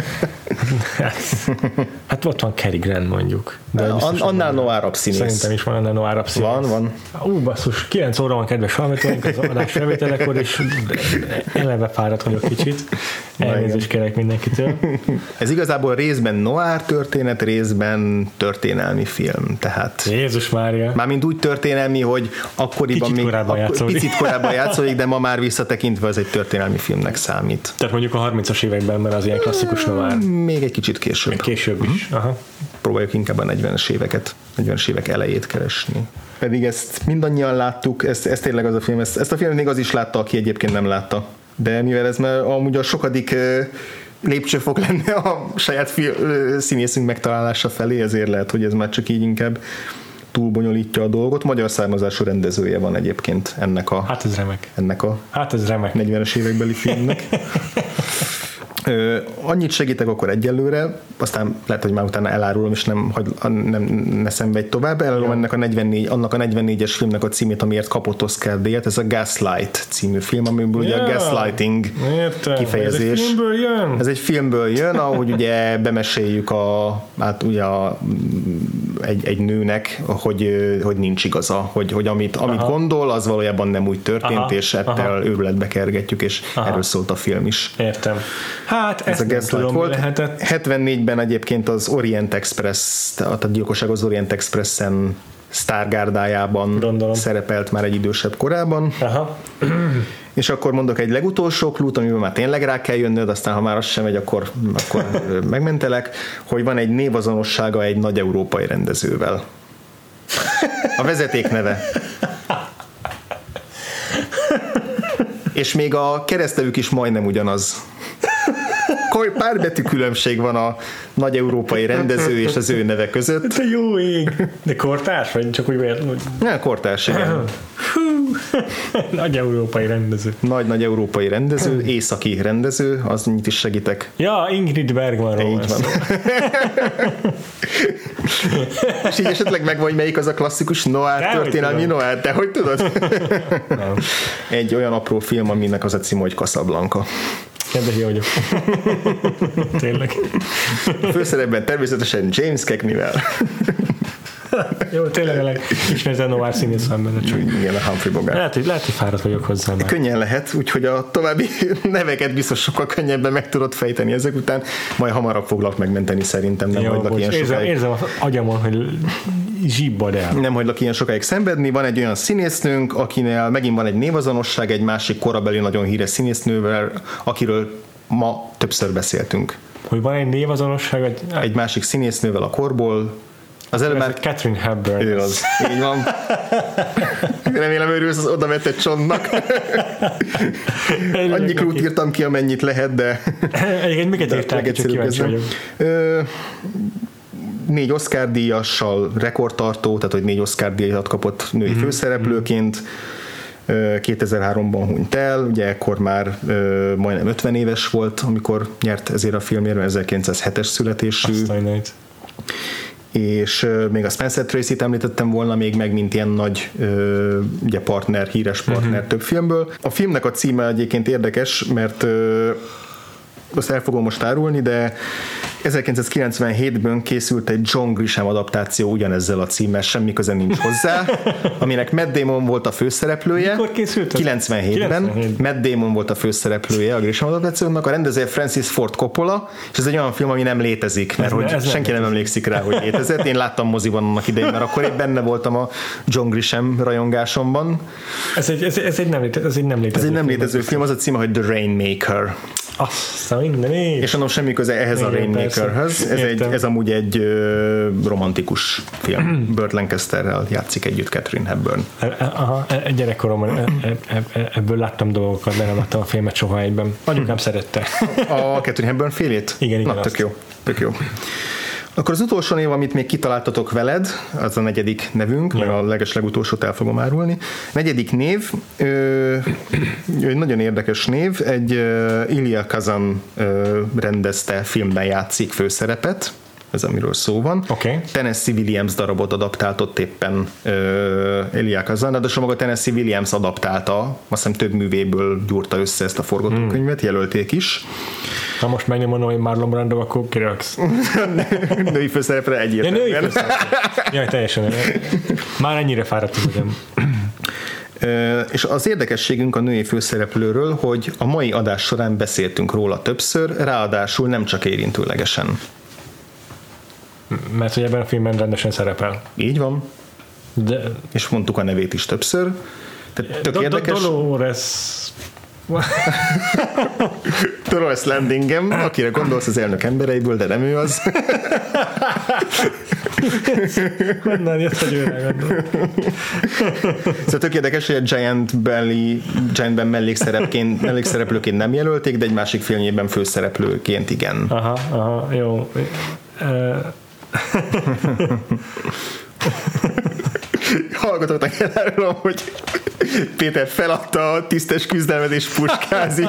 Hát ott van Cary Grant mondjuk. De An- annál noárabb színész. Szerintem is van annál noárabb színész. Van, van. Ú, basszus, kilenc óra van, kedves hallgatóink, az adás felvételekor, és eleve fáradt vagyok kicsit. Elnézést kérek mindenkitől. Ez igazából részben noir történet, részben történelmi film. Tehát Jézus Mária. Mármint úgy történelmi, hogy akkoriban Kicsit még korábban játszódik. Picit korábban játszódik, de ma már visszatekintve ez egy történelmi filmnek számít. Tehát mondjuk a harmincas években, mert az ilyen klasszikus noir. Még egy kicsit később. Még később is. Aha. Próbáljuk inkább a negyvenes éveket, negyvenes évek elejét keresni. Pedig ezt mindannyian láttuk, ez, ez tényleg az a film, ezt, ezt a filmet még az is látta, aki egyébként nem látta. De mivel ez már amúgy a sokadik lépcsőfok lenne a saját fi- színészünk megtalálása felé, ezért lehet, hogy ez már csak így inkább túl bonyolítja a dolgot. Magyar származású rendezője van egyébként ennek a, hát ez remek. Ennek a hát ez remek. negyvenes évekbeli filmnek. Ö, annyit segítek akkor egyelőre, aztán lehet, hogy már utána elárulom, és nem, hagy, nem ne szenvedj tovább. Elárulom ennek a negyvennégy, annak a negyvennégyes filmnek a címét, amiért kapott Oscar-díjat, ez a Gaslight című film, amiből yeah. ugye a gaslighting Értem. kifejezés. Ez egy filmből jön? Ez egy filmből jön, ahogy ugye bemeséljük a, hát ugye a, egy, egy nőnek, hogy, hogy nincs igaza, hogy, hogy amit, amit gondol, az valójában nem úgy történt, aha, és ettől őrületbe kergetjük, és aha, erről szólt a film is. Értem. Hát ez a Gaslight volt. Lehetett. hetvennégyben egyébként az Orient Express, tehát a gyilkosság az Orient Expressen sztárgárdájában Gondolom. szerepelt már egy idősebb korában. Aha. És akkor mondok egy legutolsó klút, amiben már tényleg rá kell jönnöd, aztán ha már az sem megy, akkor, akkor megmentelek, hogy van egy névazonossága egy nagy európai rendezővel. A vezeték neve. És még a keresztevük is majdnem ugyanaz. Pár betű különbség van a nagy európai rendező és az ő neve között. De jó ég! De kortárs? Vagy csak úgy véletlen? Hogy... Nem, kortárs, igen. Nagy európai rendező. Nagy-nagy európai rendező, északi rendező, az nyit is segítek. Ja, Ingrid Bergmanról. Így van. És így esetleg megvan, hogy melyik az a klasszikus noir, történelmi noir, te hogy tudod? Nem. Egy olyan apró film, aminek az a cím, hogy Casablanca. Kedves vagyok. Tényleg. A főszerepben természetesen James Cagney-vel. Jó, tényleg ismerzen Noir színész ember. Igen, a Humphrey Bogart. Lehet, hogy, lehet, hogy fáradt vagyok hozzá. Már. Könnyen lehet, úgyhogy a további neveket biztos sokkal könnyebben meg tudod fejteni ezek után, majd hamarabb foglak megmenteni szerintem, nem hagylak ilyen érzem, sokáig. Érzem az agyamon, hogy zsibbad el. Nem hagylak ilyen sokáig szenvedni. Van egy olyan színésznőnk, akinél megint van egy névazonosság, egy másik korabeli nagyon híres színésznővel, akiről ma többször beszéltünk. Hogy van egy névazonosság? Egy, egy másik színésznővel a korból. Az előbb már... Catherine Hepburn. Ő az. Így van. Remélem örülsz az oda vetett csontnak. Annyi krút írtam ki, amennyit lehet, de... Egyébként miket írták, csak kíváncsi vagyok. Ö, négy Oscar díjassal rekordtartó, tehát hogy négy Oscar díjat kapott női mm-hmm. főszereplőként. kétezer-háromban hunyt el, ugye ekkor már ö, majdnem ötven éves volt, amikor nyert ezért a filmért, ezerkilencszázhetes születésű. És ö, még a Spencer Tracy-t említettem volna még meg, mint ilyen nagy ö, ugye partner, híres partner uh-huh. több filmből. A filmnek a címe egyébként érdekes, mert ö, azt el fogom most árulni, de ezerkilencszázkilencvenhétben készült egy John Grisham adaptáció ugyanezzel a címmel, semmi köze nincs hozzá, aminek Matt Damon volt a főszereplője. Mikor készült? kilencvenhétben. kilencvenhét Matt Damon volt a főszereplője a Grisham adaptációnak, a rendezője Francis Ford Coppola, és ez egy olyan film, ami nem létezik, mert ez hogy ne, senki nem, nem emlékszik rá, hogy létezett. Én láttam moziban annak idején, mert akkor én benne voltam a John Grisham rajongásomban. Ez egy, ez, ez egy, nem, létező, ez egy nem létező Ez egy nem létező film, az a címe, hogy The Rainmaker. Azt a mindenét. És mondom, semmi köze ehhez igen, a Rainmakerhez. Ez, egy, ez amúgy egy ö, romantikus film. Burt Lancasterrel játszik együtt Catherine Hepburn. Aha, gyerekkoromban ebből láttam dolgokat, de nem láttam a filmet soha egyben. Anyukám szerette. A Catherine Hepburn félét? Igen, igen. Na, tök jó, tök jó. Akkor az utolsó név, amit még kitaláltatok veled, az a negyedik nevünk, ja. Meg a leges legutolsót el fogom árulni. Negyedik név, ö, egy nagyon érdekes név, egy uh, Elia Kazan ö, rendezte filmben játszik főszerepet, ez amiről szó van. Okay. Tennessee Williams darabot adaptáltott éppen uh, Elia Kazan, de maga Tennessee Williams adaptálta, azt hiszem több művéből gyúrta össze ezt a forgatókönyvet, hmm. jelölték is. Ha most meg nem mondom, hogy Marlon Brando, akkor kiraksz. Női főszerepre egyértelműen. Ja, női főszerepre. Jaj, teljesen. Már ennyire fáradt vagyok. És az érdekességünk a női főszereplőről, hogy a mai adás során beszéltünk róla többször, ráadásul nem csak érintőlegesen. Mert hogy ebben a filmben rendesen szerepel. Így van. De... És mondtuk a nevét is többször. Tehát tök érdekes. Dolores... Dolores Landingham, akire gondolsz az elnök embereiből, de nem ő az. Honnan jött, hogy őre gondol? Szóval tök érdekes, hogy a Giant Belly, Giantben mellékszereplőként, mellékszereplőként nem jelölték, de egy másik filmjében főszereplőként igen. Aha, aha, jó. Hallgatottak el arról, hogy Péter feladta a tisztes küzdelmet és puskázik.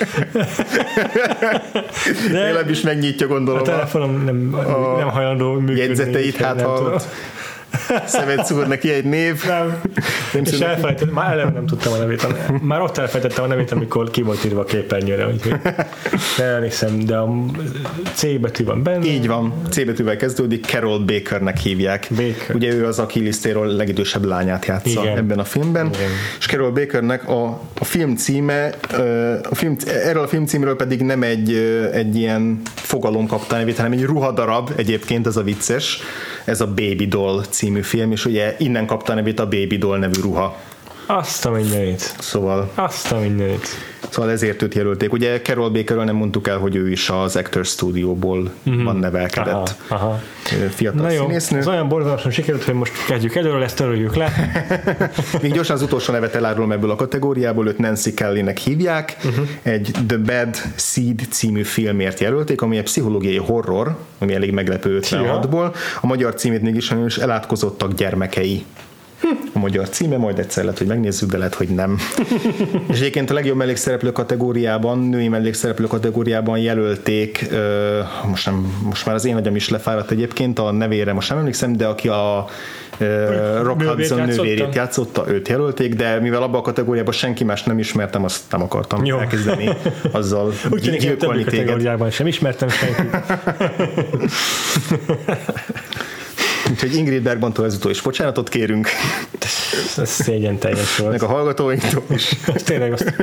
Legalábbis megnyitja, gondolom. A telefonom nem, a nem hajlandó működni. Jegyzeteit hát hallott. Szemet szúr neki egy név. Nem. nem és elfelejtettem, már eleve nem tudtam a nevét. Már ott elfelejtettem a nevét, amikor ki volt írva a képernyőre. Úgyhogy nem hiszem, de a C betű van benne. Így van, C betűvel kezdődik, Carol Bakernek hívják. Baker. Ugye ő az, aki Lisztéről legidősebb lányát játsza igen. ebben a filmben. Igen. És Carol Bakernek a, a film címe, a film, erről a film címről pedig nem egy, egy ilyen fogalom kapta nevét, hanem egy ruhadarab, egyébként ez a vicces. Ez a Baby Doll című film, és ugye innen kapta a nevét a Baby Doll nevű ruha. Azt a mindenit. Szóval... Azt a mindenit. Szóval ezért őt jelölték. Ugye Carol Bakerről nem mondtuk el, hogy ő is az Actors Stúdióból mm-hmm. van nevelkedett. Aha, aha. Fiatal na jó, színésznő. Ez olyan borzalmasan sikerült, hogy most kezdjük előről, ezt töröljük le. Még gyorsan az utolsó nevet elárulom ebből a kategóriából, őt Nancy Kellynek hívják. Uh-huh. Egy The Bad Seed című filmért jelölték, ami egy pszichológiai horror, ami elég meglepő ötvenhatból. A magyar címét mégis is Elátkozottak gyermekei. A magyar címe, majd egyszer lehet, hogy megnézzük, de lehet, hogy nem. És egyébként a legjobb mellékszereplő kategóriában, női mellékszereplő kategóriában jelölték, most, nem, most már az én agyam is lefáradt egyébként, a nevére most nem emlékszem, de aki a Rock Hudson nővérét játszotta, őt jelölték, de mivel abban a kategóriában senki más nem ismertem, azt nem akartam jó. elkezdeni azzal gyilkolni téged. Kategóriában sem ismertem senkit. Úgyhogy Ingrid Bergmantól ezúttal is bocsánatot kérünk. Ez szégyen teljes volt. Meg a hallgatóinktól is. Ez tényleg azt...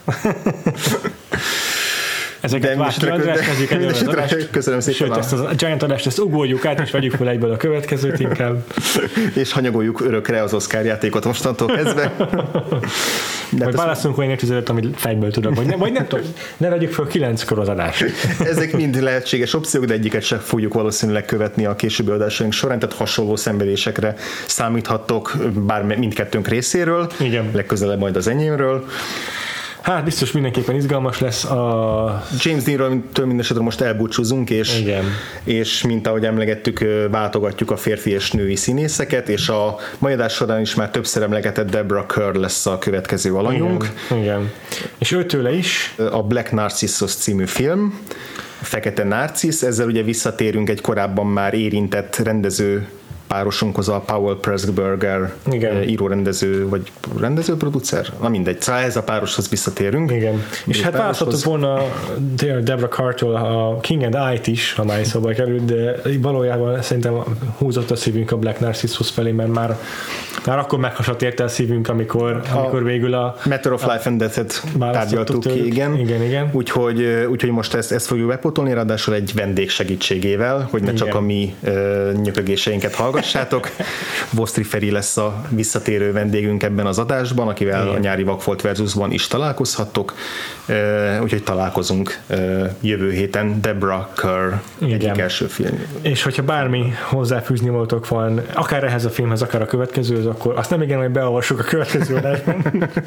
Ezeket Váki András, kezdjük egy az adást. Köszönöm szépen. Sőt, ezt a Giant adást, ezt ugorjuk át, és vegyük fel egyből a következőt inkább. És hanyagoljuk örökre az Oscar játékot mostantól kezdve. Vagy válaszolunk olyan értőzőt, amit fejből tudok, vagy, ne, vagy nem tudom, ne vegyük fel kilenckor az adást. Ezek mind lehetséges opciók, de egyiket sem fogjuk valószínűleg követni a későbbi adásaink során, tehát hasonló szenvedésekre számíthattok bár mindkettőnk részéről. Igen. Legközelebb majd az enyémről. Hát biztos mindenképpen izgalmas lesz a... James Deanről mindesetre most elbúcsúzunk, és, és mint ahogy emlegettük, váltogatjuk a férfi és női színészeket, és a mai adás során is már többször emlegetett Deborah Kerr lesz a következő alanyunk. Igen, igen. És őtőle is. A Black Narcissus című film, a Fekete Narcisz, ezzel ugye visszatérünk egy korábban már érintett rendező párosunkhoz, a Powell Pressburger író-rendező, vagy rendező-producer? Na mindegy, szóval ez a pároshoz visszatérünk. Igen. És hát választhatott volna Deborah Cartól a King and I-t is, ha már szóba került, de valójában szerintem húzott a szívünk a Black Narcissus felé, mert már, már akkor meghasadt érte a szívünk, amikor, amikor végül a Matter of Life and Death-et tárgyaltuk ki, igen. Igen, igen. Úgyhogy, úgyhogy most ezt, ezt fogjuk bepótolni, ráadásul egy vendég segítségével, hogy ne igen. csak a mi uh, nyökögéseinket hallgassátok. Vosztri Feri lesz a visszatérő vendégünk ebben az adásban, akivel igen. a nyári Vagfolt versusban is találkozhattok. Uh, úgyhogy találkozunk uh, jövő héten. Deborah Kerr egyik első film. És hogyha bármi hozzáfűzni voltok van, akár ehhez a filmhez, akár a következőhöz, akkor azt nem igen, hogy beolvassuk a következő adásban.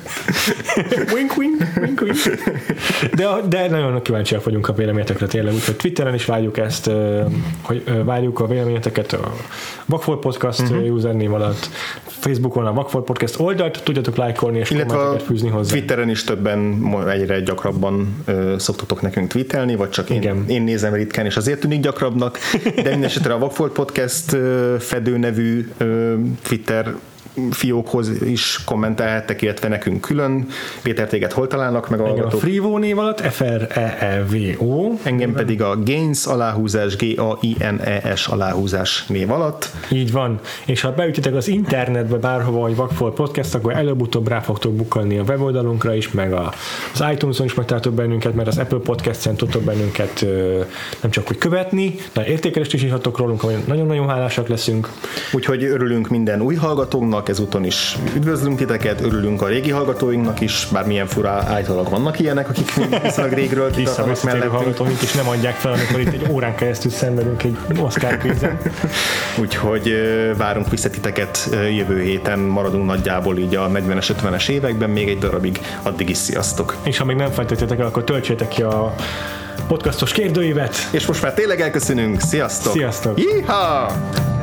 wink, wink, wink, wink. De, de nagyon kíváncsiak vagyunk a véleményetekre tényleg, úgyhogy Twitteren is várjuk ezt, hogy várjuk a véleményeteket a Vagfolt Podcast uh-huh. username alatt, Facebookon a Vagfolt Podcast oldalt tudjátok lájkolni és kommenteket fűzni hozzá. Twitteren is többen egyre gyakrabban uh, szoktatok nekünk tweetelni, vagy csak én, én nézem ritkán, és azért tűnik gyakrabbnak, de mindenesetre a Vagfolt Podcast uh, fedő nevű uh, Twitter fiókhoz is kommentelhettek, illetve nekünk külön. Péter, téged hol találnak meg? Engem a Freevo név alatt, F R E E V O. Engem pedig a Gaines aláhúzás, G A I N E S aláhúzás név alatt. Így van. És ha beütitek az internetbe bárhova, hogy Vagfolt Podcast, akkor előbb-utóbb rá fogtok bukkalni a weboldalunkra is, meg az iTunes-on is megtaláltok bennünket, mert az Apple Podcast-en tudtok bennünket nem csak hogy követni, de értékelést is írhatok rólunk, hogy nagyon-nagyon hálásak leszünk. Úgyhogy örülünk minden új hallgatónknak, ezúton is üdvözlünk titeket, örülünk a régi hallgatóinknak is, bár milyen fura állítólag vannak ilyenek, akik viszonylag régről kitartanak mellettünk. Hallgatóink is nem adják fel, amikor itt egy órán keresztül szenvedünk egy Oscar kvízen. Úgyhogy várunk vissza titeket jövő héten, maradunk nagyjából így a negyvenes, ötvenes években még egy darabig, addig is sziasztok. És ha még nem fejtettétek el, akkor töltsétek ki a podcastos kérdőívet. És most már tényleg elköszönünk, sziasztok! Sziasztok! Jíha!